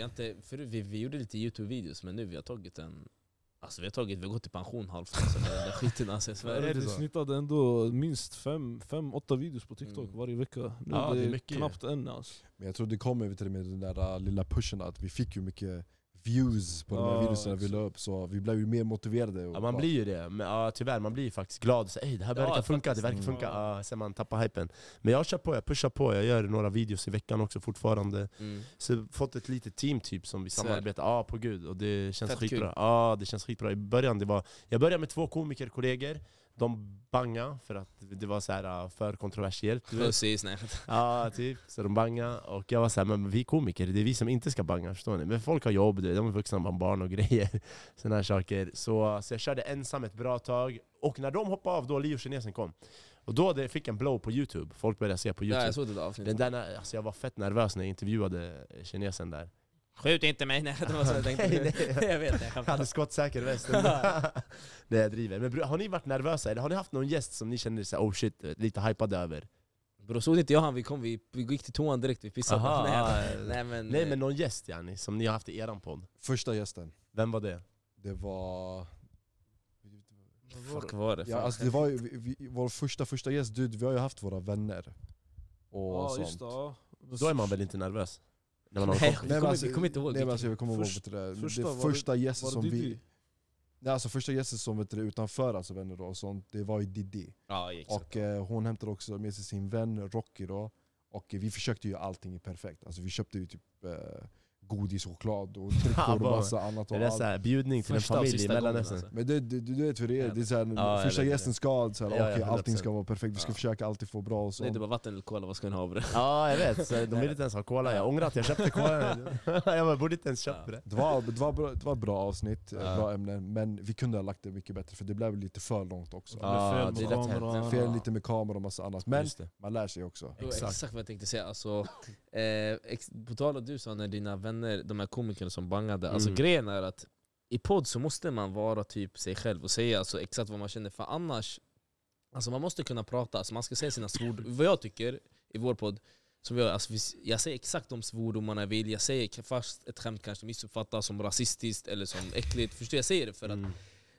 vi gjorde lite YouTube-videos, men nu vi har tagit en... Alltså vi har gått i pension halvt, alltså, den skiten, alltså, vi snittade ändå minst 5-8 videos på TikTok varje vecka. Nu det är mycket. Knappt en alltså. Men jag tror det kommer med den där lilla pushen, att vi fick ju mycket views på de här videorna vi la upp, så vi blev ju mer motiverade. Ja, man blir ju det, men tyvärr, man blir faktiskt glad. Så, det här verkar funka, det verkar funka. Sen man tappar hypen. Men jag kör på, jag pushar på, jag gör några videos i veckan också fortfarande. Så jag har fått ett litet team typ som vi samarbetar på gud, och det känns skitbra. Ja, det känns skitbra. I början jag började med 2 komikerkollegor. De banga för att det var så här för kontroversiellt. Ja, typ. Så de banga, och jag var så här, men vi komiker, det är vi som inte ska banga, förstår ni? Men folk har jobb, de är vuxna, man barn och grejer. Såna här saker. Så jag körde ensam ett bra tag. Och när de hoppade av, då Leo Kinesen kom. Och då fick en blow på YouTube. Folk började se på YouTube. Ja, jag såg det avsnittet. Den där, alltså jag var fett nervös när jag intervjuade kinesen där. Skjut inte mig, nej, det var så jag tänkte. Jag vet det. Jag hade skottsäker väst. Nej, jag driver. Men har ni varit nervösa? Eller har ni haft någon gäst som ni känner så, oh shit, lite hypade över? Bro, såg inte jag han, vi gick till toan direkt, vi pissade. Nej, men någon gäst yani, som ni har haft i eran podd. Första gästen. Vem var det? Det var... Fuck var det? Ja, alltså det var ju, vår första gäst, dude, vi har ju haft våra vänner. Och sånt. Just det, Då är man väl inte nervös? Nej, jag kommer inte ihåg. Nej, alltså, jag kommer ihåg det första gästen som vi... Nej, alltså första gästen som utanför alltså vänner då, och sånt, det var ju Diddy. Och hon hämtade också med sig sin vän Rocky då. Och vi försökte ju allting perfekt. Alltså vi köpte ju typ godis, choklad och drickor och massa annat. Det är så här, bjudning till en familj i Mellanöstern. Alltså. Men du vet hur det är. Det är så här, första gästen ska allting ska vara perfekt. Vi ska försöka alltid få bra och så. Nej, det var vatten eller cola, vad ska ni ha av det? Ja, jag vet. Så de vill inte ens ha cola. Jag ångrar att jag köpte cola. Jag borde inte ens köpa det. Det var bra avsnitt, bra ämnen. Men vi kunde ha lagt det mycket bättre, för det blev lite för långt också. Fel lite med kamera och massa annat. Men man lär sig också. Exakt vad jag tänkte säga. Alltså, på tal om du sa när dina vänner, de här komikerna som bangade, alltså grejen är att i podd så måste man vara typ sig själv och säga alltså exakt vad man känner, för annars, alltså man måste kunna prata, alltså man ska säga sina svord. Vad jag tycker i vår podd, som jag säger exakt de svordomarna jag vill, jag säger fast ett skämt kanske missuppfattas som rasistiskt eller som äckligt, förstår jag säger det för att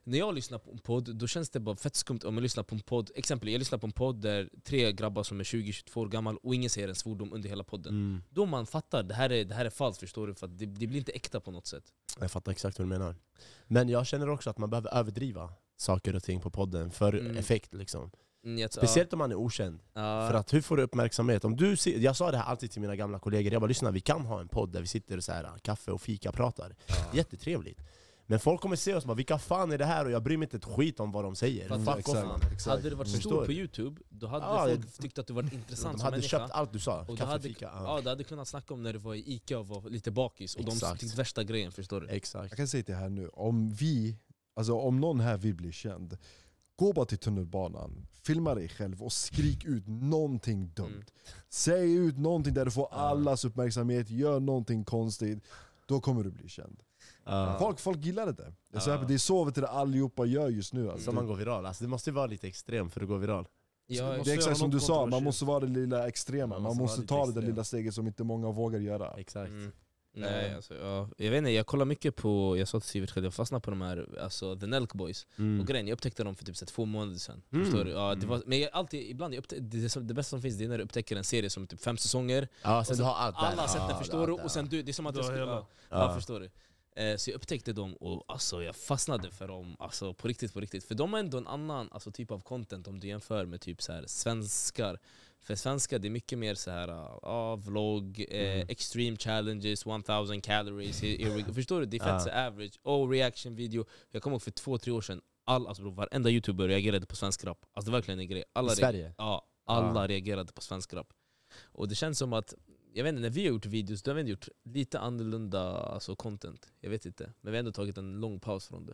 när jag lyssnar på en podd, då känns det bara fett skumt om jag lyssnar på en podd. Exempel, jag lyssnar på en podd där 3 grabbar som är 20-22 år gammal och ingen säger en svordom under hela podden. Då man fattar, det här är falskt, förstår du? För att det blir inte äkta på något sätt. Jag fattar exakt vad du menar. Men jag känner också att man behöver överdriva saker och ting på podden för effekt liksom. Speciellt om man är okänd. För att hur får du uppmärksamhet? Om du jag sa det här alltid till mina gamla kollegor. Jag bara, lyssna, vi kan ha en podd där vi sitter och så här, kaffe och fika pratar. Jättetrevligt. Men folk kommer se oss och bara, vilka fan är det här? Och jag bryr mig inte ett skit om vad de säger. Fuck off, man. Hade du varit stor på YouTube, då hade folk tyckt att du var intressant. De hade köpt allt du sa, och kaffe, fika. Du hade kunnat snacka om när du var i Ica och var lite bakis. Och de tyckte värsta grejen, förstår du? Exakt. Jag kan säga det här nu, om någon här vill bli känd, gå bara till tunnelbanan, filma dig själv och skrik ut någonting dumt. Säg ut någonting där du får allas uppmärksamhet, gör någonting konstigt, då kommer du bli känd. Folk gillar det. Det är så det allihopa gör just nu. Alltså. Så man går viral. Alltså, det måste vara lite extrem för att gå viral. Det är exakt som du sa, man måste vara det lilla extrema. Man måste ta det lilla steget som inte många vågar göra. Exakt. Nej, alltså, jag vet inte, jag kollar mycket på, jag sa till Sivert själv, jag fastnade på de här, alltså The Nelk Boys. Och grejen, jag upptäckte dem för typ 2 månader sedan. Förstår du? Ja, det var, men jag alltid, ibland, det bästa som finns, det är när du upptäcker en serie som typ 5 säsonger. Ja, sen du har allt där. Alla har sett den, förstår du? Och sen det är som att jag skulle, förstår du? Så jag upptäckte dem och alltså, jag fastnade för dem, alltså, på riktigt. För de har ändå en annan typ av content om du jämför med typ så här svenskar. För svenskar det är mycket mer så här vlogg, extreme challenges, 1000 calories, förstår du? Det är fett så average, reaction video. Jag kommer ihåg för 2-3 år sedan, varenda youtuber reagerade på svensk rap. Alltså det var verkligen en grej. I Sverige? Alla reagerade på svensk rap. Och det känns som att, jag vet inte, när vi har gjort videos, då har vi gjort lite annorlunda content. Jag vet inte, men vi har ändå tagit en lång paus från det.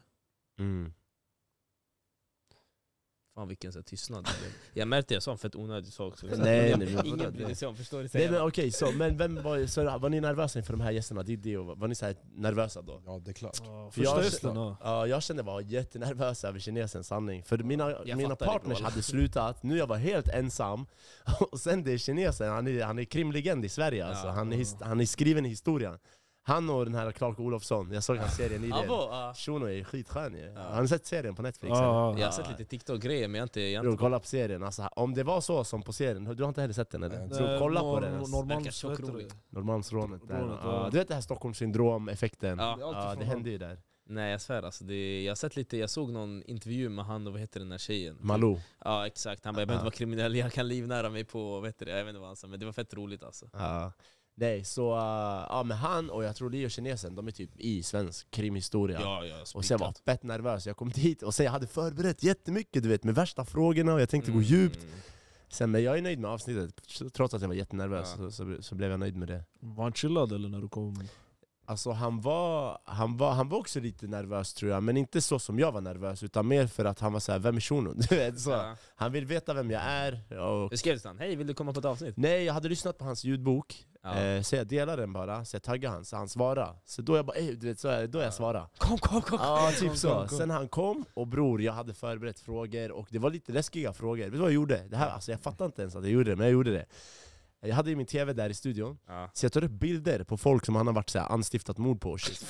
Fan vilken så här tystnad. Jag märkte jag sa en fett onödig sak. Så Nej, ingen brydde sig om, förstår du? Nej, men okej, men vem var ni nervösa inför de här gästerna? Diddy och var ni så här nervösa då? Ja, det är klart. Första gästen, jag kände var jättenervös över kinesens sanning. För mina partners hade slutat, nu jag var helt ensam. Och sen det är kinesen, han är krimlegend i Sverige alltså. Han är skriven i historien. Han och den här Clark Olofsson, jag såg hans serie nyligen. Shuno är skitskön ju. Har ni sett serien på Netflix? Jag har sett lite TikTok-grejer men jag har inte kolla på serien. Alltså, om det var så som på serien, du har inte heller sett den eller? Så kolla på den. Norrmalmsrånet. Du vet det här Stockholmssyndrom-effekten? Det hände ju där. Nej jag svär alltså, jag såg någon intervju med han och vad heter den här tjejen? Malou. Ja exakt, han bara jag behöver inte vara kriminell, jag kan livnära mig på, jag vet inte vad han sa, men det var fett roligt alltså. Nej, så men han och jag tror Leo kinesen, de är typ i svensk krimhistoria. Och sen var jag fett nervös, jag kom dit och sen jag hade förberett jättemycket, du vet, med värsta frågorna och jag tänkte gå djupt. Sen, men jag är nöjd med avsnittet, trots att jag var jättenervös så blev jag nöjd med det. Var han chillad eller när du kom? Alltså han var också lite nervös tror jag, men inte så som jag var nervös, utan mer för att han var så här, vem är Shuno? Du vet, så. Han vill veta vem jag är. Och skrev han, hej vill du komma på ett avsnitt? Nej, jag hade lyssnat på hans ljudbok, så jag delade den bara, så jag taggade han, så han svarade. Så då jag bara, du vet, då jag svarade. Kom. Ja, typ så. Sen han kom, och bror, jag hade förberett frågor, och det var lite läskiga frågor. Vet du vad jag gjorde? Det här, alltså, jag fattar inte ens att jag gjorde det, men jag gjorde det. Jag hade ju min tv där i studion, så jag tar upp bilder på folk som han har varit så här anstiftat mord på. Shit.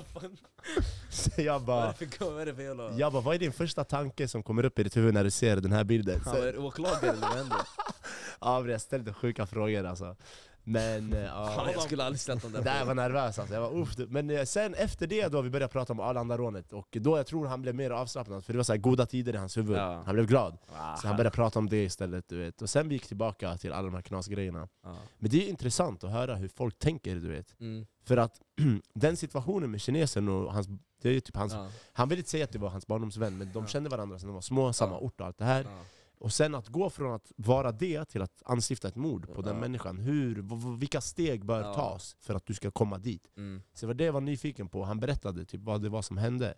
Så jag bara, vad är din första tanke som kommer upp i ditt huvud när du ser den här bilden? Han var åklagare eller vad hände? Ja, jag ställde sjuka frågor alltså. Men jag skulle aldrig ställt dem där. Jag var nervös alltså. Jag var, men sen efter det då vi började prata om Arlandarånet, och då jag tror han blev mer avslappnad, för det var så här goda tider i hans huvud. Han blev glad. Så han började prata om det istället, du vet. Och sen vi gick tillbaka till alla de här knasgrejerna. Men det är intressant att höra hur folk tänker, du vet. För att den situationen med kinesen och hans, det är typ hans, han ville inte säga att det var hans barndomsvän, men de kände varandra sedan de var små, samma ort och allt det här. Och sen att gå från att vara det till att anstifta ett mord på den människan. Vilka steg bör tas för att du ska komma dit? Så det var nyfiken på. Han berättade typ vad det var som hände.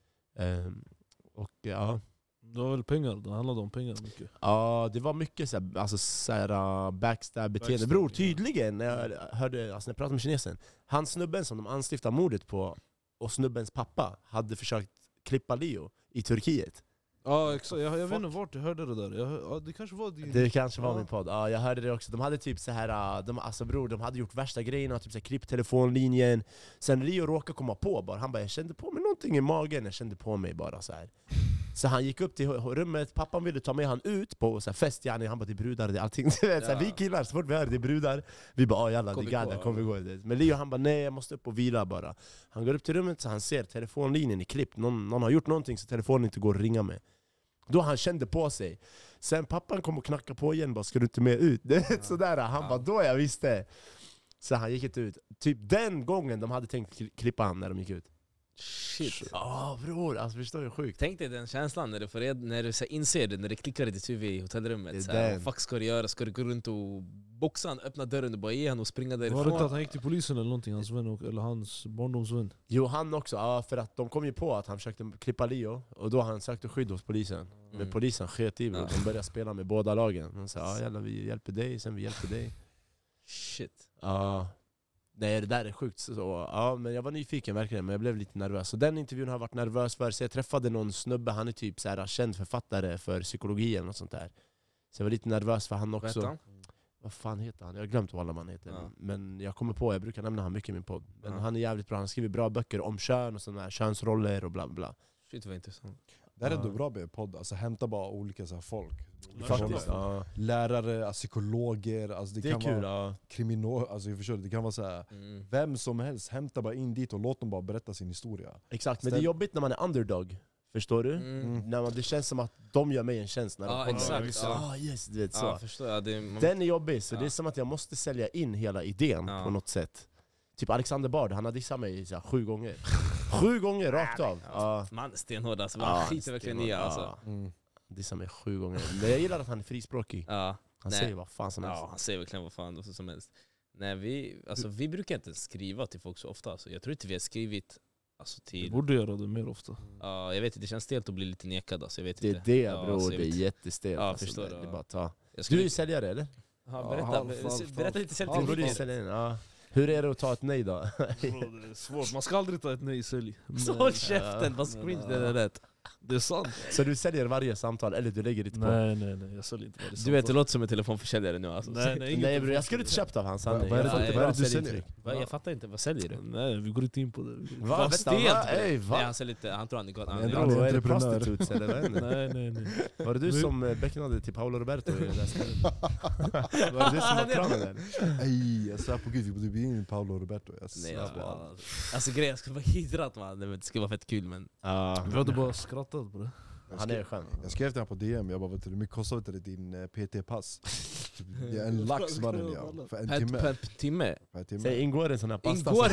Det var väl pengar, det handlade om pengar mycket. Ja, det var mycket backstab-beteende. Bror, tydligen, när jag pratade med kinesen, han snubben som de anstiftade mordet på och snubbens pappa hade försökt klippa Leo i Turkiet. Ja exakt, jag vet inte vart jag hörde det där. Det kanske var din... Det kanske var min podd. Ja, jag hörde det också. De hade typ så här, de hade gjort värsta grejerna, typ så här, klippt telefonlinjen. Sen Rio råkade komma på bara. Han bara, jag kände på mig någonting i magen. Jag kände på mig bara så här. Så han gick upp till rummet, pappan ville ta med han ut på så här, fest, han bara, det är brudar, det är allting. Så här, vi killar, så fort vi hör det är brudar, vi bara, jalla, det är gärna, kom vi gå. Men Leo han bara, nej jag måste upp och vila bara. Han går upp till rummet så han ser telefonlinjen i klipp. Någon har gjort någonting så telefonen inte går att ringa med. Då han kände på sig. Sen pappan kom och knackade på igen, bara, ska du inte med ut? Sådär, han bara, då jag visste. Så han gick inte ut. Typ den gången de hade tänkt klippa han när de gick ut. Shit. Bror, alltså förstår du, sjukt. Tänk dig den känslan när du, när du så inser det, när det klickar i ditt huvud i hotellrummet. Så den. vad fuck ska du göra? Ska du gå runt och boxa han, öppna dörren och bara ge han och springa därifrån? Var det inte att han gick till polisen eller någonting, hans vän eller hans barndomsvän? Jo, han också, för att de kom ju på att han försökte klippa Leo. Och då han sökte skydd hos polisen. Men polisen sket i, de började spela med båda lagen. De sa, jävlar, vi hjälper dig, sen vi hjälper dig. Shit. Nej, det där är sjukt så. Ja, men jag var nyfiken verkligen, men jag blev lite nervös. Så den intervjun har jag varit nervös för. Så jag träffade någon snubbe, han är typ så här, känd författare för psykologi eller något sånt där. Så jag var lite nervös för han också. Han? Vad fan heter han? Jag har glömt vad alla man heter. Ja. Men jag kommer på, jag brukar nämna han mycket i min podd. Men han är jävligt bra, han skriver bra böcker om kön och sådana här könsroller och bla bla. Shit vad intressant. Det här är ändå bra med podd, alltså hämta bara olika så här, folk. Faktiskt, ja. Lärare, psykologer, alltså Det är kan kul, vara alltså jag förstår, det kan vara så här, vem som helst, hämta bara in dit och låt dem bara berätta sin historia. Exakt, men det är jobbigt när man är underdog. Förstår du? När det känns som att de gör mig en tjänst när de kommer. Exakt. Yes, du vet, så. Förstår jag. Den är jobbig, så det är som att jag måste sälja in hela idén på något sätt. Typ Alexander Bard, han har dissat mig så här, 7 gånger. 7 gånger rakt av. Man är stenhård alltså, man skiter verkligen i alltså. Dissar mig 7 gånger. Men jag gillar att han är frispråkig. Han Nej. säger vad fan som helst. Ja, han säger verkligen vad fan som helst. Nej, vi brukar inte skriva till folk så ofta alltså. Jag tror inte vi har skrivit alltså, till... Vi borde göra det mer ofta. Ja, jag vet inte, det känns stelt att bli lite nekad alltså. Jag vet Det är inte. det bror, alltså, det är jättestelt. Ja, alltså, förstår det är du. bara ta. Jag Du är ju säljare eller? Berätta lite Du borde ju sälja in. Hur är det att ta ett nej då? Bro, det är svårt, man ska aldrig ta ett nej i sälj. Så håll käften, vad cringe det är rätt. Det är sant. Så du säljer varje samtal, eller du lägger ditt på? Nej, jag säljer inte varje samtal. Du vet, det låter som en telefonförsäljare nu alltså. Nej bror, jag skulle inte köpt av han sanning. Vad är Jag det fattar du bra säljer? säljintryck. Jag fattar inte, vad säljer du? Nej, vi går inte in på det. Vad stelt, Ey, Nej, va? han säljer inte, han tror han är gott. Han är Bro, är det entreprenör. prostitutes eller vad händer? Nej. Var det du som becknade till Paolo Roberto i det där stället? Var det du som var kranen där? Ej, jag svär på gud, vi borde bli in Paolo Roberto. Nej, alltså grejen, jag ska vara hydrat man, det ska vara fett kul men... Vi hade bara skrattat på det. Han är skön. Jag skrev till honom på DM, jag bara, vet du, hur mycket kostar det din PT-pass? Det är en lax mannen för en timme. Per timme? Säg, ingår en sån här pasta? Ingår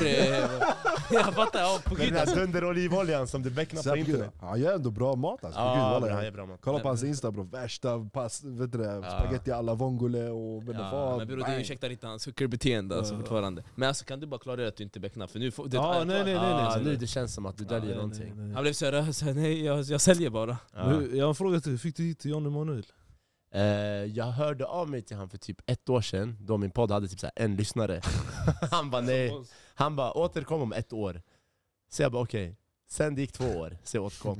jag fattar, ja på Med gud den här alltså. dunderolivoljan som du becknar på internet. Han gör ändå bra mat alltså. Gud, Ja, walla, han är bra mat. kolla på hans Insta bro, värsta vet du det, spaghetti alla vongole och Men bror, det ursäktar inte hans hookerbeteende alltså, fortfarande. Men alltså kan du bara klargöra att du inte becknar? För nu får nej. Nu det känns som att du döljer någonting. Han blev så nej jag säljer bara. Jag har en fråga till, fick du hit till Jan Emanuel? Jag hörde av mig till han för typ 1 år sedan, då min podd hade typ så här 1 lyssnare. Han bara nej. Han bara återkom om 1 år. Så jag bara okej. Sen det gick 2 år, så jag återkom.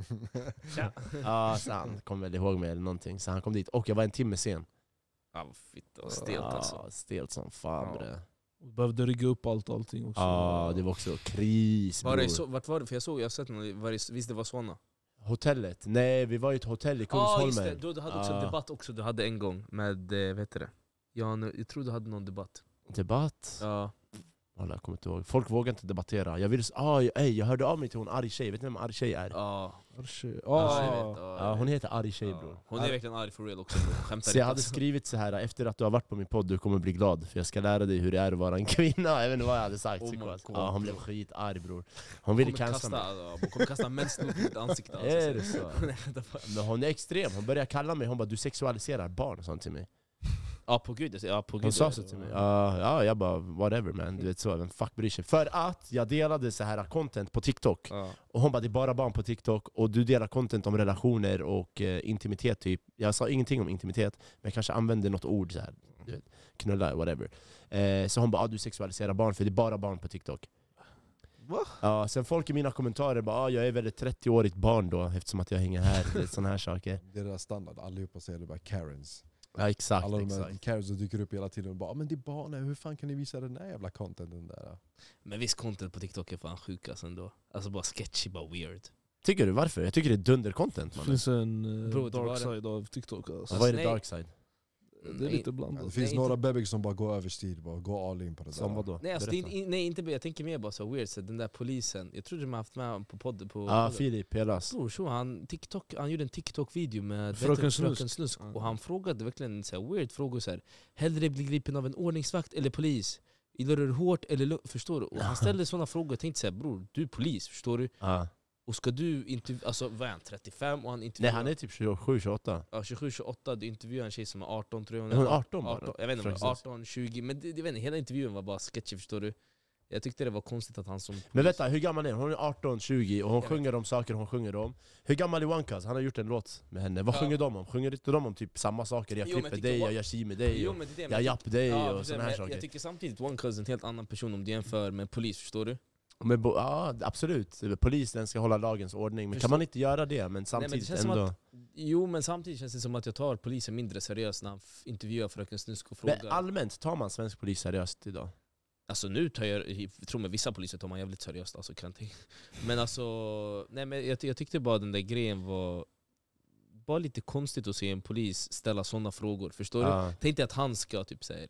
Så han kom väl ihåg mig eller någonting. Så han kom dit, och jag var 1 timme sen. Fitt och stelt alltså. Stelt som fan bre. Behövde rigga upp allting också. Det var också kris bror. Vart var det? För jag har sett någon, visst det var Solna? Hotellet? Nej, vi var i ett hotell i Kungsholmen. Just det, du hade också en debatt också, du hade en gång med, vet du det? Jag tror du hade någon debatt. Debatt? Ja. Jag kommer inte ihåg. Folk vågar inte debattera. Jag hörde av mig till hon arg tjej. Vet ni vem arg tjej är? Hon heter arg tjej bror. Hon är verkligen arg for real också bror. Skämtar så jag hade skrivit så här: efter att du har varit på min podd, du kommer bli glad. För jag ska lära dig hur det är att vara en kvinna. Jag vet inte vad jag hade sagt. Hon blev skitarg bror. Hon ville cancella mig. Hon kommer kasta mänskligt i ditt ansikte alltså. Är det så? Men hon är extrem. Hon börjar kalla mig, hon bara du sexualiserar barn och sånt till mig. På gud. Hon sa så till mig. Jag bara whatever man, du vet så, vem fuck bryr sig. För att jag delade så här content på TikTok. Och hon bara det är bara barn på TikTok. Och du delar content om relationer och intimitet typ. Jag sa ingenting om intimitet, men jag kanske använde något ord så här, du vet, knulla, whatever. Så hon bara du sexualiserar barn för det är bara barn på TikTok. Ja, sen folk i mina kommentarer bara jag är väl ett 30-årigt barn då eftersom att jag hänger här. Det är såna här saker. Det är deras standard, allihopa säger det bara Karens. Ja, exakt. Alla de här exakt. Karens som dyker upp hela tiden och bara men det är barn, hur fan kan ni visa den där jävla contenten där? Men visst content på TikTok är fan sjukas ändå. Alltså bara sketchy, bara weird. Tycker du varför? Jag tycker det är dunder-content. Det Man. finns en Bro, det var dark det. side av TikTok. Alltså. Vad är det nej. dark side? Det är lite blandat. Det finns Nej, några bebis som bara går överstyr, bara går all in på det Som där. vadå? Nej, alltså, det Berätta. är, nej inte, jag tänker mer bara så weird, så den där polisen, jag trodde de har haft med på podden på Ja, Filip Pelas. Bror, så han gjorde en TikTok-video med Fröken Snusk. Fröken Snusk. Och han frågade verkligen så här weird frågor så här. Hellre bli gripen av en ordningsvakt eller polis? Gillar du det hårt eller lugnt? Förstår du? Och han ställde sådana frågor och tänkte så här, bror, du är polis, förstår du? Ja. Och ska du intervjua, alltså vad är han, 35? Och han Nej, intervjuar, han är typ 27-28. ja, 27-28, du intervjuar en tjej som är 18 tror jag. Är hon 18 bara? 18, jag vet inte, om det Fröken var 18, 20, men jag vet inte, hela intervjun var bara sketchy, förstår du? Jag tyckte det var konstigt att han som Men vänta, hur gammal är hon? Hon är 18-20 och hon Jag sjunger om saker hon sjunger om. Hur gammal är One Cuz? Han har gjort en låt med henne. Vad sjunger de om? Sjunger inte de om typ samma saker? Jag Jo, men klipper tycker dig, vad- jag gör si med dig, Jo, och men det är det, jag men japp dig ja, och precis, såna här men saker. jag tycker samtidigt One Cuz är en helt annan person om du jämför med polis, förstår du? Men ja, absolut. Polisen ska hålla lagens ordning. Men Förstår- kan man inte göra det? Men Nej, samtidigt men det känns som ändå... Jo, men samtidigt känns det som att jag tar polisen mindre seriöst när han intervjuar Fröken Snusk och frågar. Men allmänt, tar man svensk polis seriöst idag? Alltså nu tar jag tror med vissa poliser tar man jävligt seriöst, alltså, kan jag tänka. Men alltså, nej, men jag tyckte bara den där grejen var bara lite konstigt att se en polis ställa sådana frågor, förstår du? Ja. Tänk dig att han ska typ säga,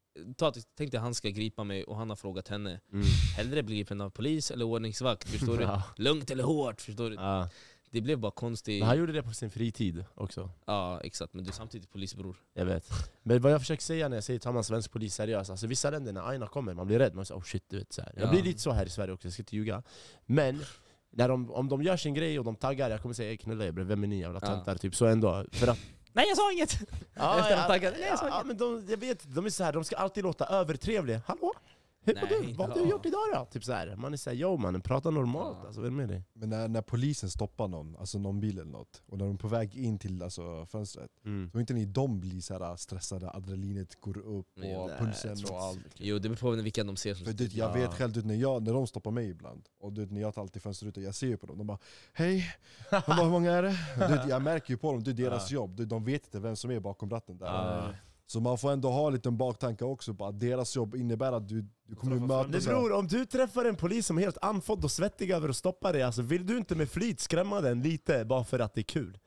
tänk dig att han ska gripa mig och han har frågat henne. Mm. Hellre bli gripen av polis eller ordningsvakt, förstår du? Ja. Lugnt eller hårt, förstår du? Ja. Det blev bara konstigt. Men han gjorde det på sin fritid också. Ja, exakt, men du är samtidigt polisbror. Jag vet. Men vad jag försöker säga när jag säger tar man svensk polis seriöst, alltså vissa länder när Aina kommer, man blir rädd, man säger oh shit, du vet så här. Jag Ja. blir lite så här i Sverige också, jag ska inte ljuga. Men när om de gör sin grej och de taggar, jag kommer säga knulla er, vem är ni jävla Ja. töntar, typ så ändå. För att Nej, jag sa inget! ja, Efter de taggade, nej, jag sa ja, inget. men jag vet, de är så här, de ska alltid låta övertrevliga. Hallå? Nej, Vad har du gjort idag då? Typ så här. Man är såhär, yo mannen, prata normalt, Ja. alltså, vad är det med dig? Men när polisen stoppar någon, alltså någon bil eller något, och när de är på väg in till alltså, fönstret, så inte ni de blir så här stressade, adrenalinet går upp Nej, och nej, pulsen jag tror och allt. Jo, det beror på vilka de ser som För det, jag vet själv, när de stoppar mig ibland, och när jag tar alltid fönsterrutan, jag ser ju på dem, de bara hej, de bara, hur många är det? Jag märker ju på dem, det är deras jobb, de vet inte vem som är bakom ratten där. Ja. Så man får ändå ha en liten baktanke också på att deras jobb innebär att du kommer möta Det så här- beror, om du träffar en polis som är helt andfådd och svettig över att stoppa dig, alltså, vill du inte med flit skrämma den lite bara för att det är kul?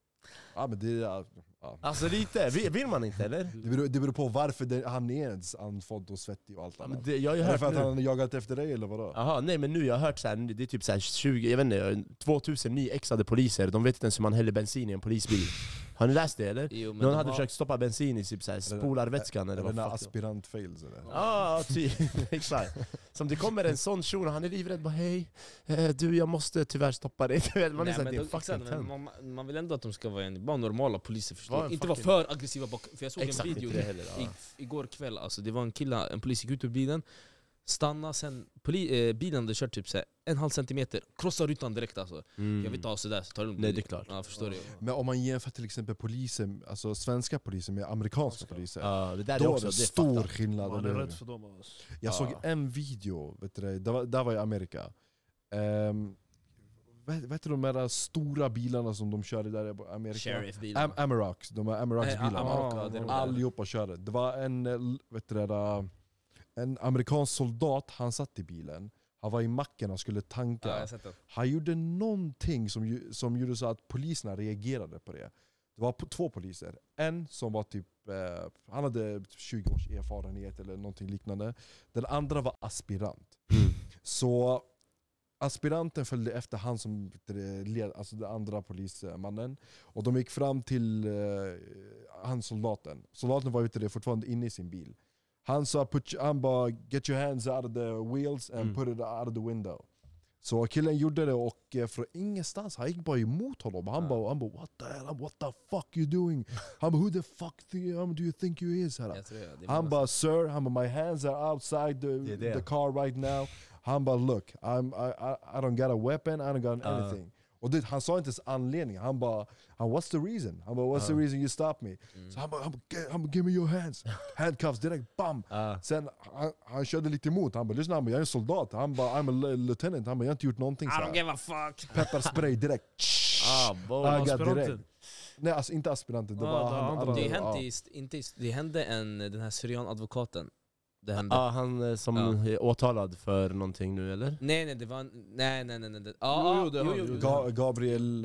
Ja, men det, ja. Alltså lite, vill man inte eller? Det beror på varför han är ens andfådd och svettig och allt Ja, annat. men det, jag har ju Är det hört för att nu. han har jagat efter dig eller vadå? Aha, nej men nu jag har hört såhär, det är typ såhär 20, jag vet inte, 2000 nyexade poliser, de vet inte ens hur man häller bensin i en polisbil. Har ni läst det eller? Jo, men Någon de hade har- försökt stoppa bensin i typ såhär, spolarvätskan eller Eller när vad fuck det var. aspirant fails eller? Ja, typ. Exakt. Som det kommer en sån shuno och han är livrädd, bara hej, du jag måste tyvärr stoppa dig. Man är Nej, såhär, men det är de- fucking exakt, men tönt. man vill ändå att de ska vara bara normala poliser, Var förstår en inte vara fucking- för aggressiva för jag såg Exakt, en video inte det heller, ja. igår kväll, alltså, det var en polis gick ut ur bilen, stanna, sen bilen hade kört typ så här 1,5 centimeter, krossar rutan direkt alltså. Mm. Jag vill ta sådär, så tar det lugnt. Nej, det är klart. Ja, förstår du? Men om man jämför till exempel polisen, alltså svenska poliser med amerikanska poliser, Ja, det där är då är också, det det är stor fucked up. skillnad. Man är eller hur? rädd för dem alltså. Jag såg en video, vet du, det var i Amerika. Vad heter de där stora bilarna som de körde där i Amerika? Sheriff-bilen. Amarok, de här Amarok-bilarna. Amarok, ja, det är de där. Allihopa körde. Det var en amerikansk soldat, han satt i bilen. Han var i macken och skulle tanka. Ja, jag har sett det. Han gjorde någonting som gjorde så att poliserna reagerade på det. Det var 2 poliser. En som var typ, han hade 20 års erfarenhet eller någonting liknande. Den andra var aspirant. Så aspiranten följde efter han som led, alltså den andra polismannen. Och de gick fram till han soldaten. Soldaten var ute fortfarande inne i sin bil. Han sa, han bara get your hands out of the wheels and put it out of the window. Så killen gjorde det och från ingenstans, han gick bara emot honom. Han bara what the fuck you doing? Han bara who the fuck do you think you is? Jag tror det är Han många bara sir, han bara my hands are outside the car right now. Han bara look, I don't got a weapon, I don't got anything. Och det, han sa inte ens anledningen. Han bara, what's the reason? Han bara, what's the reason you stop me? Så han bara, give me your hands. Handcuffs direkt, bam! Sen han körde lite emot. Han bara, lyssna, jag är en soldat. Han bara, I'm a lieutenant. Han bara, jag har inte gjort någonting. I don't give a fuck. Pepparspray direkt. Aga direkt. Nej, alltså inte aspiranten. Det var det hände den här Syrian-advokaten. Det hände. Han som är åtalad för någonting nu, eller? Nej, det var nej. Gabriel.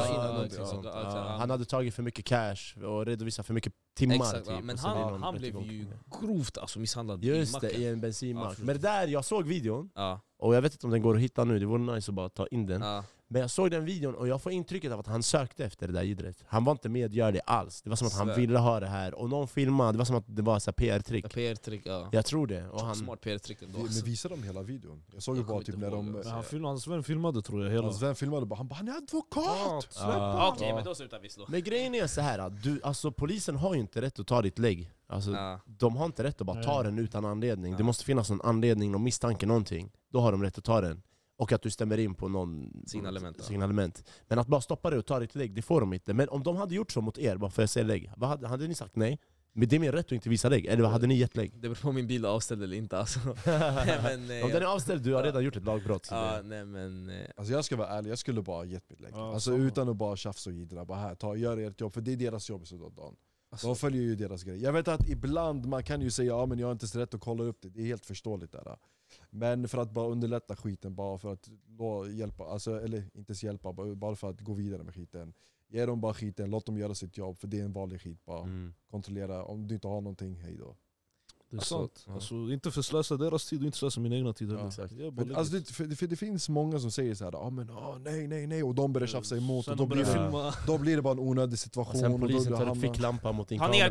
Han hade tagit för mycket cash och redovisat för mycket timmar. Exakt, typ. men han blev ju grovt alltså misshandlad just det, i en bensinmack. Men det där, jag såg videon. Ja. Och jag vet inte om den går att hitta nu, det vore nice att bara ta in den. Ja. Men jag såg den videon och jag får intrycket av att han sökte efter det där idret. Han var inte medgörlig alls. Det var som att han ville ha det här. Och någon filmade, det var som att det var så PR-trick. PR-trick, ja. Jag tror det. Och han... Smart PR-trick ändå. Men visade de hela videon? Jag såg ju bara typ när de... Hans vän filmade tror jag hela. Hans vän filmade bara, han är advokat! Okej, men då slutar vi slå. Men grejen är så här, alltså polisen har ju inte rätt att ta ditt lägg. Alltså, de har inte rätt att bara ta den utan anledning. Det måste finnas någon anledning, någon misstanke, någonting. Då har de rätt att ta den. Och att du stämmer in på någon signalement. Men att bara stoppa det och ta ditt lägg, det får de inte. Men om de hade gjort så mot er, bara för att säga lägg, hade ni sagt nej? Men det är mer rätt att inte visa lägg, eller hade ni gett lägg? Det beror på om min bil är avställd eller inte alltså. Men, om den är avställd, du har redan gjort ett lagbrott. Alltså jag ska vara ärlig, jag skulle bara gett mitt lägg. Alltså utan att bara tjafsa och gidra, bara här, gör ert jobb, för det är deras jobb så dagen. De följer ju deras grej. Jag vet att ibland man kan ju säga men jag har inte så rätt att kolla upp det. Det är helt förståeligt där. Men för att bara underlätta skiten, bara för att hjälpa, alltså, eller inte ens hjälpa, bara för att gå vidare med skiten. Ge dem bara skiten, låt dem göra sitt jobb, för det är en vanlig skit. Bara kontrollera, om du inte har någonting, hej då. Det är sant. Alltså, inte förslösa deras tid och inte slösa min egna tid. Men, alltså, för det finns många som säger så här, nej, och de börjar tjafsa emot. Och då blir det bara en onödig situation. Och sen polisen tar upp ficklampa mot din kamera. Ta ner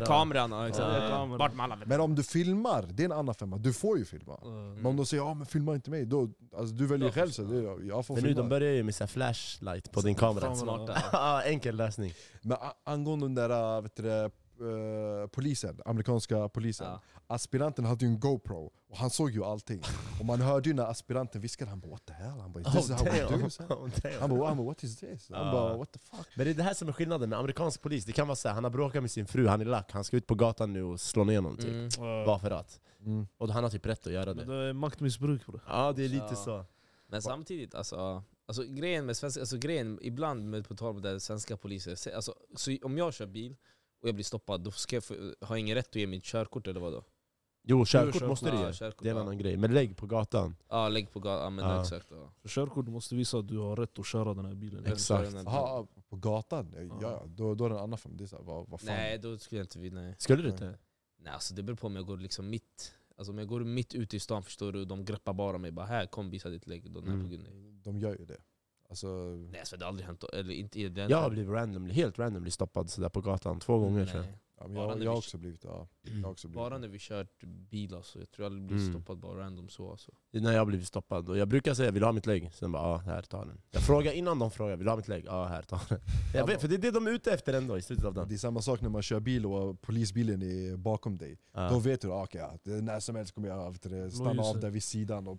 kameran. Men om du filmar, det är en annan femma. Du får ju filma. Men om de säger, men filma inte mig, då, alltså, du väljer själv så jag får filma. Men nu de börjar ju med så här flashlight på din kamera. Smarta. Enkel lösning. Men angående den där, polisen, amerikanska polisen. Aspiranten hade ju en GoPro och han såg ju allting. Och man hörde ju när aspiranten viskade, han bara what the hell? Han bara, is this how we do? Han bara, what is this? Han bara, what the fuck? Men det är det här som är skillnaden med amerikansk polis. Det kan vara så här, han har bråkat med sin fru, han är lack, han ska ut på gatan nu och slå ner någonting. Bara för att. Och han har typ rätt att göra det. Men det är maktmissbruk bro. Ja, det är lite så. Men samtidigt, alltså grejen med svenska, grejen ibland med på tal med det svenska poliser, alltså, så om jag kör bil och jag blir stoppad, då ska har jag ingen rätt att ge mitt körkort eller vad då? Jo, körkort måste du ge. Det är en annan grej. Men lägg på gatan. Ja, lägg på gatan. Men exakt. Ja. För körkort måste visa att du har rätt att köra den här bilen. Exakt. Aha, på gatan? Ja, då är det en annan film. Det är så här, vad fan? Nej, då skulle jag inte vinna. Skulle du inte? Nej, alltså det beror på om jag går liksom mitt. Alltså om jag går mitt ute i stan, förstår du, de greppar bara mig. Bara här, kom visa ditt lägg. De gör ju det. Alltså... Nej, så det har aldrig hänt. Eller inte i den. Jag har blivit helt randomly stoppad så där på gatan 2 gånger tror jag. Ja, men jag har också blivit, bara när vi kört bil alltså. Jag tror jag aldrig blivit stoppad bara random så alltså. När jag har blivit stoppad. Och jag brukar säga, vill du ha mitt lägg? Sen bara, här, ta den. Jag frågar innan de frågar, vill du ha mitt lägg? Ja, här, ta den. Jag vet, för det är det de är ute efter ändå i slutet av dagen. Det är samma sak när man kör bil och polisbilen är bakom dig. Då vet du, när som helst kommer jag stanna av där vid sidan. Och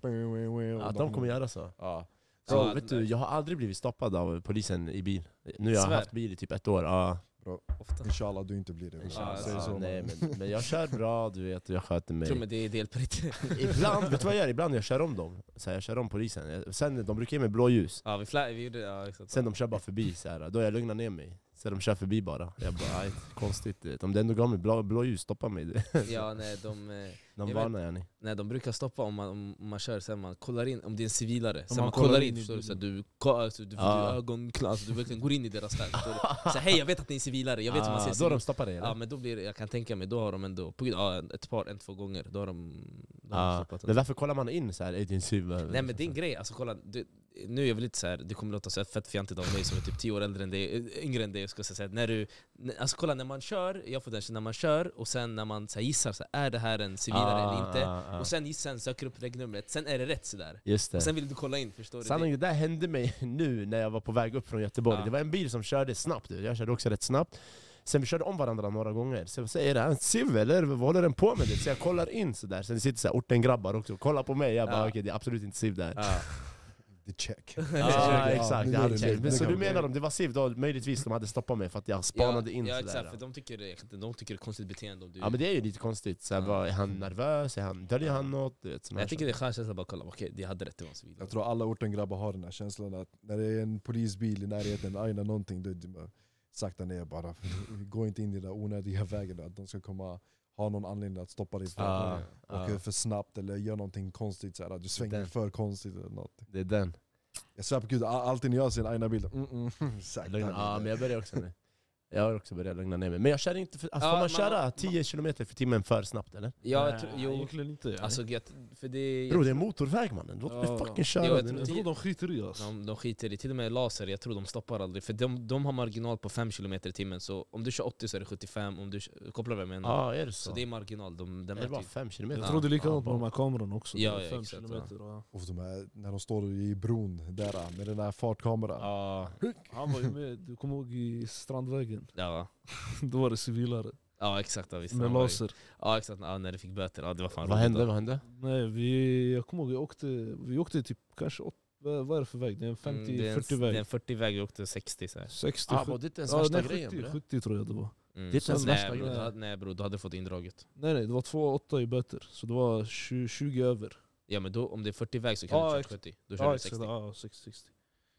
de kommer göra så. Så, vet du, jag har aldrig blivit stoppad av polisen i bil. Nu har jag haft bil i typ 1 år. Ofta. Inshallah du inte blir det. Nej, men jag kör bra, du vet, jag sköter mig. Jag tror men det är delprit. Ibland, vet du vad jag gör? Ibland jag kör om dem. Så jag kör om polisen. Sen de brukar ge mig blåljus. Ja, vi gjorde exakt. Sen de kör bara förbi så här. Då jag lugnar ner mig. Så de kör förbi bara. Jag bara, konstigt. Om det ändå gav mig blåljus, stoppa mig. Ja, nej, de varnar jag ni. Nej, de brukar stoppa om man kör, sen man kollar in, om det är en civilare. Sen man kollar in, förstår du, så du ögonklass, du verkligen går in i deras värld. Så hej, jag vet att ni är civilare, jag vet hur man ser då de stoppar det, eller? Ja, men då blir det, jag kan tänka mig, då har de ändå, ett 2 gånger, då har de stoppat. Men varför kollar man in så här? Nej, men det är en grej, alltså kolla, nu är jag väl lite så här, det kommer låta så fett fjantigt av mig som är typ 10 år äldre än det, yngre än det, ska jag säga. Alltså kolla, när man kör, jag får den när man kör, och sen när man så här, gissar så här, är det här en civilare eller inte? Och sen söker upp regnumret, sen är det rätt sådär. Just det. Och sen vill du kolla in, förstår du? Sanningen, det där hände mig nu när jag var på väg upp från Göteborg. Det var en bil som körde snabbt, jag körde också rätt snabbt. Sen vi körde om varandra några gånger. Så jag säger, är det en civ eller vad håller den på med det? Så jag kollar in sådär, sen sitter så här orten grabbar också och kollar på mig. Jag bara, okej, det är absolut inte civ där. Det är check. Ja, exakt. nu Det är hade det check. lugnt. Men så Det du kan menar gå. om det var SIV då möjligtvis de hade stoppat mig för att jag spanade in ja, sådär. exakt, för de tycker det är konstigt beteende om du... Ja men det är ju lite konstigt, så här, är han nervös? Döljer han något? Du vet, sån här jag tycker det saker. är skön känsla bara kolla, okej, de hade rätt, det var så vidare. Jag tror alla ortengrabbar har den här känslan att när det är en polisbil i närheten, aina någonting, då är det bara sakta ner bara. Gå inte in i den där onödiga vägen, att de ska komma ha någon anledning att stoppa dig för åka för snabbt eller göra någonting konstigt, så här, att du svänger för konstigt eller något. Det är den. Jag svär på gud, alltid när jag ser en aina-bild, sakta Lugna, ja ner. men jag börjar också nu. Jag har också börjat lugna ner mig. Men jag kör inte för, alltså, får man köra 10 km för timmen för snabbt eller? Ja, jag tror, Nej, jo, egentligen inte. alltså, för det... Bro det är motorväg mannen, låt mig fucking köra. Jo, jag den. tror- Jag tror de skiter i oss. De skiter i, till och med laser, jag tror de stoppar aldrig. För de har marginal på 5 km i timmen, så om du kör 80 så är det 75, om du kopplar vad jag menar. Ja, är det så? Så det är marginal, de det är mäter bara ju. 5 km. Jag tror det är likadant med de här kamerorna också. Ja, Det är ja, 5 exakt, kilometer. Ja. Och när de står i bron där med den här fartkameran. Ja. Han var ju med, du kommer ihåg i Strandvägen? Ja, Då var det civilare ja exakt. Ja, visst, med han var ju- laser. Ja exakt, ja, när det fick böter. Ja, det var fan Vad roligt. hände? Vad hände? Nej, jag kommer ihåg, vi åkte typ kanske vad är det för väg? Det är en 50-40 det är en väg. 40-väg, vi åkte 60 så här. 60, Ah, 70, det är inte ens ja, värsta nej, grejen 70, bre. 70 tror jag det var. Mm. Det är inte ens nej, värsta bro, grejen. nej bro, du hade fått indraget. Nej, det var 2,8 i böter. Så det var 20 över. Ja men då, om det är 40-väg så kan Ja, du köra ex- 70. Då kör Ja, du exakt. 60. Ja, 60.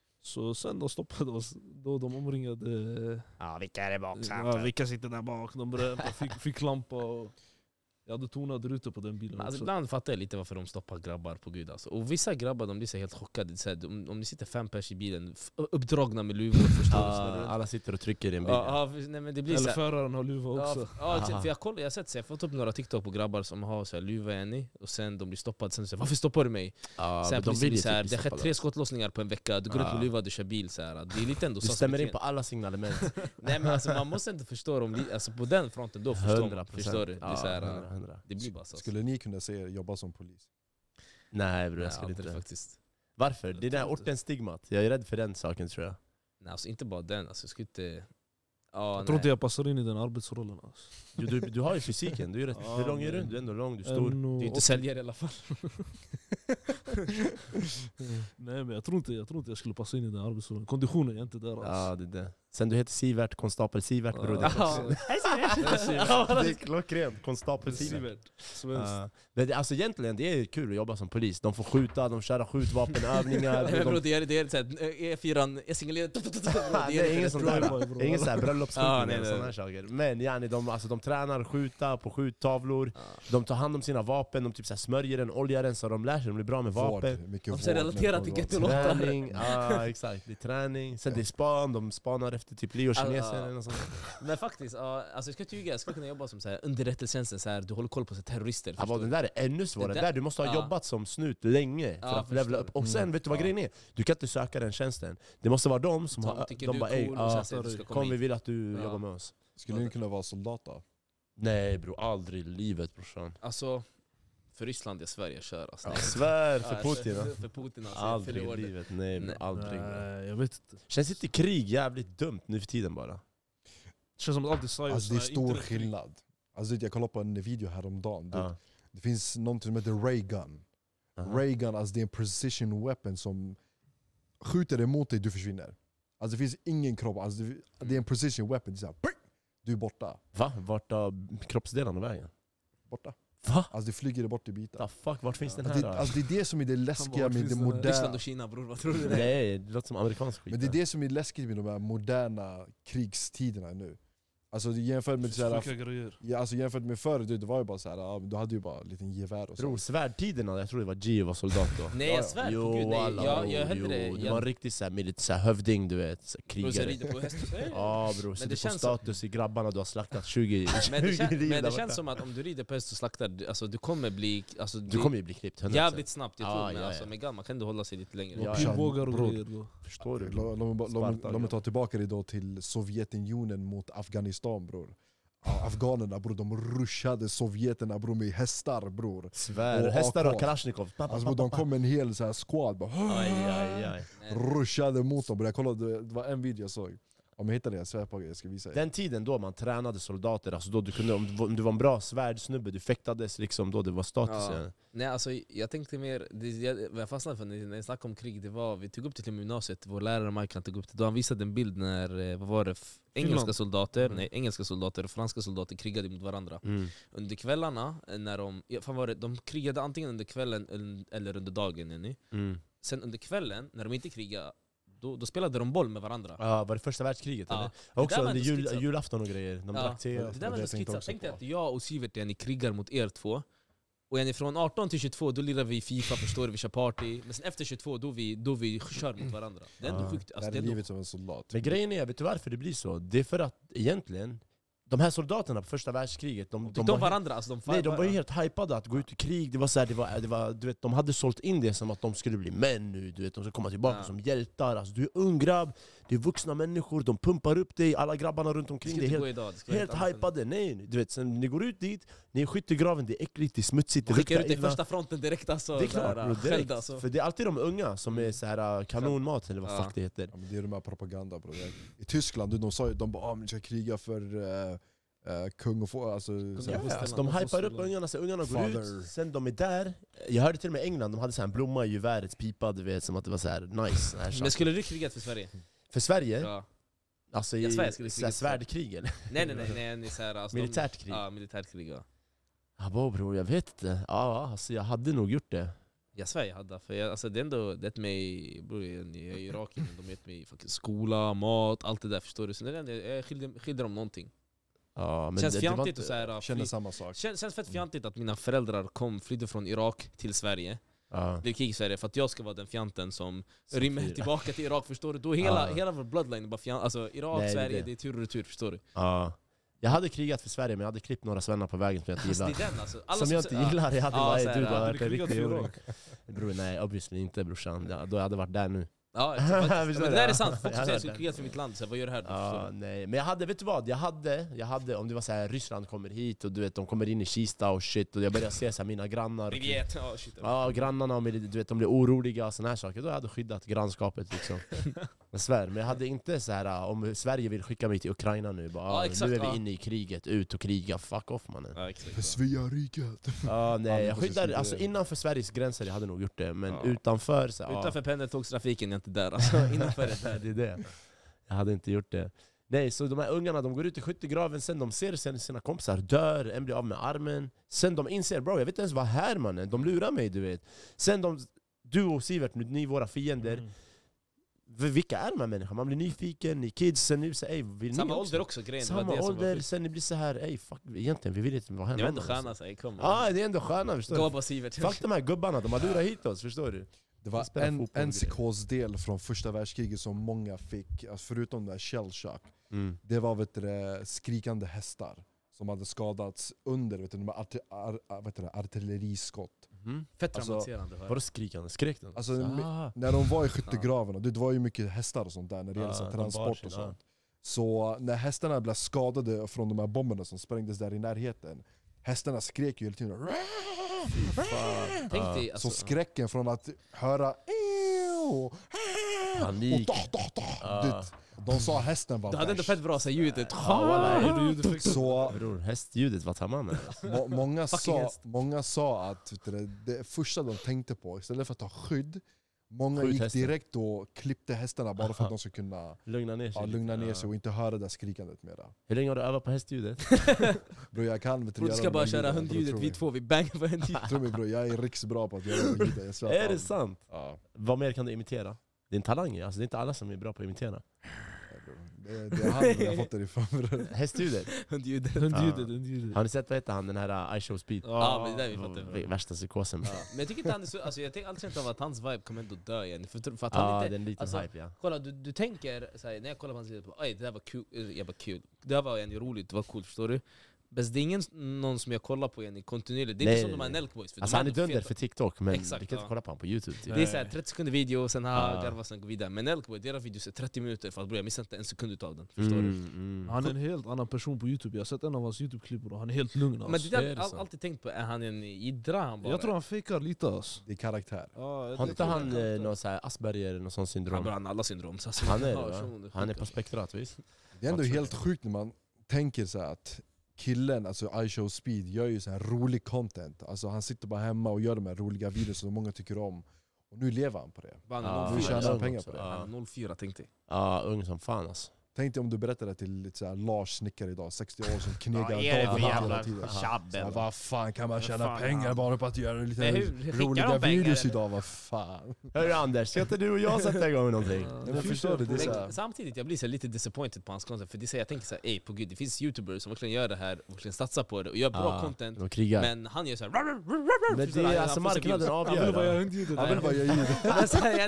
Så sen de stoppade oss, då de omringade... Ja, vilka är det bak? Ja, vilka sitter där bak? De bröt, fick lampa och... Jag hade tonade rutor på den bilen Men alltså, också. ibland fattar jag lite varför de stoppar grabbar på gud alltså. Och vissa grabbar de blir så helt chockade. Så här, om ni sitter 5 pers i bilen, uppdragna med luvor, förstår du? Alla sitter och trycker i en bil. Nej, men det blir så Eller här, föraren har luva också. för jag har sett så jag har fått upp några TikTok på grabbar som har så här, luva i och sen de blir stoppade. Sen så här, varför stoppar du mig? Ja, Så här, men de polisen vill blir ju så här, typ det har skett stoppa 3 det. skottlossningar på en vecka, du går ut med luva, du kör bil. Så här. Det är lite ändå Du så stämmer in på alla signalement. Nej men alltså, man måste inte förstå dem, alltså, på den fronten då förstår man. 100%. Förstår du? Det, är så här, 100. det blir bara så. Skulle ni kunna se er jobba som polis? Nej bror, Nej, jag skulle aldrig inte. faktiskt. Varför? Det är den ortens stigmat. Jag är rädd för den saken tror jag. Nej, alltså, inte bara den, alltså, jag skulle inte... Jag tror inte jag passar in i den arbetsrollen. Alltså. Du har ju fysiken, du är rätt. Ja, Hur lång är du? men- Du är ändå lång, du är stor. Du är inte säljare i alla fall. Nej men jag tror inte jag skulle passa in i den arbetsrollen. Konditionen är inte där alls. Ja, det är det. Sen du heter Sivert, konstapel Sivert bror. Det är Ja. det är klockrent, konstapel Sivert. Ja. Men det, alltså egentligen det är kul att jobba som polis. De får skjuta, de kör skjutvapenövningar. Nej, men bro, de, det är såhär, E4, E-singeled... det är ingen sån där. Ingen sån här bröllopsskjutning Ja, nej, eller nej. såna här saker. Men yani, de tränar skjuta på skjuttavlor. De tar hand om sina vapen, de typ så här smörjer den, oljar den så de lär sig, de blir bra med vapen. Mycket De vård ser relaterat till när det Ghetto kommer Lotta. Träning, ja exakt. Det är träning. Sen det är span, de spanar efter typ Leo kinesen eller något sånt. Men faktiskt, alltså, jag ska tyga, jag skulle kunna jobba som så här, underrättelsetjänsten, så här, du håller koll på så här, terrorister. Ja, förstår den du? där är ännu svårare. Det Där du måste ha ja. jobbat som snut länge för Ja, att levela förstår. upp. Och sen vet du vad Ja. grejen är? Du kan inte söka den tjänsten. Det måste vara de som Som har... tycker De du bara är ey, cool och sen säger att du ska komma kom vi hit." vill att du Ja. jobbar med oss. Skulle ni kunna vara soldat då? Nej bror, aldrig i livet brorsan. Alltså, för Ryssland är Sverige kör alltså. Jag svär för Ja, Putin. För Putin alltså. Aldrig för i livet, nej bror, Nej. aldrig. bror. Nej, jag vet inte. Känns inte krig jävligt dumt nu för tiden bara? Det känns som att alltid säger Alltså det är stor skillnad. Alltså jag kollade på en video häromdagen. Ja. Det finns något som heter Ray Gun. Aha. Ray Gun, alltså det är en precision weapon som skjuter emot dig, du försvinner. Alltså det finns ingen kropp, alltså det är en precision weapon. Det är så här, du är borta. Va? Vart tar kroppsdelarna vägen? Borta. Va? Alltså det flyger bort i bitar. The fuck, vart finns den Alltså här? det är det som är det läskiga med det Ryssland moderna. och Kina bror, vad tror du? Nej, det låter som amerikansk skit. Men det är det som är läskigt med de här moderna krigstiderna nu. Alltså jämfört med så här, grejer. ja, alltså jämfört med förr, det var ju bara så här, ja, du hade ju bara en liten gevär och så. Bror, svärdtiderna, jag tror det var Gio var soldat då. Nej jag svär på gud, nej. Jag hellre... Du var en riktig så här hövding du vet, så här, Bror, så krigare. rider på häst. Ja bror, så det du får känns status i grabbarna, du har slaktat 20 Men det, 20 liv men där det känns borta. som att om du rider på häst och slaktar, alltså, du kommer bli... Alltså, Du kommer ju bli klippt 100%. jävligt snabbt, jag tror. Ja, Men ja, alltså, ja. med gammal kan du hålla sig lite längre. Ja, Pilbågar och bror. grejer då. Förstår du? Låt mig ta tillbaka det då till Sovjetunionen mot Afghanistan bror. Ja, afghanerna bror, de rushade sovjeterna bror med hästar bror. Svär, Och hästar AK. och kalasjnikov. Alltså bror, de kom med en hel så här squad bara, Aj, aj, aj. rushade mot dem. Jag kollade, det var en video jag såg. Om jag hittar det, svärpåge, jag ska visa er. Den tiden då man tränade soldater, alltså då du kunde, om du var en bra svärdsnubbe, du fäktades liksom, då det var status. Ja. Nej, alltså, jag tänkte mer, jag fastnade för när jag snackade om krig, det var, vi tog upp det till gymnasiet, vår lärare Mike tog upp det, då han visade en bild när, vad var det, engelska soldater och franska soldater krigade mot varandra. Under kvällarna, när de krigade antingen under kvällen eller under dagen. Sen under kvällen, när de inte krigade, då spelade de boll med varandra. Ja, var det första världskriget? Ja. Eller? Också under julafton och grejer. De drack te. Det där var så skitsam. Tänk dig att jag och Sivert ni krigar mot er två. Och från 18 till 22 då lirar vi FIFA, förstår du, vi kör party. Men sen efter 22 då vi kör mot varandra. Det är ändå sjukt. Alltså, det är livet som en soldat. Men grejen är, vet du varför det blir så? Det är för att egentligen de här soldaterna på första världskriget, de varandra, alltså de var ju helt hypade att gå ut i krig. Det var så här, det var, du vet, de hade sålt in det som att de skulle bli män nu, du vet, de ska komma tillbaka som hjältar. Alltså, du är ung grabb, det är vuxna människor, de pumpar upp dig, alla grabbarna runt omkring dig är helt hypade. Nej, du vet, sen ni går ut dit, ni är skyttegraven, det är äckligt, det är smutsigt, det skickar ut dig första fronten direkt, alltså. Det är klart, bro, direkt. Alltså. För det är alltid de unga som är så här kanonmat eller vad fuck det heter. Ja, men det är de här propaganda, bro. I Tyskland, de sa ju, de bara, ni ska kriga för kung och få, alltså, de hypar upp ungarna, så ungarna går ut, sen de är där. Jag hörde till och med England, de hade så här en blomma i gevärets pipa, du vet, som att det var så här nice. Men skulle du krigat för Sverige? För Sverige? Ja. Alltså i svärdkrig eller? Nej, så här, alltså, militärt krig? Ja, militärt krig, ja. Ja, bror, jag vet inte. Ja, alltså jag hade nog gjort det. Ja, Sverige hade, för jag, alltså, det är ändå det mig, bror, jag är i Irak, de gett mig skola, mat, allt det där, förstår du? Så det är ändå, jag skiljer om någonting. Ja, men känns fjantigt och så här, känner samma sak. Känns fett fjantigt att mina föräldrar flydde från Irak till Sverige. Det är krig i Sverige för att jag ska vara den fjanten som rymmer tillbaka till Irak, förstår du? Då hela vår bloodline är bara fjant. Alltså Irak, Sverige, det är tur och retur, förstår du? Ja. Jag hade krigat för Sverige, men jag hade klippt några svennar på vägen som jag inte gillar. Alltså, det är den, alltså. Alla som jag inte gillar, jag hade bara, du har varit en riktig Irak. Bror, nej, obviously inte brorsan. Ja, då hade jag varit där nu. Ja, men det där är sant. Folk säger att jag skulle kriga för mitt land, så vad gör du här? Ja, nej. Men jag hade, vet du vad? Jag hade om det var så här, Ryssland kommer hit och du vet, de kommer in i Kista och shit, och jag börjar se så här, mina grannar. Grannarna, och du vet, de blir oroliga och såna här saker. Då hade jag skyddat grannskapet liksom. Jag svär, men jag hade inte så här, om Sverige vill skicka mig till Ukraina nu, bara, nu är vi inne i kriget, ut och kriga, fuck off mannen. För Svea-riket. Ja, nej, jag skyddar, alltså innanför Sveriges gränser jag hade nog gjort det, men utanför så, utanför pendeltågstrafiken är inte där, alltså innanför det är det. Jag hade inte gjort det. Nej, så de här ungarna, de går ut i skyttegraven, sen de ser sina kompisar dör, en blir av med armen. Sen de inser, bro, jag vet inte ens vad här mannen, de lurar mig, du vet. Sen du och Sivert, ni är våra fiender. Vilka är de här människorna? Man blir nyfiken, ni kids, sen nu säger vill samma ni ålder också, grejen. Samma ålder, sen ni blir så här, fuck, egentligen, vi vill inte vara hemma. Jag är ändå sköna, säg, kom. Det är ändå sköna, förstår du? Fuck de här gubbarna, de har lurat hit oss, förstår du? Det var en psykosdel från första världskriget som många fick, alltså förutom det här shell shock. Det var skrikande hästar som hade skadats under artilleriskott. Fett traumatiserande. Vadå skrikande? Skrek den? Alltså, när de var i skyttegravarna, det var ju mycket hästar och sånt där när det gäller transport och sånt. Så när hästarna blev skadade från de här bomberna som sprängdes där i närheten, hästarna skrek ju hela tiden. Tänk dig, alltså, så skräcken från att höra panik. De sa hästen var du hade inte fett bra så ljudet. Så bror, hästljudet, vad tar man med? många sa att det första de tänkte på, istället för att ta skydd, många Skjut gick hästen. direkt och klippte hästarna bara för att de skulle kunna lugna ner sig, och inte höra det skrikandet mera. Hur länge har du övat på hästljudet? Bro, jag kan du ska bara köra hundljudet, vi två, vi bangar på hundljudet. Tror mig bro, jag är riksbra på att göra ljudet. Är det sant? Ja. Vad mer kan du imitera? Det är en talang, alltså det är inte alla som är bra på att imitera. Det är han jag fått det ifrån. Hästljudet? Hundljudet. Har ni sett, vad heter han, den här I Show Speed? Ja, men det där vi fattar. Värsta psykosen. Men jag tycker inte han är så, alltså jag tänker alltid av att hans vibe kommer ändå dö igen. För att han inte, det är en liten alltså, hype, ja. Kolla, du tänker såhär, när jag kollar på hans video, det där var kul, jag bara kul. Det där var en roligt, det var coolt, förstår du? Men det är ingen någon som jag kollar på igen kontinuerligt. Det är Nej, inte som de här nej. Nelk Boys. Alltså han är ändå dunder feta. för TikTok, men Exakt, du kan inte ja. kolla på honom på YouTube typ. Det är såhär 30 sekunder video, sen Ja. garva, sen gå vidare. Men Nelk Boys, deras videos är 30 minuter för att jag missar inte en sekund utav den. Förstår du? Han är en helt annan person på YouTube. Jag har sett en av hans YouTube-klipp och han är helt lugn. Men Alltså. det där det är jag så. alltid tänkt på, är han en idra han bara? Jag tror han fejkar lite alltså. Det är karaktär. Har inte han någon så här Asperger eller något sånt syndrom? Han har alla syndrom. Så alltså, Han är det, ja, va? så- Han är på spektrat, visst? Det är ändå Absolut. helt sjukt när man tänker så här att killen, alltså iShow Speed, gör ju så här rolig content. Alltså han sitter bara hemma och gör de här roliga videos som många tycker om. Och nu lever han på det. Han Ja, är nu 04. tjänar han pengar på det. Ja. Han är 04 tänkte jag. Ja, ung som fan alltså. Tänk dig om du berättar det till lite så här Lars snickare idag, 60 år som knegar Vad är det för David hela jävla tiden. Så tjabbel? här, vad fan kan man tjäna fan, pengar ja. bara på att göra lite Men hur skickar roliga de pengar, videos eller? idag? Vad fan? Hörru Anders, ska inte du och jag sätta igång någonting? Nej, men förstår du, det är så här, Men samtidigt jag blir så lite disappointed på hans content. För det säger jag tänker såhär, ey på gud, det finns youtubers som verkligen gör det här och verkligen satsar på det och gör bra Ja, content. de krigar. Men han gör såhär. Men det är alltså marknaden avgör. han vill bara göra ljud. Men så här,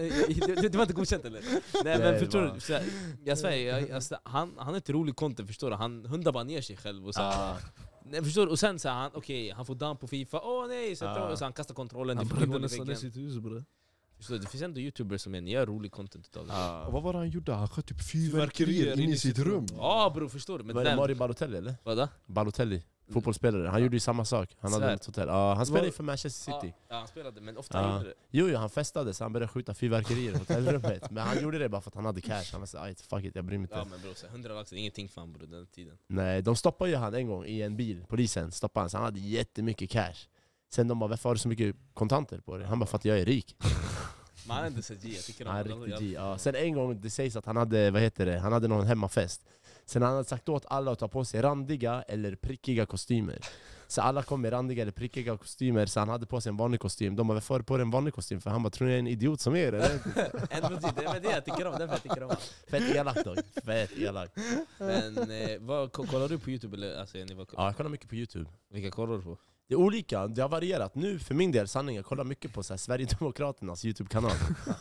det var inte godkänt eller? Nej men Nej, förstår va. du? Så här, jag svär, alltså, han är inte rolig content förstår du? Han hundar bara ner sig själv och så här, nej, förstår du? Och sen så här, han, okej, han får down på FIFA, åh nej! Så, så han kastar kontrollen, Han det brände blir hål i nästan ner väggen. sitt hus bre. Förstår du? Det finns ändå youtubers som gör rolig content utav det. Och vad var det han gjorde? Han sköt typ fyrverkerier in i sitt rum. Ja bror, förstår du? Men Var det den, Mario Balotelli eller? vadå? Balotelli, fotbollsspelare. Han gjorde ju samma sak. Han hade Svär. ett hotell. Ja, han spelade ju för Manchester City. Ja, han spelade, men ofta Ja. gjorde det. Jo, han festade så han började skjuta fyrverkerier i hotellrummet. Men han gjorde det bara för att han hade cash. Han var såhär, fuck it, jag bryr mig inte. Ja men bror, 100 lax är ingenting för han bror den tiden. Nej, de stoppade ju han en gång i en bil. Polisen stoppade han, så han hade jättemycket cash. Sen de bara, varför har du så mycket kontanter på dig? Han bara, för att jag är rik. Men han är inte så G, jag tycker Han är om riktigt G. Ja. Sen en gång, det sägs att han hade, vad heter det? Han hade någon hemmafest. Sen han hade sagt åt alla att ta på sig randiga eller prickiga kostymer. Så alla kom med randiga eller prickiga kostymer, så han hade på sig en vanlig kostym. De bara, varför har du på dig en vanlig kostym? För han bara, tror ni jag är en idiot som er? Eller? det är det jag tycker om, därför jag tycker om han. Fett elakt dock. Fett elakt. Men kollar du på youtube eller? Alltså, Ja, jag kollar mycket på YouTube. vilka kollar du på? Det är olika, det har varierat. Nu för min del, sanningen, jag kollar mycket på så här Sverigedemokraternas YouTube-kanal.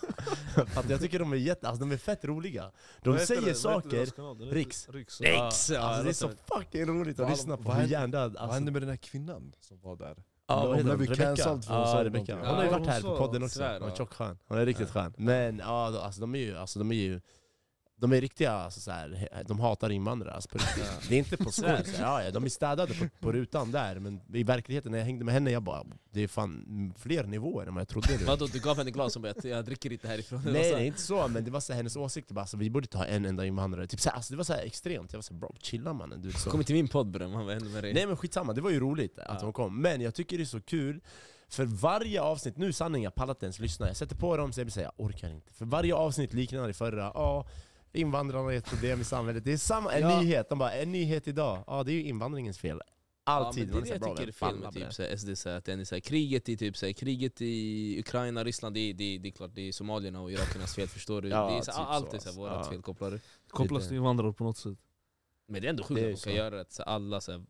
För att jag tycker de är de är fett roliga. De säger saker. Riks. Riks. Riks! Alltså, det är så fucking roligt att Vad- lyssna på. vad Hur hände- hjärndöd. Vad hände med den här kvinnan som var där? Ja, Hon vad heter blev ju Rebecca? cancelled för att hon Ja, sa Rebecca. någonting. Hon har ju Ja, varit här hon på sa- podden också. svär, Hon är ja. tjockskön. Hon är riktigt skön. Men ja, de är ju de är riktiga, alltså, så här, de hatar invandrare alltså, på riktigt. Det är inte på skoj, så här, ja, de är städade på rutan där, men i verkligheten när jag hängde med henne, jag bara, det är fan fler nivåer än vad jag trodde. Vadå, du gav henne glas som att jag dricker inte härifrån? Nej, det är inte så, men det var så här, hennes åsikter bara, alltså, vi borde ta en enda invandrare. Typ, så här, alltså, det var så här extremt, jag var så här, bro, chilla mannen. Du, så. Kom till min podd bre, man var ändå med dig. Nej men skitsamma, det var ju roligt att hon kom. Men jag tycker det är så kul, för varje avsnitt, nu sanning jag pallat ens lyssna, jag sätter på dem så jag säger jag orkar inte. För varje avsnitt liknar det förra, invandrarna är ett problem i samhället. Det är samma, en nyhet, de bara, en nyhet idag, det är ju invandringens fel. Alltid. Ja, men det är det jag tycker är fel med typ, så här, SD, så här, att den är, så här, kriget i Ukraina, Ryssland, det är klart det är somalierna och irakernas fel, förstår du? Ja, det är så, typ allt så, är så här, alltså. vårat Ja. fel, kopplar du? Kopplas till invandrare på något sätt. Men det är ändå sjukt Det är att de kan så. göra det, så alla så här,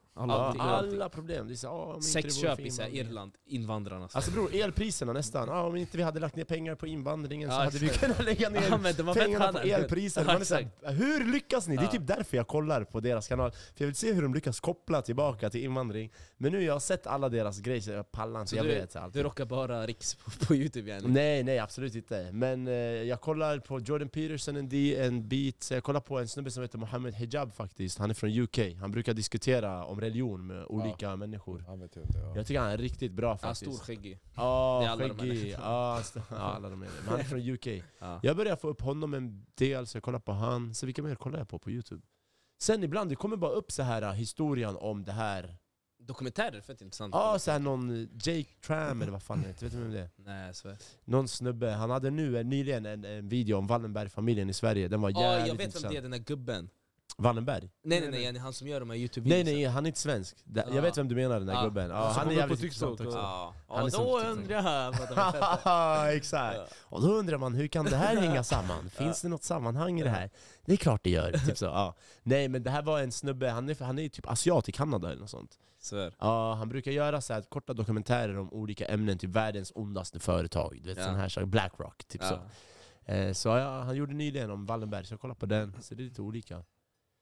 Alla problem. Det är så, om inte det vore sexköp för i så här, invandring. Irland, invandrarnas. Alltså bror, elpriserna nästan. Om inte vi hade lagt ner pengar på invandringen så Ja, hade vi exakt. kunnat lägga ner Ja, men det var fett pengarna på skönare. elpriser. Ja, Man är så här, exakt. hur lyckas ni? Det är Ja. typ därför jag kollar på deras kanal. För jag vill se hur de lyckas koppla tillbaka till invandring. Men nu jag har sett alla deras grejer, så jag pallar inte. Så Jag du, vet allt. du rockar bara Riks på youtube igen? Nej, absolut inte. Men jag kollar på Jordan Peterson en bit. Så jag kollar på en snubbe som heter Mohammed Hijab faktiskt. Han är från UK. Han brukar diskutera om religion med olika människor. Han vet ju inte, ja. Jag tycker han är riktigt bra Ja, faktiskt. stor skäggig. Ja, Det är alla de skäggig. Ja, alla de är det. Men han är från UK. Ja. Jag börjar få upp honom en del, så jag kollar på han. Så vilka mer kollar jag på YouTube? Sen ibland, det kommer bara upp så här historien om det här. Dokumentärer är fett intressant. Ja, så här någon Jake Tram eller vad fan heter. Vet du vem det är? Nej, jag svär. Någon snubbe, han hade nyligen en video om Wallenberg-familjen i Sverige. Den var Ja, jävligt jag vet vem intressant. det är, den där gubben. Wallenberg? Nej, han som gör de här youtube-videorna. Nej, han är inte svensk. Jag Ja. vet vem du menar, den där Ja. gubben. Ja, Han han är kommer jävligt på TikTok intressant också. Ja, Han är och som då TikTok. undrar jag vad de är feta. Ja, exakt. Och då undrar man, hur kan det här hänga samman? Finns det något sammanhang i det här? Det är klart det gör. Typ så, ja. Nej, men det här var en snubbe, han är typ asiat i Kanada eller något sånt. Svär. Ja, han brukar göra så här korta dokumentärer om olika ämnen, typ världens ondaste företag. Du vet, Ja. sån här sak, Blackrock, typ så. Ja. Så ja, han gjorde nyligen om Wallenberg, så jag kollar på den. Så det är lite olika.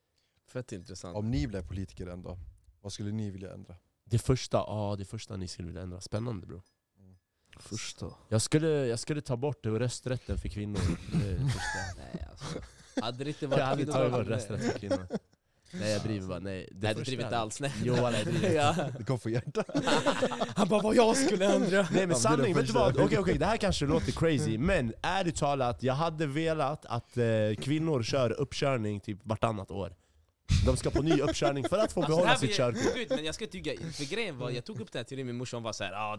Fett intressant. Om ni blev politiker ändå, vad skulle ni vilja ändra? Det första ni skulle vilja ändra. Spännande bro. Första. Jag skulle ta bort rösträtten för kvinnor. Det är det första. Nej, alltså. Hade det inte Jag varit hade kvinnor tagit som- bort rösträtten för kvinnor. Nej jag driver bara, nej. Nej, du driver inte alls. Nej. Jo, alla driver. Ja. Det kom för hjärtat. Han bara, vad jag skulle ändra. Nej men sanning, vet du vad? första. Okej, det här kanske låter crazy, men ärligt talat, jag hade velat att kvinnor kör uppkörning typ vartannat år. De ska på ny uppkörning för att få behålla sitt körkort. Gud, men jag ska tycka, för grejen var, jag tog upp det här till min morsa, hon var såhär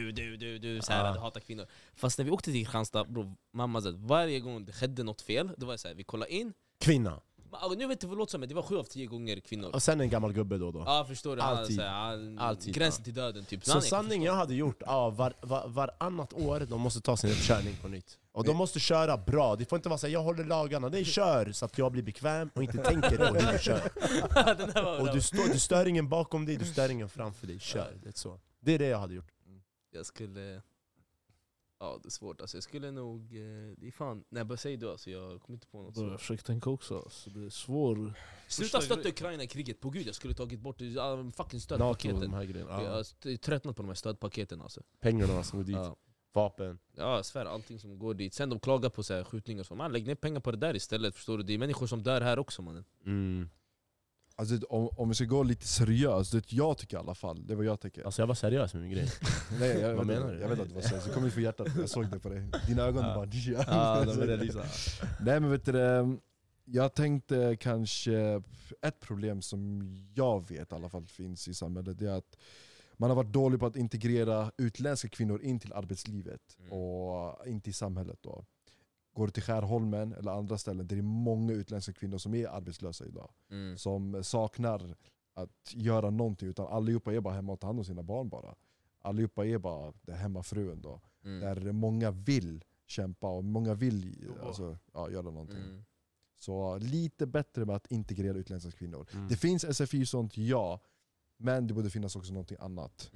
du såhär, du hatar kvinnor. Fast när vi åkte till Kristianstad, bro, mamma sa att varje gång det skedde något fel, då var det såhär, vi kollar in. Kvinna. Nu vet du vad det låter som, men det var 7 av 10 gånger kvinnor. Och sen en gammal gubbe då. Ja, förstår du? Alltid. Alltid. Gränsen till döden typ. Så sanning jag hade gjort, varannat år, de måste ta sin uppkörning på nytt. Och de måste köra bra, det får inte vara så här, jag håller lagarna, nej kör så att jag blir bekväm och inte tänker på hur du kör. Den där var Och bra. du stör ingen bakom dig, du stör ingen framför dig, kör. Det är så. Det är det jag hade gjort. Jag skulle... Ja, det är svårt. Alltså, jag skulle nog... Det är fan... Nej, bara säg du alltså, jag kommer inte på något. Jag försöker tänka också, alltså, det är svårt. Sluta stötta Ukraina i kriget, på gud jag skulle tagit bort fucking NATO, de stödpaketen. här grejerna. Jag Ja. har tröttnat på de här stödpaketen alltså. Pengarna som går dit, Ja. vapen. Ja, jag svär, allting som går dit. Sen de klagar på så här skjutningar och så. Man lägg ner pengar på det där istället, förstår du? Det är människor som dör här också mannen. Mm. Alltså, om vi ska gå lite seriöst, det jag tycker i alla fall, det är vad jag tycker. Alltså jag var seriös med min grej. Nej, jag Vad vet, menar du? Jag vet att det var seriöst, det kom ut för hjärtat, jag såg det på dig. Dina ögon bara... Ja, de är Lisa. Nej men vet du det, jag tänkte kanske, ett problem som jag vet i alla fall finns i samhället, det är att man har varit dålig på att integrera utländska kvinnor in till arbetslivet och in till samhället då. Går du till Skärholmen eller andra ställen där det är många utländska kvinnor som är arbetslösa idag. Som saknar att göra någonting, utan allihopa är bara hemma och tar hand om sina barn bara. Allihopa är bara det hemmafruen då. Där många vill kämpa och många vill alltså, göra någonting. Så lite bättre med att integrera utländska kvinnor. Det finns SFI och sånt, ja. Men det borde finnas också någonting annat.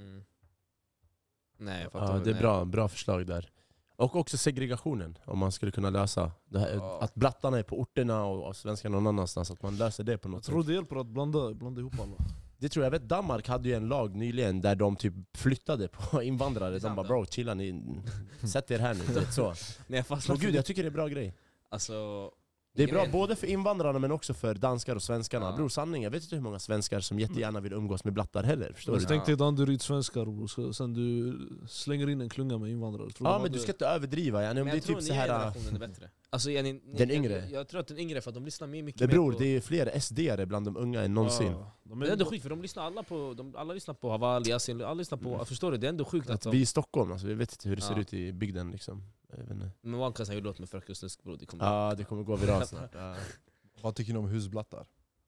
Nej, jag fattar. Ja, det är bra förslag där. Och också segregationen, om man skulle kunna lösa det här, att blattarna är på orterna och svenskarna någon annanstans, att man löser det på något Jag sätt. tror det hjälper att blanda ihop alla. Det tror jag vet, Danmark hade ju en lag nyligen där de typ flyttade på invandrare. De bara bro, chilla ni, sätt er här nu. Så. Nej, jag fastnar Och gud, jag tycker det är bra grej. Alltså, Det är bra både för invandrarna men också för danskar och svenskarna. Ja. Bror sanning, jag vet inte hur många svenskar som jättegärna vill umgås med blattar heller. Förstår Men du? tänk dig Danderyd-svenskar bror, sen du slänger in en klunga med invandrare. Tror Ja du men du ska inte överdriva, yani, om men det är jag tror typ så nya här. generationen är bättre. Alltså, Den yngre? Jag tror att den yngre, för att de lyssnar mycket Men mer bror, på... det är fler SD-are bland de unga än någonsin. Det är ändå sjukt, för de lyssnar alla på, alla lyssnar på Haval, Yasin, alla lyssnar på, förstår du? Det är ändå sjukt att Vi i Stockholm, alltså, vi vet inte hur det ser Ja. ut i bygden liksom. Jag vet inte. Men man kan säga hur låt med Fröken bror, det kommer... Ja, det kommer gå viralt snart. Ja. Vad tycker ni om husblattar?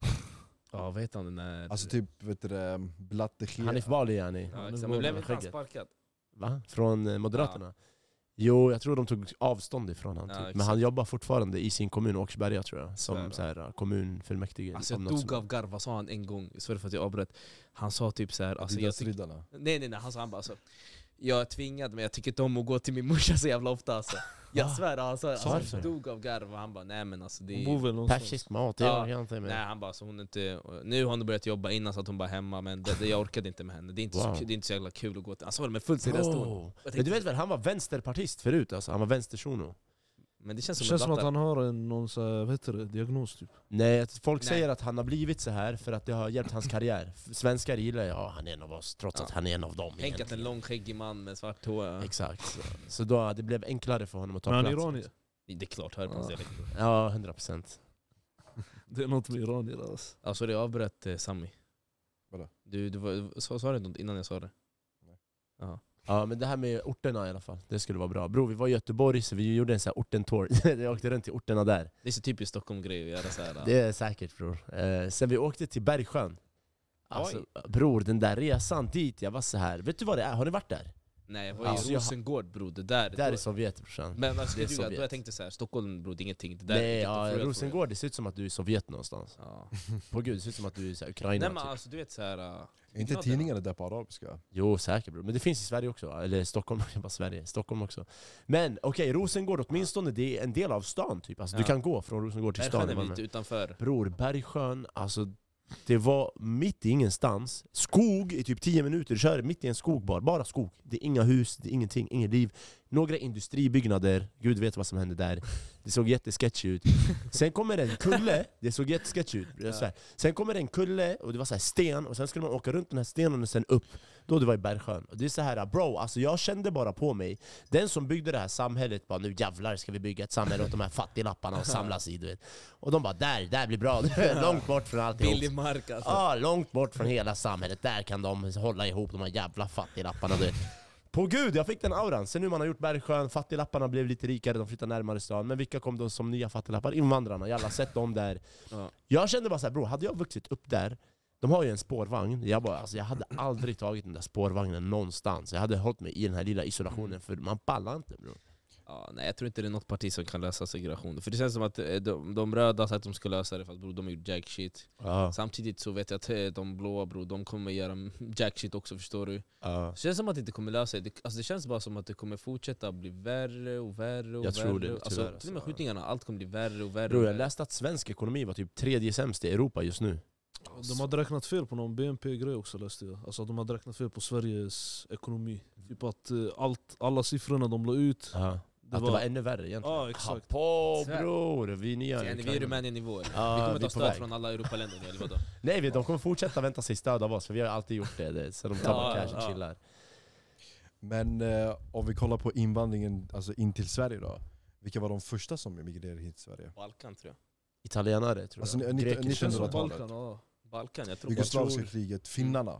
Ja, vad heter han den där... Alltså typ, vet du det, blatte Hanif Bali yani. Ja, exakt. Men blev inte han sparkad? Va? Från Moderaterna? Jo, jag tror de tog avstånd ifrån han. Ja, Typ. Men exakt. han jobbar fortfarande i sin kommun, Åkersberga tror jag. Svär. Som så här, kommunfullmäktige. Alltså jag något dog sånt. av garv, vad sa han en gång? Sorry för att jag avbröt. Han sa typ så här, alltså, Adidas-riddarna. nej, han bara alltså, jag är tvingad men jag tycker inte om att gå till min morsa så jävla ofta alltså. Jag svär, han sa alltså, Varför? jag dog av garv och han bara nej men alltså det Hon är... bor väl någonstans. Persisk mat, Ja. jag kan inte med. Nej han bara så hon inte... Nu har hon börjat jobba, innan så att hon bara hemma, men jag orkade inte med henne. Det är inte, Wow. det är inte så jävla kul att gå till... Han sa det med fullt seriöst ord. Oh. Men du vet väl, han var vänsterpartist förut alltså. Han var vänstershono. Men det känns Det som känns en som att blatta. han har någon så här, vad heter det, diagnos typ. Nej, att folk Nej. säger att han har blivit så här för att det har hjälpt hans karriär. Svenskar gillar ja, han är en av oss, trots att han är en av dem. Tänk att en egentligen. långskäggig man med svart hår. Exakt. Så då, det blev enklare för honom att ta Men han är plats. iranier. Det är klart, hör på hans dialekt. Ja, 100%. Det är något med iranier alltså. Alltså det avbröt Sami. Vadå? Du var, sa du något innan jag sa det? Ja. Ja, men det här med orterna i alla fall, det skulle vara bra. Bro, vi var i Göteborg så vi gjorde en sån här orten-tour. Jag åkte runt till orterna där. Det är så typiskt Stockholm-grej att göra så här. Det är säkert bror. Sen vi åkte till Bergsjön. Alltså, bror, den där resan dit, jag var så här. Vet du vad det är? Har ni varit där? Nej, jag var Alltså, i jag- Rosengård bror, det där... Där är Sovjet brorsan. Men vad ska det är du göra? Då Sovjet. jag tänkte så här, Stockholm bror, det är ingenting. Det där Nej, är ja, jättefruet, Rosengård, det ser ut som att du är i Sovjet någonstans. Ja. På gud, det ser ut som att du är i så här, Ukraina Nej men typ. alltså du vet så här. Är inte tidningarna där på arabiska? Jo, säkert bro. Men det finns i Sverige också. Eller Stockholm, bara Sverige. Stockholm också. Men okej, Rosengård åtminstone, det är en del av stan typ. Alltså, Ja. du kan gå från Rosengård till stan. Bergsjön är lite utanför. Bror, Bergsjön, alltså det var mitt i ingenstans. Skog i typ 10 minuter, du kör mitt i en skog bara skog. Det är inga hus, det är ingenting, ingen liv. Några industribyggnader, gud vet vad som hände där. Det såg jättesketchy ut. Sen kommer en kulle, det såg jättesketchy ut. Sen kommer en kulle och det var så här sten, och sen skulle man åka runt den här stenen och sen upp. Då det var i Bergsjön. Och det är så här, bro, alltså jag kände bara på mig, den som byggde det här samhället bara, nu jävlar ska vi bygga ett samhälle åt de här fattiglapparna och samlas i, du vet. Och de bara, där blir bra, långt bort från alltihop. Billig mark alltså. Ja, långt bort från hela samhället. Där kan de hålla ihop de här jävla fattiglapparna, du vet. På gud, jag fick den auran. Sen nu man har gjort Bergsjön, fattiglapparna blev lite rikare, de flyttade närmare stan. Men vilka kom då som nya fattiglappar? Invandrarna, jag har sett dem där. Ja. Jag kände bara så här, bro, hade jag vuxit upp där, de har ju en spårvagn. Jag hade aldrig tagit den där spårvagnen någonstans. Jag hade hållit mig i den här lilla isolationen, för man pallar inte, bro. Ja, nej, jag tror inte det är något parti som kan lösa segregation. För det känns som att de röda sagt att de ska lösa det, för att bro, de har gjort jack shit. Samtidigt så vet jag att de blåa, bro, de kommer göra jack shit också, förstår du? Det känns som att det inte kommer lösa det. Alltså, det känns bara som att det kommer fortsätta bli värre och värre och jag värre. tror det, alltså, tyvärr, till och med skjutningarna, allt kommer bli värre och värre. Bro, jag läste att svensk ekonomi var typ 3:e sämst i Europa just nu. De hade räknat fel på någon BNP-grej också, läste jag. Alltså de hade räknat fel på Sveriges ekonomi. Typ att alla siffrorna de la ut, det var ännu värre egentligen. Ja, exakt. På bror, vi är nya. Vi är Rumänien-nivåer. Vi Ja, kommer vi är ta på stöd väg. från alla Europaländer. Eller vadå? Nej, de kommer fortsätta vänta sig stöd av oss, för vi har alltid gjort det. Så de tar bara cash och chillar. Men om vi kollar på invandringen alltså in till Sverige då. Vilka var de första som emigrerade hit till Sverige? Balkan tror jag. Italienare tror Alltså, jag. 1900-talet. Balkan, jag tror Jugoslaviska kriget, finnarna.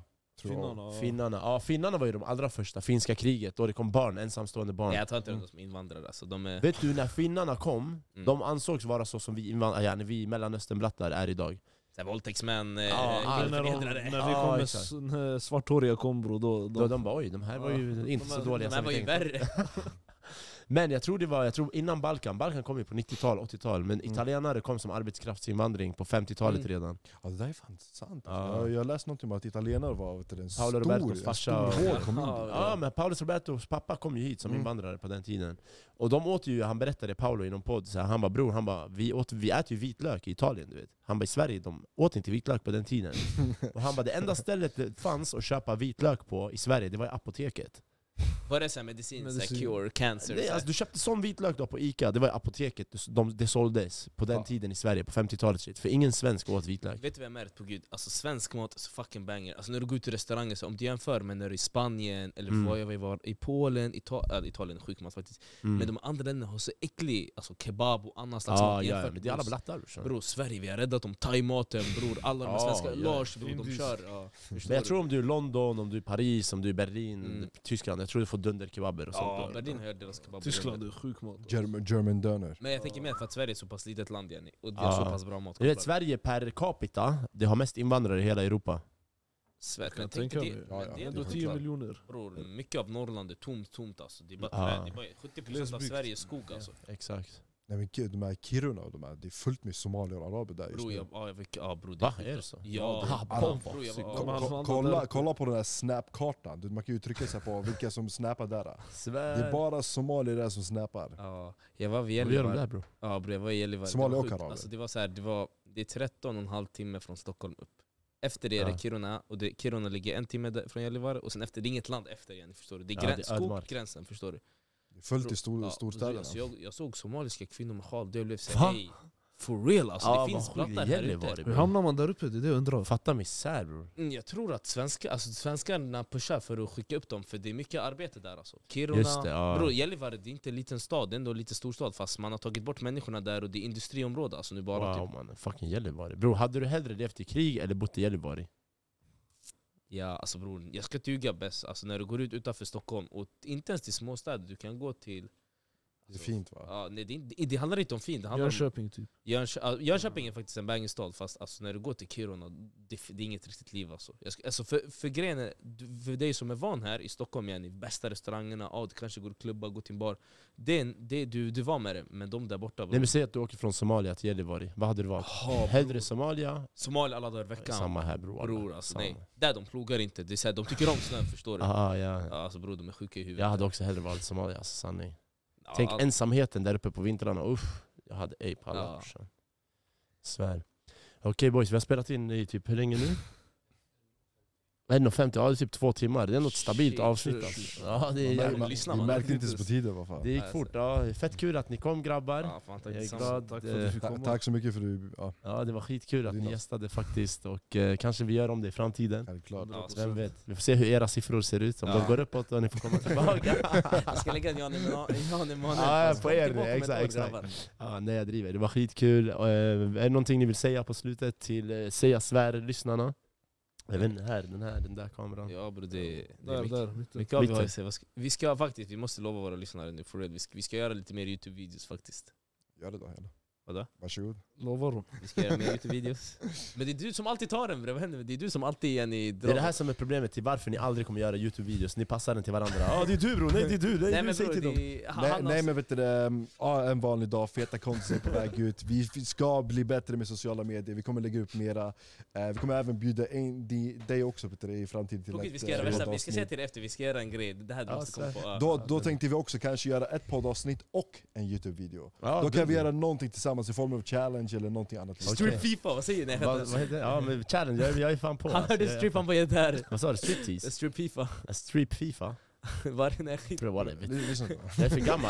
Finnarna var ju de allra första. Finska kriget, då det kom barn, ensamstående barn. Nej, jag tar inte dem som invandrare. Alltså, de är... Vet du, när finnarna kom, de ansågs vara så som vi Mellanösternblattar är idag. Våldtäktsmän, när vi kom när svarthåriga kom, bro, då de bara, oj, de här var ju inte så dåliga. De här var ju värre. Men jag tror innan Balkan kom ju på 90-tal, 80-tal, men italienare kom som arbetskraftsinvandring på 50-talet redan. Ja, det där är fan sant. Jag läste något om att italienare var en Paolo Robertos farsa. Ja, men Paolo Robertos pappa kom ju hit som invandrare på den tiden. Och de åt ju, han berättade Paolo i någon podd, så här, han bara, bror, vi äter ju vitlök i Italien, du vet. Han bara, i Sverige, de åt inte vitlök på den tiden. Och han bara, det enda stället det fanns att köpa vitlök på i Sverige, det var i apoteket. Var det så här medicin. Cure cancer? Nej, alltså, du köpte sån vitlök då på Ica, det var i apoteket, det såldes på den tiden i Sverige, på 50-talet. För ingen svensk åt vitlök. Vet du vad jag märkt på gud? Alltså svensk mat är så fucking banger. Alltså när du går ut till restauranger, så om du jämför med när du är i Spanien, eller vad jag var i Polen, Italien är sjuk mat faktiskt. Men de andra länderna har så äcklig, alltså kebab och annan slags mat. Ja, men det är alla blattar. Bror, Sverige, vi har räddat om thai-maten, bror. Alla de svenska Lars, bror, de kör. Men jag tror om du är i London, om du är i Paris, om du är i Berlin, Tyskland, jag tror du får dunderkebaber och sånt. Ja, Berlin har deras kebaber. Tyskland är sjuk mat. German döner. Men jag tänker mer för att Sverige är så pass litet land igen, och det är så pass bra mat. Du vet, Sverige per capita, det har mest invandrare i hela Europa. Sverige, Jag tänker det är ändå 10 miljoner. Bror, mycket av Norrland är tomt alltså. Det är bara träd, det är bara 70% av Sverige är skog alltså. Exakt. Nej men gud, de här Kiruna och det är fullt med somalier och araber där just Bror, nu. bror, Va? Är det så? Kolla på den här snapkartan, man kan ju trycka sig på vilka som snappar där. Det är bara somalier där som snappar. Ja, jag var vid Vad gör de Gällivare. där, bro? Ja bror, jag var i Gällivare. Somalier och araber. Alltså, det var så här, det är 13,5 timme från Stockholm upp. Efter det är det Kiruna, och Kiruna ligger 1 timme från Gällivare, och sen efter, det är inget land efter igen, förstår du? Det är skoggränsen, förstår du? Det är fullt i storstäderna. Jag såg somaliska kvinnor med sjal, det blev såhär, hey, for real alltså, det finns blattar här ute. Hur hamnar man där uppe? Det är det jag undrar. Fatta misär, bror. Jag tror att svenskarna pushar för att skicka upp dem, för det är mycket arbete där alltså. Kiruna, bro, Gällivare, det är inte en liten stad, det är ändå en lite storstad, fast man har tagit bort människorna där, och det är industriområde alltså, nu bara wow, man, fucking Gällivare. Bror, hade du hellre levt i krig eller bott i Gällivare? Ja, alltså bror, jag ska tyga bäst. Alltså när du går ut utanför Stockholm, och inte ens till småstäder, du kan gå till Det är fint va? Ja, nej, det handlar inte om fint. Det handlar om Jönköping typ. Jönköping är faktiskt en bangstad, fast alltså, när du går till Kiruna, det är inget riktigt liv alltså. Alltså för grejen är, för dig som är van här i Stockholm, igen, i bästa restaurangerna, du kanske går och klubbar, går till en bar. Du var med det, men de där borta... Nej, men säg att du åker från Somalia till Gällivare. Vad hade du valt? Hellre Somalia? Somalia alla dagar i veckan. Samma här bror. Alltså, nej. Där de plogar inte, det är så här, de tycker om snö, förstår du? Ja. Alltså bror, de är sjuka i huvudet. Jag hade också hellre valt Somalia, alltså, sanning. Ja, Tänk ensamheten där uppe på vintrarna. Jag hade ej pallat. Ja. Svär. Okej boys, vi har spelat in i typ hur länge nu? 1:50, ja det är typ 2 timmar. Det är något stabilt avsnitt alltså. Ja, det är jävla... Vi märkte inte så på tiden vad fan. Det gick fort, ja. Fett kul att ni kom grabbar. Ja, fan, tack Jag är detsamma. glad. Tack för att du fick komma. Tack så mycket för du. Ja, Ja, det var skitkul att ni Dina. gästade faktiskt. Och kanske vi gör om det i framtiden. självklart. Ja, Vem vet? Vi får se hur era siffror ser ut. Om de går uppåt och ni får komma tillbaka. Jag ska lägga en Jan Emanuel. Ja, på er. Exakt. Ja, nej, jag driver. Det var skitkul. Är det någonting ni vill säga på slutet till Säga Svär-lyssnarna? Jag vet inte, den där kameran. Ja bro, det är Där, mitten. mycket av vi har att säga. Vi ska faktiskt, vi måste lova våra lyssnare nu for real. Vi ska göra lite mer YouTube-videos faktiskt. Gör det då hela. Vadå? Varsågod. Lovar de. Vi ska göra mer YouTube-videos. Men det är du som alltid tar den bre, vad händer? Det är du som alltid igen i Det är det här som är problemet till varför ni aldrig kommer göra YouTube-videos. Ni passar den till varandra. Ja, det är du bro, nej det är du, nej du säger till dem. Nej men vet du det, en vanlig dag, feta content är på väg ut. Vi ska bli bättre med sociala medier, vi kommer lägga upp mera. Vi kommer även bjuda in dig också Peter, i framtiden till vi ska göra värsta, vi ska säga till dig efter, vi ska göra en grej. Det här du måste komma på. Då tänkte vi också kanske göra ett poddavsnitt och en YouTube-video. Ja, Då kan vi göra någonting tillsammans i form av challenge eller någonting annat. Street FIFA, vad säger ni? Vad heter det? Ja men challenge, jag är fan på. Han hörde strippan på gitarr. Vad sa du? Striptease? Strip FIFA. Strip FIFA? Varje när jag skit. Lyssna. Jag är för gammal.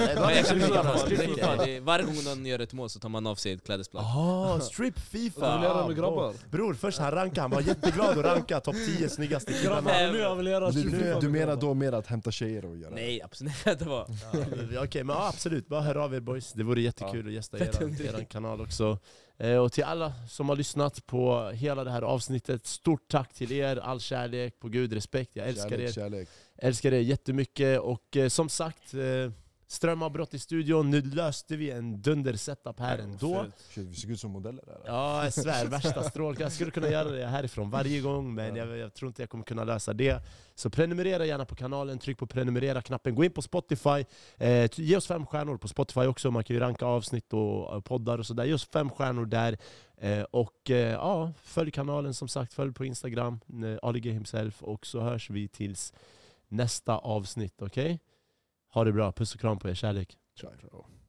Varje gång någon gör ett mål så tar man av sig ett klädesplagg. Strip FIFA! Jag vill göra med grabbar. Bror, först han rankade, han var jätteglad att ranka topp 10 snyggaste killarna. Nu jag vill göra strip FIFA. Du menar då mer att hämta tjejer och göra? Nej, absolut inte. Det var. Okej, men absolut, bara hör av er boys. Det vore jättekul att gästa er kanal också. Och till alla som har lyssnat på hela det här avsnittet, stort tack till er, all kärlek, på Gud, respekt, jag älskar er. Kärlek. Älskar er jättemycket och som sagt, strömavbrott i studion, nu löste vi en dunder-setup här ändå. Vi ser ut som modeller där. Ja, jag svär, värsta strålkastare. Jag skulle kunna göra det härifrån varje gång, men jag tror inte jag kommer kunna lösa det. Så prenumerera gärna på kanalen, tryck på prenumerera-knappen, gå in på Spotify, ge oss 5 stjärnor på Spotify också, man kan ju ranka avsnitt och poddar och sådär. Ge oss 5 stjärnor där, och följ kanalen som sagt, följ på Instagram, Ali himself, och så hörs vi tills nästa avsnitt, okej? Ha det bra, puss och kram på er, kärlek. Ciao.